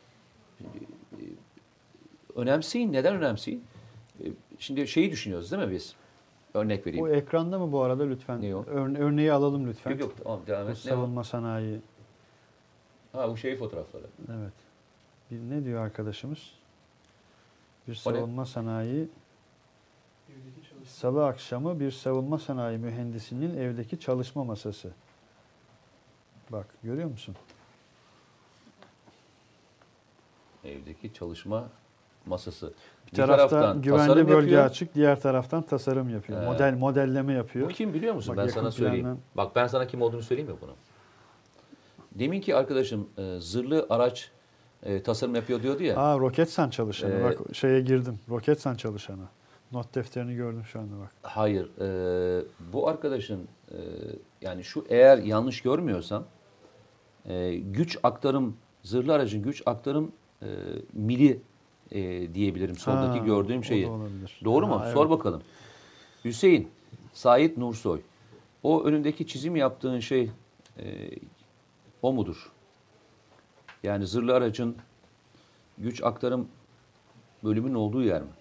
Önemseyin. Neden önemseyin? Şimdi şeyi düşünüyoruz değil mi biz? Örnek vereyim. O ekranda mı bu arada lütfen? Ne o? Örneği alalım lütfen. Yok tamam devam et. Savunma sanayi. Ha bu şey fotoğrafları. Evet. Ne diyor arkadaşımız? Bir savunma sanayi. Salı akşamı bir savunma sanayi mühendisinin evdeki çalışma masası. Bak görüyor musun? Evdeki çalışma masası. Bir taraftan güvenli bölge yapıyor. Açık, diğer taraftan tasarım yapıyor. Modelleme yapıyor. Bu kim biliyor musun? Bak, ben sana söyleyeyim. Plandan... Bak ben sana kim olduğunu söyleyeyim mi bunu? Deminki arkadaşım zırhlı araç tasarım yapıyor diyordu ya. Roketsan çalışanı. Bak şeye girdim. Roketsan çalışanı. Not defterini gördüm şu anda bak. Hayır. Bu arkadaşın yani şu eğer yanlış görmüyorsam güç aktarım, zırhlı aracın güç aktarım mili diyebilirim. Soldaki gördüğüm şeyi. Doğru mu? Evet. Sor bakalım. Hüseyin, Sait Nursoy. O önündeki çizim yaptığın şey o mudur? Yani zırhlı aracın güç aktarım bölümünün olduğu yer mi?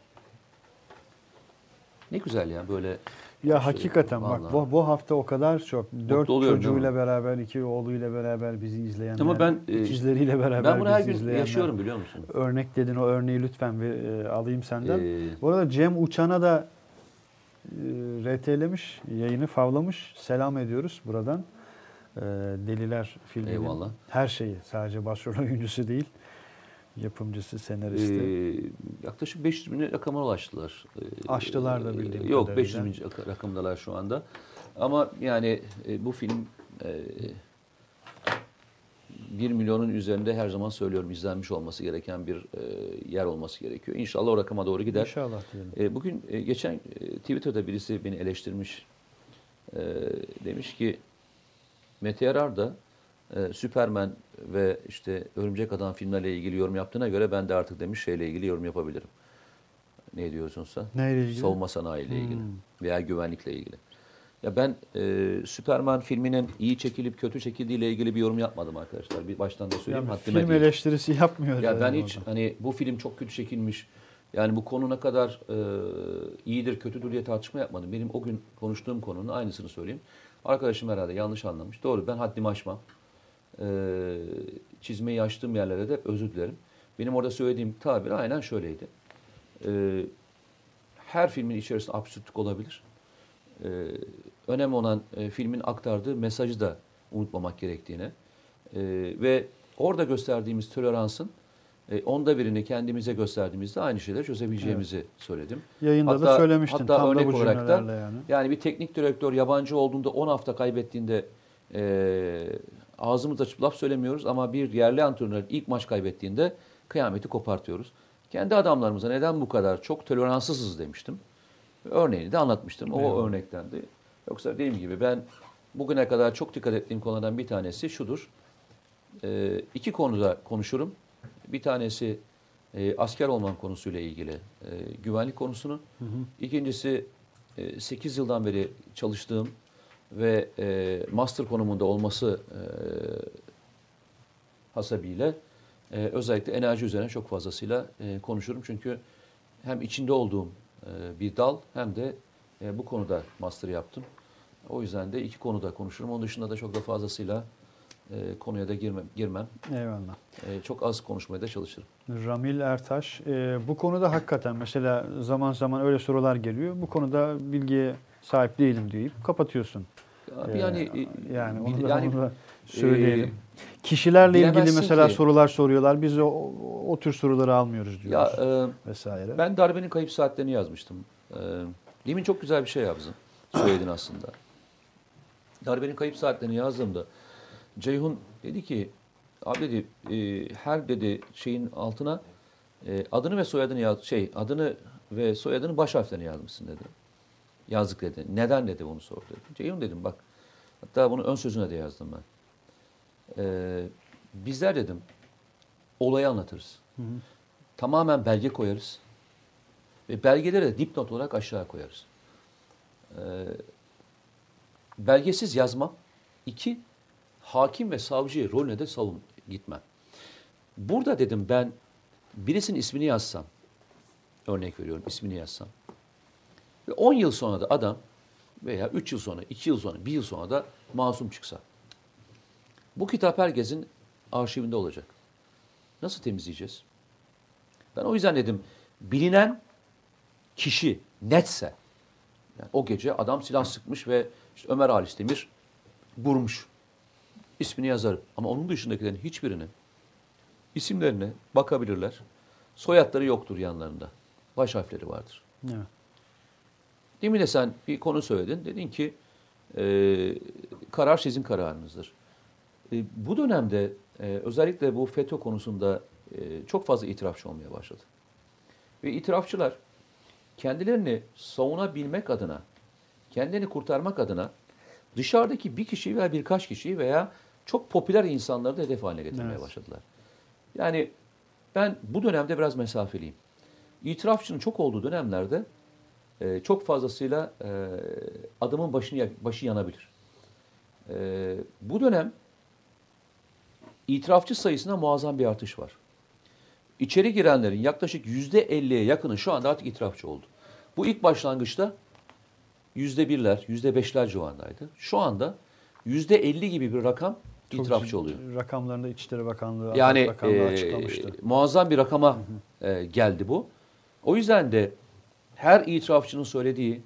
Ne güzel ya böyle. Ya hakikaten bak bu hafta o kadar çok 4 çocuğuyla beraber 2 oğluyla beraber bizi izleyenler. Ama ben ikizleriyle beraber ben bunu her gün yaşıyorum biliyor musun? Örnek dedin, o örneği lütfen alayım senden. Bu arada Cem Uçan'a da RT'lemiş, yayını favlamış. Selam ediyoruz buradan. Deliler filminin her şeyi, sadece başrol oyuncusu değil. Yapımcısı, senaristi. Yaklaşık 500 bin rakama ulaştılar. Aştılar da bildiğim Yok kadarıyla. 500 bin rakamdalar şu anda. Ama yani bu film 1 milyonun üzerinde her zaman söylüyorum izlenmiş olması gereken bir yer olması gerekiyor. İnşallah o rakama doğru gider. İnşallah diyelim. Bugün geçen Twitter'da birisi beni eleştirmiş. Demiş ki Mete Yarar da Superman ve işte Örümcek Adam filmlerle ilgili yorum yaptığına göre ben de artık demiş şeyle ilgili yorum yapabilirim. Ne diyorsunsa? Neyle ilgili? Savunma sanayiyle ilgili veya güvenlikle ilgili. Ya ben Superman filminin iyi çekilip kötü çekildiğiyle ilgili bir yorum yapmadım arkadaşlar. Bir baştan da söyleyeyim. Yani film eleştirisi yapmıyor. Ya ben hiç hani bu film çok kötü çekilmiş. Yani bu konu ne kadar iyidir kötüdür diye tartışma yapmadım. Benim o gün konuştuğum konunun aynısını söyleyeyim. Arkadaşım herhalde yanlış anlamış. Doğru, ben haddimi aşmam. Çizmeyi açtığım yerlere de özür dilerim. Benim orada söylediğim tabir aynen şöyleydi. Her filmin içerisinde absürtlük olabilir. Önemli olan filmin aktardığı mesajı da unutmamak gerektiğine ve orada gösterdiğimiz toleransın onda birini kendimize gösterdiğimizde aynı şeyleri çözebileceğimizi söyledim. Yayında da söylemiştin. Hatta tam örnek da bu olarak da yani bir teknik direktör yabancı olduğunda 10 hafta kaybettiğinde ağzımızı açıp laf söylemiyoruz ama bir yerli antrenör ilk maç kaybettiğinde kıyameti kopartıyoruz. Kendi adamlarımıza neden bu kadar çok toleranssızız demiştim. Örneğini de anlatmıştım. O örnektendi. Yoksa dediğim gibi ben bugüne kadar çok dikkat ettiğim konulardan bir tanesi şudur. 2 konuda konuşurum. Bir tanesi asker olmam konusuyla ilgili güvenlik konusunu. İkincisi 8 yıldan beri çalıştığım ve master konumunda olması hasebiyle özellikle enerji üzerine çok fazlasıyla konuşurum. Çünkü hem içinde olduğum bir dal hem de bu konuda master yaptım. O yüzden de iki konuda konuşurum. Onun dışında da çok da fazlasıyla konuya da girmem. Eyvallah. Çok az konuşmaya da çalışırım. Ramil Ertaş, bu konuda hakikaten mesela zaman zaman öyle sorular geliyor. Bu konuda bilgiye sahip değilim deyip kapatıyorsun. Yani onu da söyleyelim. Kişilerle ilgili mesela sorular soruyorlar. Biz o tür soruları almıyoruz diyoruz. Vesaire. Ben darbenin kayıp saatlerini yazmıştım. Demin çok güzel bir şey söyledin aslında. Darbenin kayıp saatlerini yazdığımda Ceyhun dedi ki, abi dedi her dedi şeyin altına adını ve soyadını adını ve soyadını baş harflerini yazmışsın dedi. Yazdık dedi. Neden dedi bunu sordu dedi. Ceyhun dedim bak. Hatta bunu ön sözüne de yazdım ben. Bizler dedim olayı anlatırız. Hı hı. Tamamen belge koyarız. Ve belgeleri de dipnot olarak aşağı koyarız. Belgesiz yazmam. 2, hakim ve savcı rolüne de gitmem. Burada dedim ben birisinin ismini yazsam, örnek veriyorum ismini yazsam ve 10 yıl sonra da adam veya 3 yıl sonra, 2 yıl sonra, 1 yıl sonra da masum çıksa. Bu kitap herkesin arşivinde olacak. Nasıl temizleyeceğiz? Ben o yüzden dedim bilinen kişi netse, yani o gece adam silah sıkmış ve işte Ömer Halis Demir vurmuş. İsmini yazarım. Ama onun dışındakilerin hiçbirinin isimlerine bakabilirler. Soyadları yoktur yanlarında. Baş harfleri vardır. Evet. Demin de sen bir konu söyledin. Dedin ki karar sizin kararınızdır. Bu dönemde özellikle bu FETÖ konusunda çok fazla itirafçı olmaya başladı. Ve itirafçılar kendilerini savunabilmek adına, kendilerini kurtarmak adına dışarıdaki bir kişiyi veya birkaç kişiyi veya çok popüler insanları da hedef haline getirmeye başladılar. Yani ben bu dönemde biraz mesafeliyim. İtirafçının çok olduğu dönemlerde çok fazlasıyla adamın başı yanabilir. Bu dönem itirafçı sayısında muazzam bir artış var. İçeri girenlerin yaklaşık %50'ye yakını şu anda artık itirafçı oldu. Bu ilk başlangıçta %1'ler, %5'ler civarındaydı. Şu anda %50 gibi bir rakam itirafçı oluyor. Rakamlarında İçişleri Bakanlığı, yani, Bakanlığı açıklamıştı. Muazzam bir rakama geldi bu. O yüzden de her itirafçının söylediği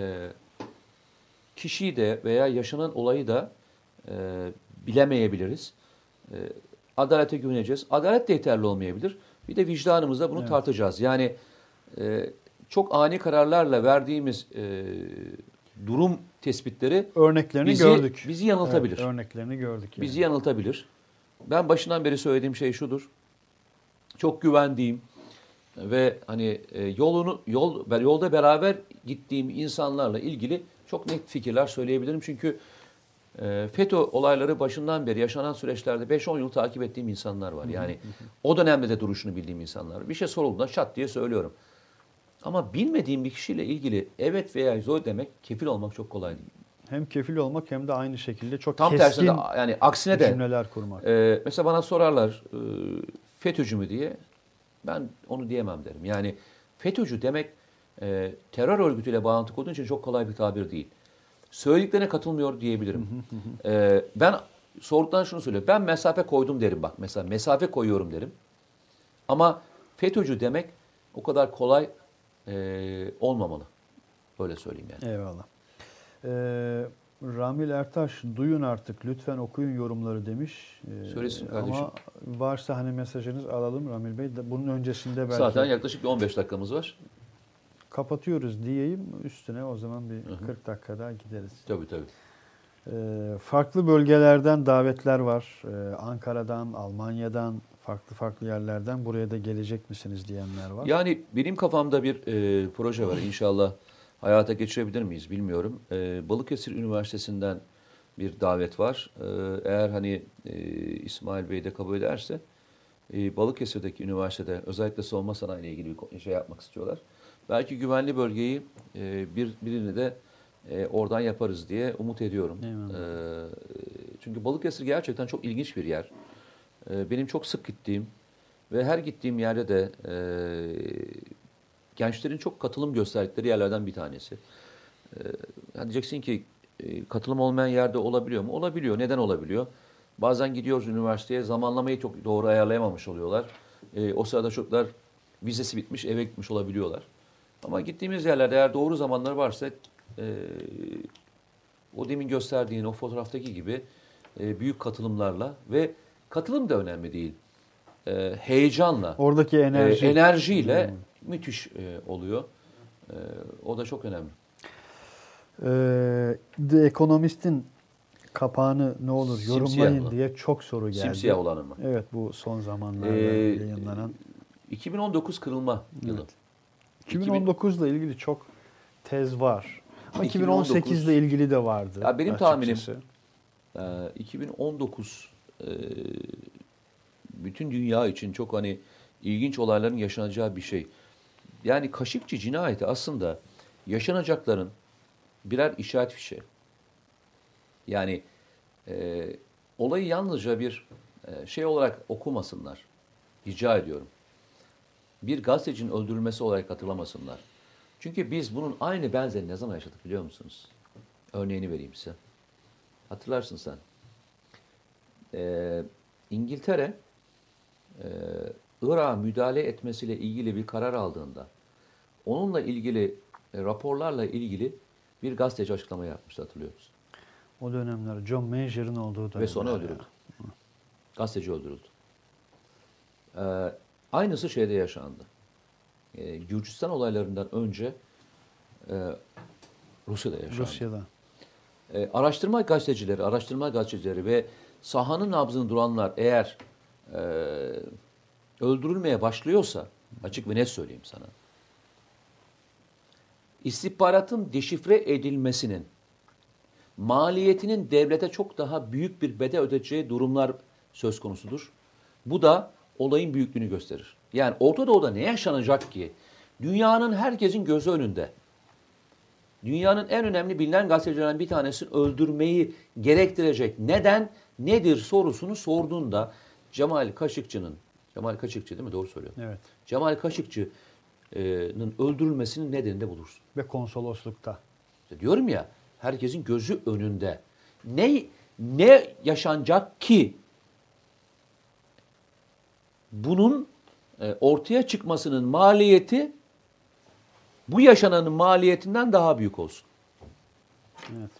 kişiyi de veya yaşanan olayı da bilemeyebiliriz. Adalete güveneceğiz. Adalet de yeterli olmayabilir. Bir de vicdanımızda bunu tartacağız. Yani çok ani kararlarla verdiğimiz durum tespitleri örneklerini gördük. Bizi yanıltabilir. Evet, örneklerini gördük. Yani. Bizi yanıltabilir. Ben başından beri söylediğim şey şudur. Çok güvendiğim ve hani yolda beraber gittiğim insanlarla ilgili çok net fikirler söyleyebilirim. Çünkü FETÖ olayları başından beri yaşanan süreçlerde 5-10 yıl takip ettiğim insanlar var. Yani o dönemde de duruşunu bildiğim insanlar. Bir şey sorulduğunda şat diye söylüyorum. Ama bilmediğim bir kişiyle ilgili evet veya hayır demek, kefil olmak çok kolay değil. Hem kefil olmak hem de aynı şekilde çok tam keskin tersine de, yani aksine de cümleler kurmak. Mesela bana sorarlar FETÖ'cü mü diye. Ben onu diyemem derim. Yani FETÖ'cü demek terör örgütüyle bağlantı kurduğu için çok kolay bir tabir değil. Söylediklerine katılmıyor diyebilirim. Ben sorduktan şunu söylüyorum. Ben mesafe koydum derim bak. Mesela mesafe koyuyorum derim. Ama FETÖ'cü demek o kadar kolay olmamalı. Öyle söyleyeyim yani. Eyvallah. Ramil Ertaş, duyun artık lütfen okuyun yorumları demiş. Söylesin kardeşim. Ama varsa hani mesajınız alalım Ramil Bey. Bunun öncesinde belki... Zaten yaklaşık bir 15 dakikamız var. Kapatıyoruz diyeyim. Üstüne o zaman bir 40 dakika daha gideriz. Tabii. Farklı bölgelerden davetler var. Ankara'dan, Almanya'dan, farklı yerlerden buraya da gelecek misiniz diyenler var. Yani benim kafamda bir proje var. İnşallah hayata geçirebilir miyiz bilmiyorum. Balıkesir Üniversitesi'nden bir davet var. Eğer hani İsmail Bey de kabul ederse Balıkesir'deki üniversitede özellikle savunma sanayi ile ilgili bir şey yapmak istiyorlar. Belki güvenli bölgeyi birini de oradan yaparız diye umut ediyorum. Çünkü Balıkesir gerçekten çok ilginç bir yer. Benim çok sık gittiğim ve her gittiğim yerde de gençlerin çok katılım gösterdikleri yerlerden bir tanesi. Yani diyeceksin ki katılım olmayan yerde olabiliyor mu? Olabiliyor. Neden olabiliyor? Bazen gidiyoruz üniversiteye, zamanlamayı çok doğru ayarlayamamış oluyorlar. O sırada çocuklar vizesi bitmiş, eve gitmiş olabiliyorlar. Ama gittiğimiz yerlerde eğer doğru zamanlar varsa o demin gösterdiğin o fotoğraftaki gibi büyük katılımlarla ve katılım da önemli değil. Heyecanla, Oradaki enerjiyle müthiş oluyor. O da çok önemli. The Economist'in kapağını ne olur yorumlayın mı? diye çok soru geldi. Simsiyah olanı mı? Evet, bu son zamanlarda yayınlanan. 2019 kırılma yılı. Evet. 2019'la ilgili çok tez var. Ama 2018 ile ilgili de vardı. Ya benim açıkçası. tahminim 2019 bütün dünya için çok hani ilginç olayların yaşanacağı bir şey. Yani Kaşıkçı cinayeti aslında yaşanacakların birer işaret fişeği. Yani olayı yalnızca bir şey olarak okumasınlar. Rica ediyorum. Bir gazetecinin öldürülmesi olarak hatırlamasınlar. Çünkü biz bunun aynı benzerini ne zaman yaşadık biliyor musunuz? Örneğini vereyim size. Hatırlarsın sen. İngiltere Irak'a müdahale etmesiyle ilgili bir karar aldığında onunla ilgili raporlarla ilgili bir gazeteci açıklama yapmıştı, hatırlıyor musun? O dönemler John Major'ın olduğu dönemler. Ve sonra öldürüldü. Gazeteci öldürüldü. Aynısı şeyde yaşandı. Gürcistan olaylarından önce Rusya'da yaşandı. Rusya'da. Araştırma gazetecileri ve sahanın nabzını duranlar eğer öldürülmeye başlıyorsa, açık ve net söyleyeyim sana, istihbaratın deşifre edilmesinin maliyetinin devlete çok daha büyük bir bedel ödeyeceği durumlar söz konusudur. Bu da olayın büyüklüğünü gösterir. Yani Orta Doğu'da ne yaşanacak ki? Dünyanın herkesin gözü önünde. Dünyanın en önemli bilinen gazetecilerinden bir tanesini öldürmeyi gerektirecek neden nedir sorusunu sorduğunda Cemal Kaşıkçı değil mi? Doğru söylüyorum. Evet. Cemal Kaşıkçı'nın öldürülmesinin nedenini de bulursun. Ve konsoloslukta. İşte diyorum ya, herkesin gözü önünde. Ne yaşanacak ki bunun ortaya çıkmasının maliyeti bu yaşananın maliyetinden daha büyük olsun. Evet.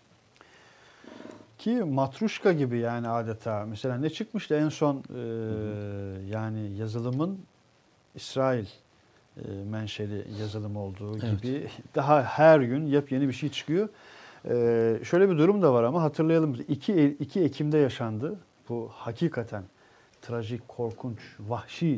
Ki matruşka gibi yani adeta. Mesela ne çıkmıştı en son yani yazılımın İsrail menşeli yazılım olduğu gibi daha her gün yepyeni bir şey çıkıyor. Şöyle bir durum da var ama hatırlayalım. 2 Ekim'de yaşandı. Bu hakikaten trajik, korkunç, vahşi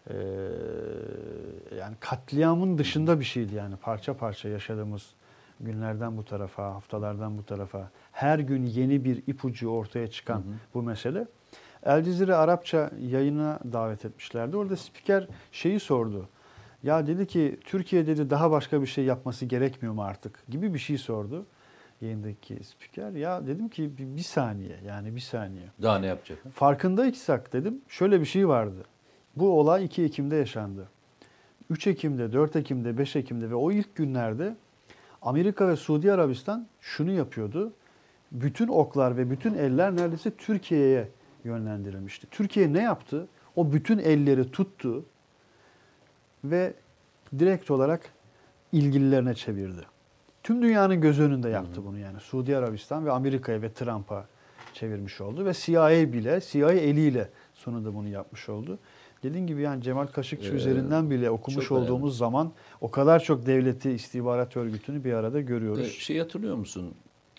yani katliamın dışında bir şeydi yani parça parça yaşadığımız günlerden bu tarafa, haftalardan bu tarafa her gün yeni bir ipucu ortaya çıkan bu mesele. El Cezire Arapça yayına davet etmişlerdi. Orada spiker şeyi sordu. Ya dedi ki Türkiye dedi daha başka bir şey yapması gerekmiyor mu artık gibi bir şey sordu yayındaki spiker. Ya dedim ki bir saniye yani bir saniye. Daha ne yapacak? Farkındaysak dedim şöyle bir şey vardı. Bu olay 2 Ekim'de yaşandı. 3 Ekim'de, 4 Ekim'de, 5 Ekim'de ve o ilk günlerde Amerika ve Suudi Arabistan şunu yapıyordu. Bütün oklar ve bütün eller neredeyse Türkiye'ye yönlendirilmişti. Türkiye ne yaptı? O bütün elleri tuttu ve direkt olarak ilgililerine çevirdi. Tüm dünyanın göz önünde yaptı bunu yani. Suudi Arabistan ve Amerika'ya ve Trump'a çevirmiş oldu ve CIA eliyle sonunda bunu yapmış oldu. Dediğim gibi yani Cemal Kaşıkçı üzerinden bile okumuş olduğumuz zaman o kadar çok devleti, istihbarat örgütünü bir arada görüyoruz. Şey hatırlıyor musun?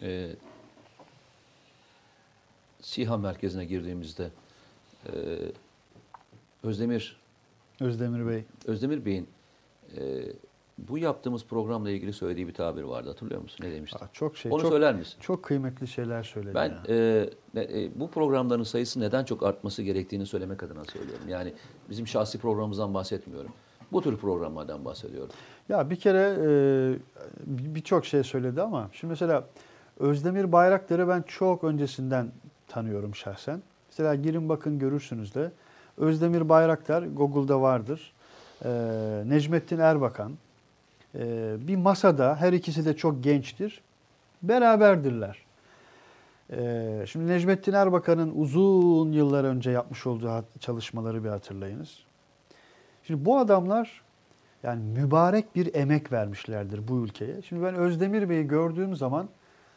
SİHA merkezine girdiğimizde Özdemir Bey'in bu yaptığımız programla ilgili söylediği bir tabir vardı. Hatırlıyor musun? Ne demişti? Onu söyler misin? Çok kıymetli şeyler söyledi. Ben bu programların sayısı neden çok artması gerektiğini söylemek adına söylüyorum. Yani bizim şahsi programımızdan bahsetmiyorum. Bu tür programlardan bahsediyorum. Ya bir kere birçok şey söyledi ama şimdi mesela Özdemir Bayraktar'ı ben çok öncesinden tanıyorum şahsen. Mesela girin bakın görürsünüz de. Özdemir Bayraktar Google'da vardır. Necmettin Erbakan. Bir masada her ikisi de çok gençtir. Beraberdirler. Şimdi Necmettin Erbakan'ın uzun yıllar önce yapmış olduğu çalışmaları bir hatırlayınız. Şimdi bu adamlar yani mübarek bir emek vermişlerdir bu ülkeye. Şimdi ben Özdemir Bey'i gördüğüm zaman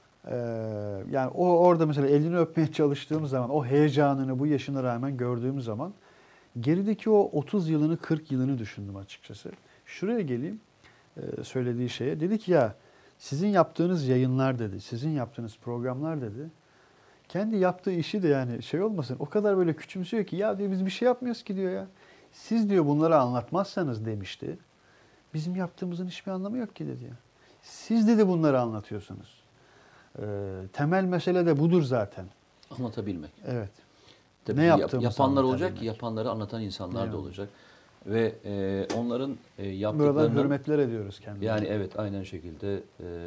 yani orada mesela elini öpmeye çalıştığım zaman o heyecanını bu yaşına rağmen gördüğüm zaman gerideki o 30 yılını 40 yılını düşündüm açıkçası. Şuraya geleyim söylediği şeye. Dedi ki ya sizin yaptığınız yayınlar dedi, sizin yaptığınız programlar dedi. Kendi yaptığı işi de yani şey olmasın o kadar böyle küçümsüyor ki ya diyor biz bir şey yapmıyoruz ki diyor ya. Siz diyor bunları anlatmazsanız demişti. Bizim yaptığımızın hiçbir anlamı yok ki dedi ya. Siz dedi bunları anlatıyorsunuz. Temel mesele de budur zaten. Anlatabilmek. Evet. Tabii ne yaptığımızı yapanlar olacak ki anlatabilmek. yapanları anlatan insanlar Ne da oldu? olacak. Ve onların Buradan yaptıklarını... hürmetler ediyoruz kendilerine. Yani evet aynen şekilde.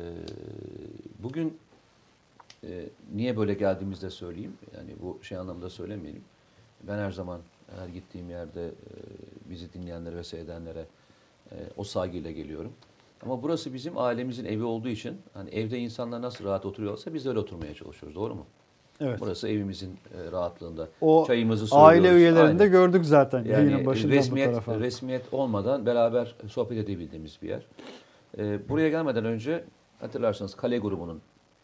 Bugün niye böyle geldiğimizde söyleyeyim. Yani bu şey anlamda söylemeyelim. Ben her zaman her gittiğim yerde bizi dinleyenlere ve seyredenlere o saygıyla geliyorum. Ama burası bizim ailemizin evi olduğu için hani evde insanlar nasıl rahat oturuyorsa biz de öyle oturmaya çalışıyoruz. Doğru mu? Evet. Burası evimizin rahatlığında. O çayımızı söylüyoruz. aile üyelerinde Aynen. gördük zaten. Yayının Yani başından bu tarafa. resmiyet olmadan beraber sohbet edebildiğimiz bir yer. Buraya gelmeden önce hatırlarsanız Kale grubunun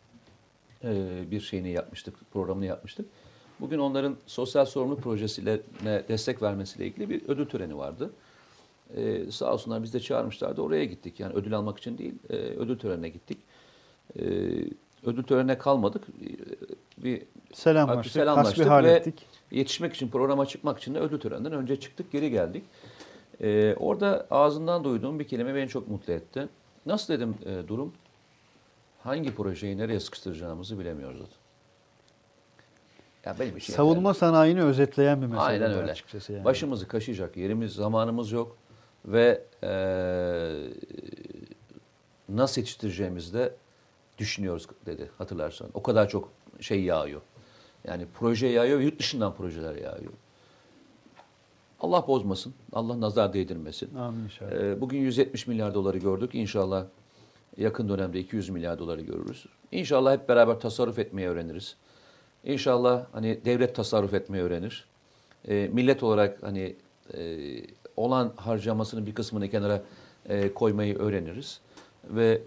bir şeyini yapmıştık, programını yapmıştık. Bugün onların sosyal sorumluluk projesine destek vermesiyle ilgili bir ödül töreni vardı. Sağ olsunlar biz de çağırmışlardı. Oraya gittik. Yani ödül almak için değil, ödül törenine gittik. Ödül törenine kalmadık. Bir Selamlaştık, hasbihal ettik. Yetişmek için, programa çıkmak için de ödül töreninden önce çıktık, geri geldik. Orada ağzından duyduğum bir kelime beni çok mutlu etti. Nasıl dedim durum? Hangi projeyi nereye sıkıştıracağımızı bilemiyoruz zaten. Ya benim için savunma sanayini özetleyen bir mesele. Aynen öyle. Açıkçası yani. Başımızı kaşıyacak yerimiz, zamanımız yok ve nasıl yetiştireceğimizi de düşünüyoruz dedi hatırlarsan. O kadar çok şey yağıyor. Yani proje yağıyor ve yurt dışından projeler yağıyor. Allah bozmasın, Allah nazar değdirmesin. Amin inşallah. Bugün 170 milyar doları gördük. İnşallah yakın dönemde 200 milyar doları görürüz. İnşallah hep beraber tasarruf etmeyi öğreniriz. İnşallah hani devlet tasarruf etmeyi öğrenir. Millet olarak hani olan harcamasının bir kısmını kenara koymayı öğreniriz. Ve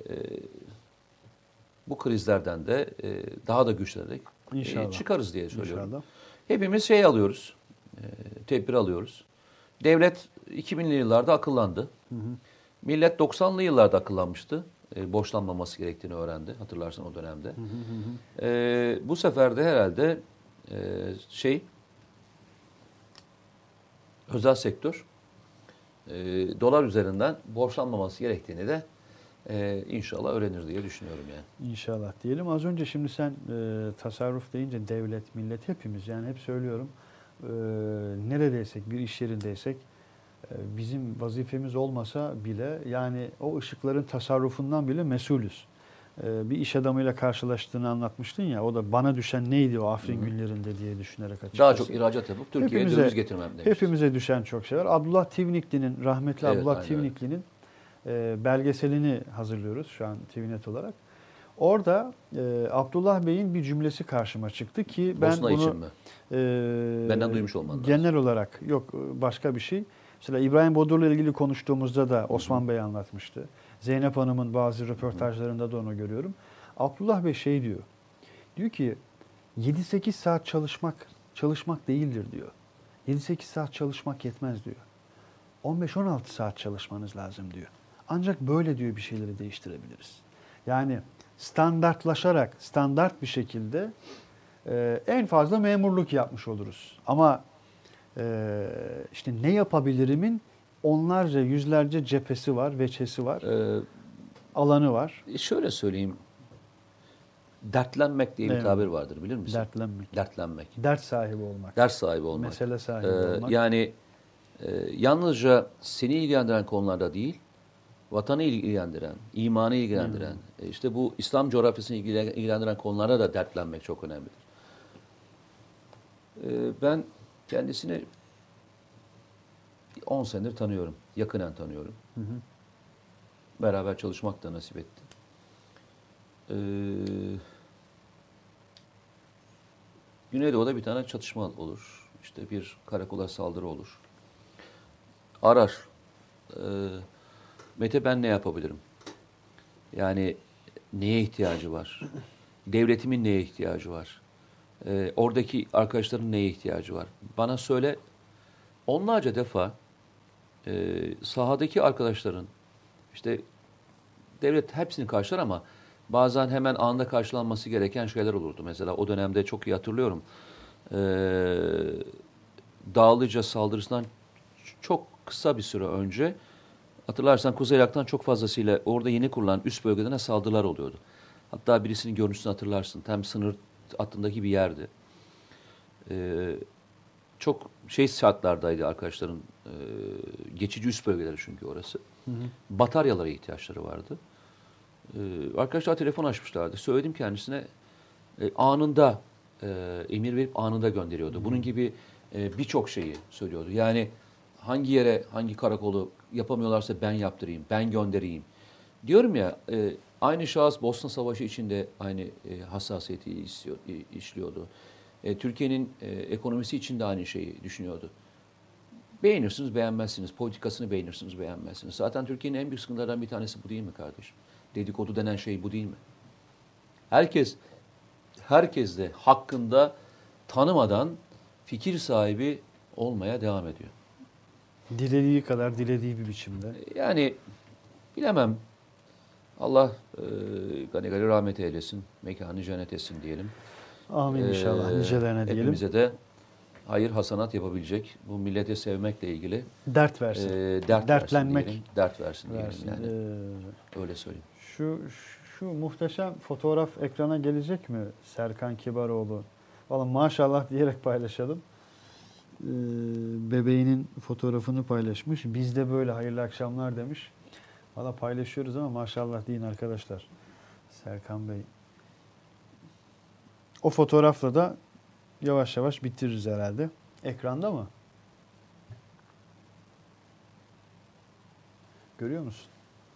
bu krizlerden de daha da güçlenerek çıkarız diye söylüyorum. İnşallah. Hepimiz şey alıyoruz, tedbir alıyoruz. Devlet 2000'li yıllarda akıllandı. Hı hı. Millet 90'lı yıllarda akıllanmıştı. Borçlanmaması gerektiğini öğrendi. Hatırlarsan o dönemde. Hı hı hı. Bu sefer de herhalde özel sektör dolar üzerinden borçlanmaması gerektiğini de inşallah öğrenir diye düşünüyorum yani. İnşallah diyelim. Az önce şimdi sen tasarruf deyince devlet, millet hepimiz yani hep söylüyorum. Neredeysek, bir iş yerindeysek bizim vazifemiz olmasa bile yani o ışıkların tasarrufundan bile mesulüz. Bir iş adamıyla karşılaştığını anlatmıştın ya, o da bana düşen neydi o Afrin günlerinde diye düşünerek açıkçası. Daha çok ihracat yapıp Türkiye'ye döviz getirmem demiş. Hepimize düşen çok şey var. Abdullah Tivnikli'nin, rahmetli Evet, Abdullah aynen. Tivnikli'nin belgeselini hazırlıyoruz şu an TVNet olarak. Orada Abdullah Bey'in bir cümlesi karşıma çıktı ki ben Bosna bunu için mi? Benden duymuş olman lazım. genel olarak yok başka bir şey. Mesela İbrahim Bodur'la ilgili konuştuğumuzda da Osman Bey anlatmıştı. Zeynep Hanım'ın bazı röportajlarında da onu görüyorum. Abdullah Bey şey diyor. Diyor ki 7-8 saat çalışmak değildir diyor. 7-8 saat çalışmak yetmez diyor. 15-16 saat çalışmanız lazım diyor. Ancak böyle diyor bir şeyleri değiştirebiliriz. Yani standartlaşarak, standart bir şekilde en fazla memurluk yapmış oluruz. Ama işte ne yapabilirimin onlarca, yüzlerce cephesi var, veçesi var, alanı var. Şöyle söyleyeyim. Dertlenmek diye bir Evet. tabir vardır bilir misin? Dertlenmek. Dertlenmek. Dert sahibi olmak. Ders sahibi olmak. Mesele sahibi olmak. Yani yalnızca seni ilgilendiren konularda değil, vatanı ilgilendiren, imanı ilgilendiren, işte bu İslam coğrafyasını ilgilendiren konularda da dertlenmek çok önemlidir. Ben kendisini 10 senedir tanıyorum, yakinen tanıyorum. Hı hı. Beraber çalışmak da nasip etti. Güneydoğu'da bir tane çatışma olur. İşte bir karakola saldırı olur. Arar. Mete ben ne yapabilirim? Yani neye ihtiyacı var? Devletimin neye ihtiyacı var? Oradaki arkadaşların neye ihtiyacı var? Bana söyle. Onlarca defa sahadaki arkadaşların işte devlet hepsini karşılar ama bazen hemen anında karşılanması gereken şeyler olurdu. Mesela o dönemde çok iyi hatırlıyorum. Dağlıca saldırısından çok kısa bir süre önce hatırlarsan Kuzey Irak'tan çok fazlasıyla orada yeni kurulan üst bölgelerine saldırılar oluyordu. Hatta birisinin görüntüsünü hatırlarsın. Tam sınır hattındaki bir yerdi. Çok şartlardaydı arkadaşların geçici üst bölgeleri çünkü orası. Bataryalara ihtiyaçları vardı. Arkadaşlar telefon açmışlardı. Söyledim kendisine anında emir verip anında gönderiyordu. Bunun gibi birçok şeyi söylüyordu. Yani hangi yere, hangi karakolu yapamıyorlarsa ben yaptırayım, ben göndereyim. Diyorum ya aynı şahıs Bosna Savaşı içinde aynı hassasiyeti işliyordu. Türkiye'nin ekonomisi için de aynı şeyi düşünüyordu. Beğenirsiniz, beğenmezsiniz. Politikasını beğenirsiniz, beğenmezsiniz. Zaten Türkiye'nin en büyük sıkıntılardan bir tanesi bu değil mi kardeşim? Dedikodu denen şey bu değil mi? Herkes de hakkında tanımadan fikir sahibi olmaya devam ediyor. Dilediği kadar, dilediği bir biçimde. Yani bilemem. Allah gani gani rahmet eylesin. Mekanı cennet etsin diyelim. Amin inşallah. Nicelerine diyelim. Hepimize de hayır hasanat yapabilecek, bu milleti sevmekle ilgili dert versin. dertlenmek. Diyelim. Dert versin versin. diyelim yani. Öyle söyleyeyim. Şu muhteşem fotoğraf ekrana gelecek mi Serkan Kibaroğlu? Vallahi maşallah diyerek paylaşalım. Bebeğinin fotoğrafını paylaşmış. Biz de böyle hayırlı akşamlar demiş. Vallahi paylaşıyoruz ama maşallah deyin arkadaşlar. Serkan Bey. O fotoğrafla da yavaş yavaş bitiririz herhalde. Ekranda mı? Görüyor musun?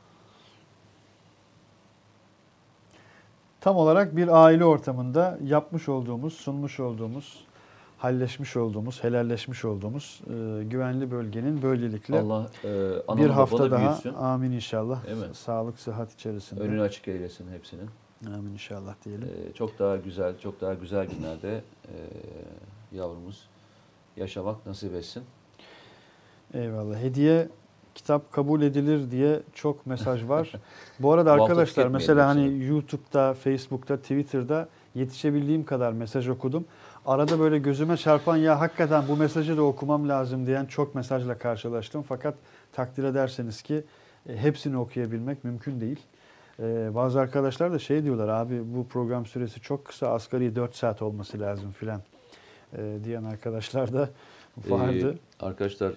Tam olarak bir aile ortamında yapmış olduğumuz, sunmuş olduğumuz, halleşmiş olduğumuz, helalleşmiş olduğumuz güvenli bölgenin böylelikle Allah bir hafta daha büyütsün. Amin inşallah. Evet. Sağlık, sıhhat içerisinde. Önünü açık eylesin hepsinin. Amin inşallah diyelim. Çok daha güzel günlerde yavrumuz yaşamak nasip etsin. Eyvallah. Hediye kitap kabul edilir diye çok mesaj var. Bu arada Bu arkadaşlar mesela hani hepsini. YouTube'da, Facebook'ta, Twitter'da yetişebildiğim kadar mesaj okudum. Arada böyle gözüme çarpan ya hakikaten bu mesajı da okumam lazım diyen çok mesajla karşılaştım. Fakat takdir ederseniz ki hepsini okuyabilmek mümkün değil. Bazı arkadaşlar da şey diyorlar abi bu program süresi çok kısa asgari 4 saat olması lazım filan diyen arkadaşlar da vardı. Arkadaşlar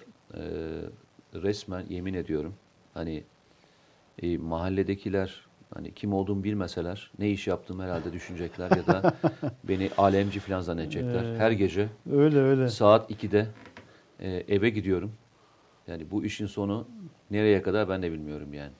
resmen yemin ediyorum hani mahalledekiler hani kim olduğumu bilmeseler ne iş yaptığımı herhalde düşünecekler ya da beni alemci falan zannedecekler. Her gece Öyle. saat 2'de eve gidiyorum. Yani bu işin sonu nereye kadar ben de bilmiyorum yani.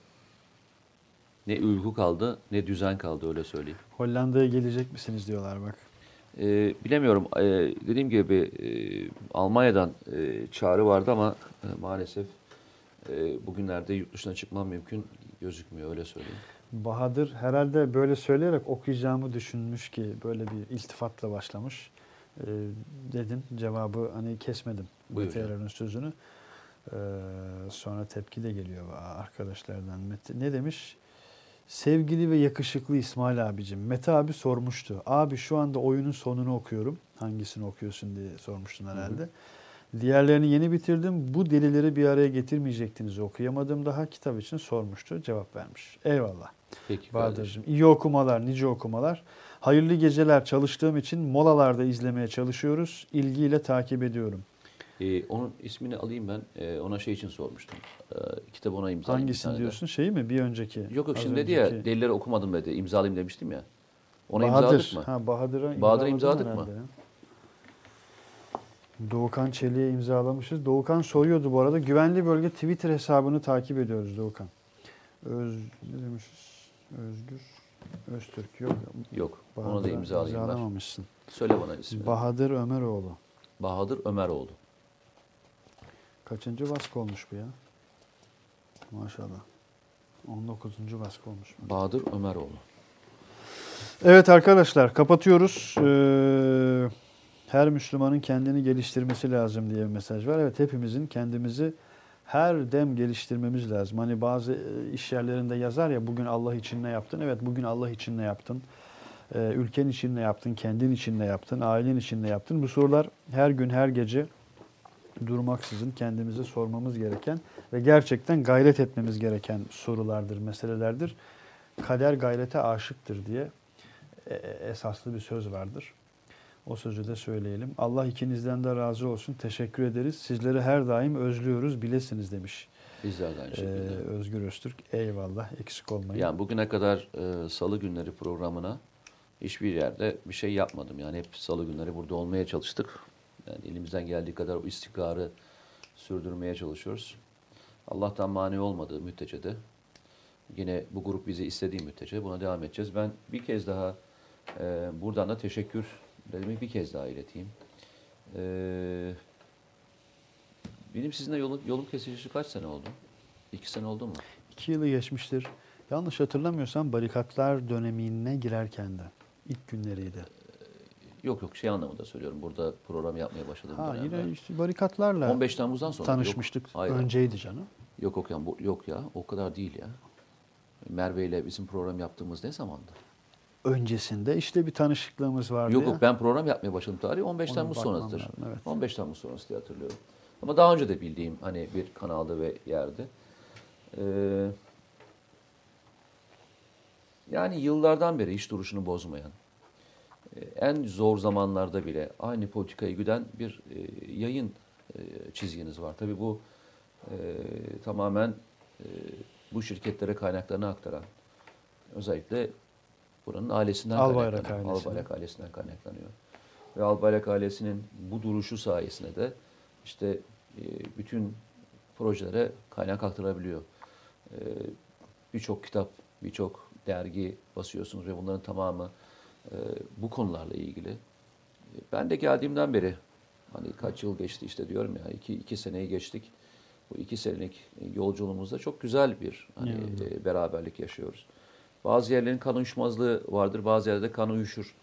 Ne uyku kaldı ne düzen kaldı öyle söyleyeyim. Hollanda'ya gelecek misiniz diyorlar bak. Bilemiyorum. Dediğim gibi Almanya'dan çağrı vardı ama maalesef bugünlerde yurt dışına çıkmam mümkün gözükmüyor öyle söyleyeyim. Bahadır herhalde böyle söyleyerek okuyacağımı düşünmüş ki böyle bir iltifatla başlamış. Dedin cevabı hani kesmedim Meteor'un sözünü. Sonra tepki de geliyor arkadaşlardan. Ne demiş? Sevgili ve yakışıklı İsmail abicim. Mete abi sormuştu. Abi şu anda oyunun sonunu okuyorum. Hangisini okuyorsun diye sormuştun herhalde. Diğerlerini yeni bitirdim. Bu delileri bir araya getirmeyecektiniz. Okuyamadım daha. Kitap için sormuştu. Cevap vermiş. Eyvallah. Peki Bahadır'cığım. İyi okumalar, nice okumalar. Hayırlı geceler. Çalıştığım için molalarda izlemeye çalışıyoruz. İlgiyle takip ediyorum. Onun ismini alayım ben. Ona şey için sormuştum. Kitabı ona imzalayayım. Hangisini diyorsun? Şeyi mi? Bir önceki. Yok şimdi dedi ya delileri okumadım dedi. İmzalayayım demiştim ya. Ona Bahadır. imzaladık mı? Ha, Bahadır'a imzaladık mı? Doğukan Çelik'e imzalamışız. Doğukan soruyordu bu arada. Güvenli Bölge Twitter hesabını takip ediyoruz Doğukan. Ne demişiz? Özgür. Öztürk yok. Yok. Onu da imzalayayım ben. İmzalamamışsın. Söyle bana ismini. Bahadır Ömeroğlu. Bahadır Ömeroğlu. Kaçıncı baskı olmuş bu ya? Maşallah. 19. baskı olmuş. Bahadır Ömeroğlu. Evet arkadaşlar, kapatıyoruz. Her Müslümanın kendini geliştirmesi lazım diye bir mesaj var. Evet, hepimizin kendimizi her dem geliştirmemiz lazım. Hani bazı iş yerlerinde yazar ya, bugün Allah için ne yaptın? Evet, bugün Allah için ne yaptın? Ülken için ne yaptın? Kendin için ne yaptın? Ailen için ne yaptın? Bu sorular her gün, her gece durmaksızın kendimize sormamız gereken ve gerçekten gayret etmemiz gereken sorulardır, meselelerdir. Kader gayrete aşıktır diye esaslı bir söz vardır. O sözü de söyleyelim. Allah ikinizden de razı olsun. Teşekkür ederiz. Sizleri her daim özlüyoruz, bilesiniz demiş. Bizler de aynı şekilde. Özgür Öztürk. Eyvallah, eksik olmayın. Yani bugüne kadar salı günleri programına hiçbir yerde bir şey yapmadım. Yani hep salı günleri burada olmaya çalıştık. Yani elimizden geldiği kadar o istikrarı sürdürmeye çalışıyoruz. Allah'tan mani olmadığı müddetçe de yine bu grup bizi istediği müddetçe buna devam edeceğiz. Ben bir kez daha buradan da teşekkürlerimi bir kez daha ileteyim. Benim sizinle yolum kesişi kaç sene oldu? 2 sene oldu mu? 2 yılı geçmiştir. Yanlış hatırlamıyorsam barikatlar dönemine girerken de. İlk günleriydi. Yok şey anlamında söylüyorum. Burada program yapmaya başladığım dönemde. Yine işte barikatlarla 15 Temmuz'dan sonra tanışmıştık. Önceydi canım. Yok ya. O kadar değil ya. Merve ile bizim program yaptığımız ne zamandı? Öncesinde işte bir tanışıklığımız vardı. Yok ben program yapmaya başladım tarihi 15 Ona Temmuz bakmam sonrasıdır. lazım, evet. 15 Temmuz sonrası diye hatırlıyorum. Ama daha önce de bildiğim hani bir kanalda ve yerde. Yani yıllardan beri hiç duruşunu bozmayan, en zor zamanlarda bile aynı politikayı güden bir yayın çizginiz var. Tabii bu tamamen bu şirketlere kaynaklarını aktaran, özellikle buranın ailesinden Albayrak kaynaklanıyor. ailesi. Albayrak ailesinden kaynaklanıyor. Ve Albayrak ailesinin bu duruşu sayesinde de işte bütün projelere kaynak aktarılabiliyor. Birçok kitap, birçok dergi basıyorsunuz ve bunların tamamı bu konularla ilgili. Ben de geldiğimden beri hani kaç yıl geçti işte diyorum ya iki seneyi geçtik. Bu 2 senelik yolculuğumuzda çok güzel bir beraberlik yaşıyoruz. Bazı yerlerin kan uyuşmazlığı vardır, bazı yerlerde kan uyuşur.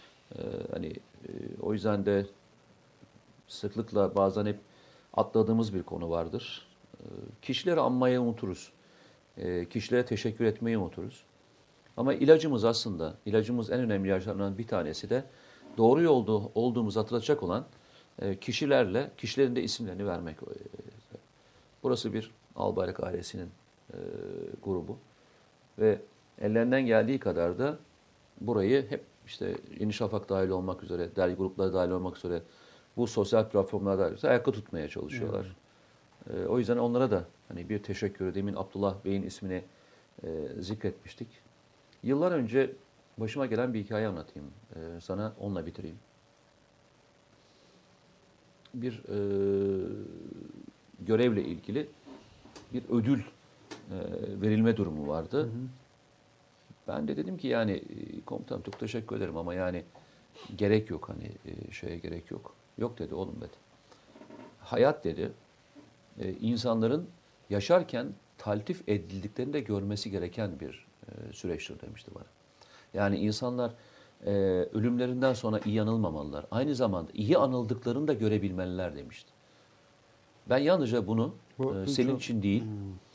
O yüzden de sıklıkla bazen hep atladığımız bir konu vardır. Kişileri anmayı unuturuz. Kişilere teşekkür etmeyi unuturuz. Ama ilacımız en önemli ilaçlarından bir tanesi de doğru yolda olduğumuzu hatırlatacak olan kişilerin de isimlerini vermek. Burası bir Albayrak ailesinin grubu ve ellerinden geldiği kadar da burayı hep işte Yeni Şafak dahil olmak üzere, dergi grupları dahil olmak üzere bu sosyal platformlarda ayakta tutmaya çalışıyorlar. O yüzden onlara da hani bir teşekkür. Demin Abdullah Bey'in ismini zikretmiştik. Yıllar önce başıma gelen bir hikaye anlatayım. Sana onunla bitireyim. Bir görevle ilgili bir ödül verilme durumu vardı. Hı hı. Ben de dedim ki yani komutanım çok teşekkür ederim ama yani gerek yok hani şeye gerek yok. Yok dedi oğlum dedi. Hayat dedi insanların yaşarken taltif edildiklerini de görmesi gereken bir süreçtir demişti bana. Yani insanlar ölümlerinden sonra iyi anılmamalılar. Aynı zamanda iyi anıldıklarını da görebilmeliler demişti. Ben yalnızca bunu senin için değil,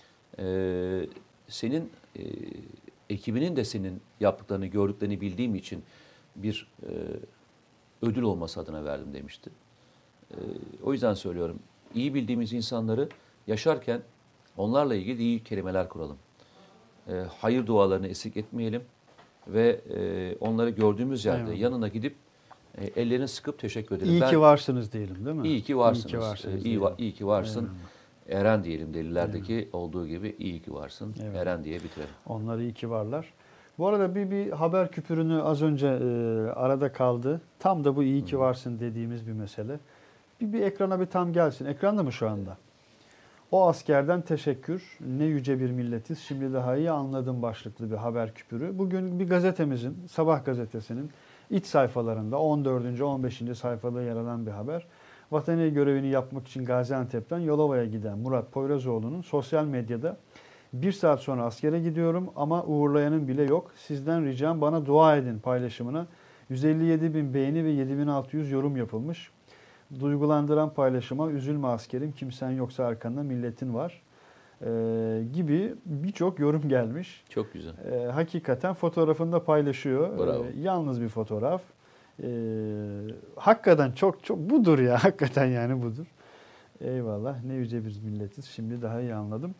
senin ekibinin de senin yaptıklarını, gördüklerini bildiğim için bir ödül olması adına verdim demişti. O yüzden söylüyorum, iyi bildiğimiz insanları yaşarken onlarla ilgili iyi kelimeler kuralım. Hayır dualarını eksik etmeyelim ve onları gördüğümüz yerde yanına gidip ellerini sıkıp teşekkür edelim. İyi ki varsınız diyelim değil mi? İyi ki varsınız. İyi ki varsın. Eyvallah. Eren diyelim delillerdeki olduğu gibi iyi ki varsın. Evet. Eren diye bitirelim. Onlar iyi ki varlar. Bu arada bir haber küpürünü az önce arada kaldı. Tam da bu iyi ki varsın dediğimiz bir mesele. Bir ekrana bir tam gelsin. Ekranda mı şu anda? O askerden teşekkür, ne yüce bir milletiz, şimdi daha iyi anladım başlıklı bir haber küpürü. Bugün bir gazetemizin, Sabah gazetesinin iç sayfalarında 14. 15. sayfada yer alan bir haber. Vatani görevini yapmak için Gaziantep'ten Yalova'ya giden Murat Poyrazoğlu'nun sosyal medyada "Bir saat sonra askere gidiyorum ama uğurlayanın bile yok. Sizden ricam bana dua edin" paylaşımına 157 bin beğeni ve 7600 yorum yapılmış. Duygulandıran paylaşıma "Üzülme askerim, kimsen yoksa arkanda milletin var" gibi birçok yorum gelmiş. Çok güzel. Hakikaten fotoğrafını da paylaşıyor. Bravo. Yalnız bir fotoğraf. Hakikaten çok budur ya. Hakikaten yani budur. Eyvallah. Ne yüce bir milletiz. Şimdi daha iyi anladım.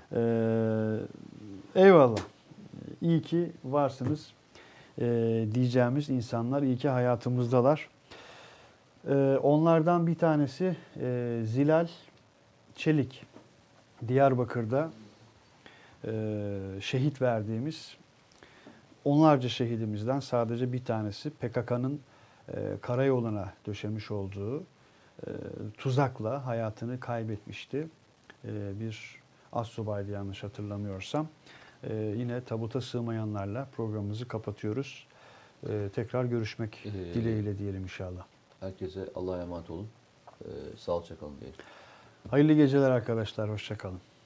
Eyvallah. İyi ki varsınız diyeceğimiz insanlar iyi ki hayatımızdalar. Onlardan bir tanesi Zilal Çelik. Diyarbakır'da şehit verdiğimiz onlarca şehidimizden sadece bir tanesi PKK'nın karayoluna döşemiş olduğu tuzakla hayatını kaybetmişti. Bir astsubaydı yanlış hatırlamıyorsam. Yine tabuta sığmayanlarla programımızı kapatıyoruz. Tekrar görüşmek dileğiyle diyelim inşallah. Herkese Allah'a emanet olun. Sağlıcakla kalın diyelim. Hayırlı geceler arkadaşlar. Hoşça kalın.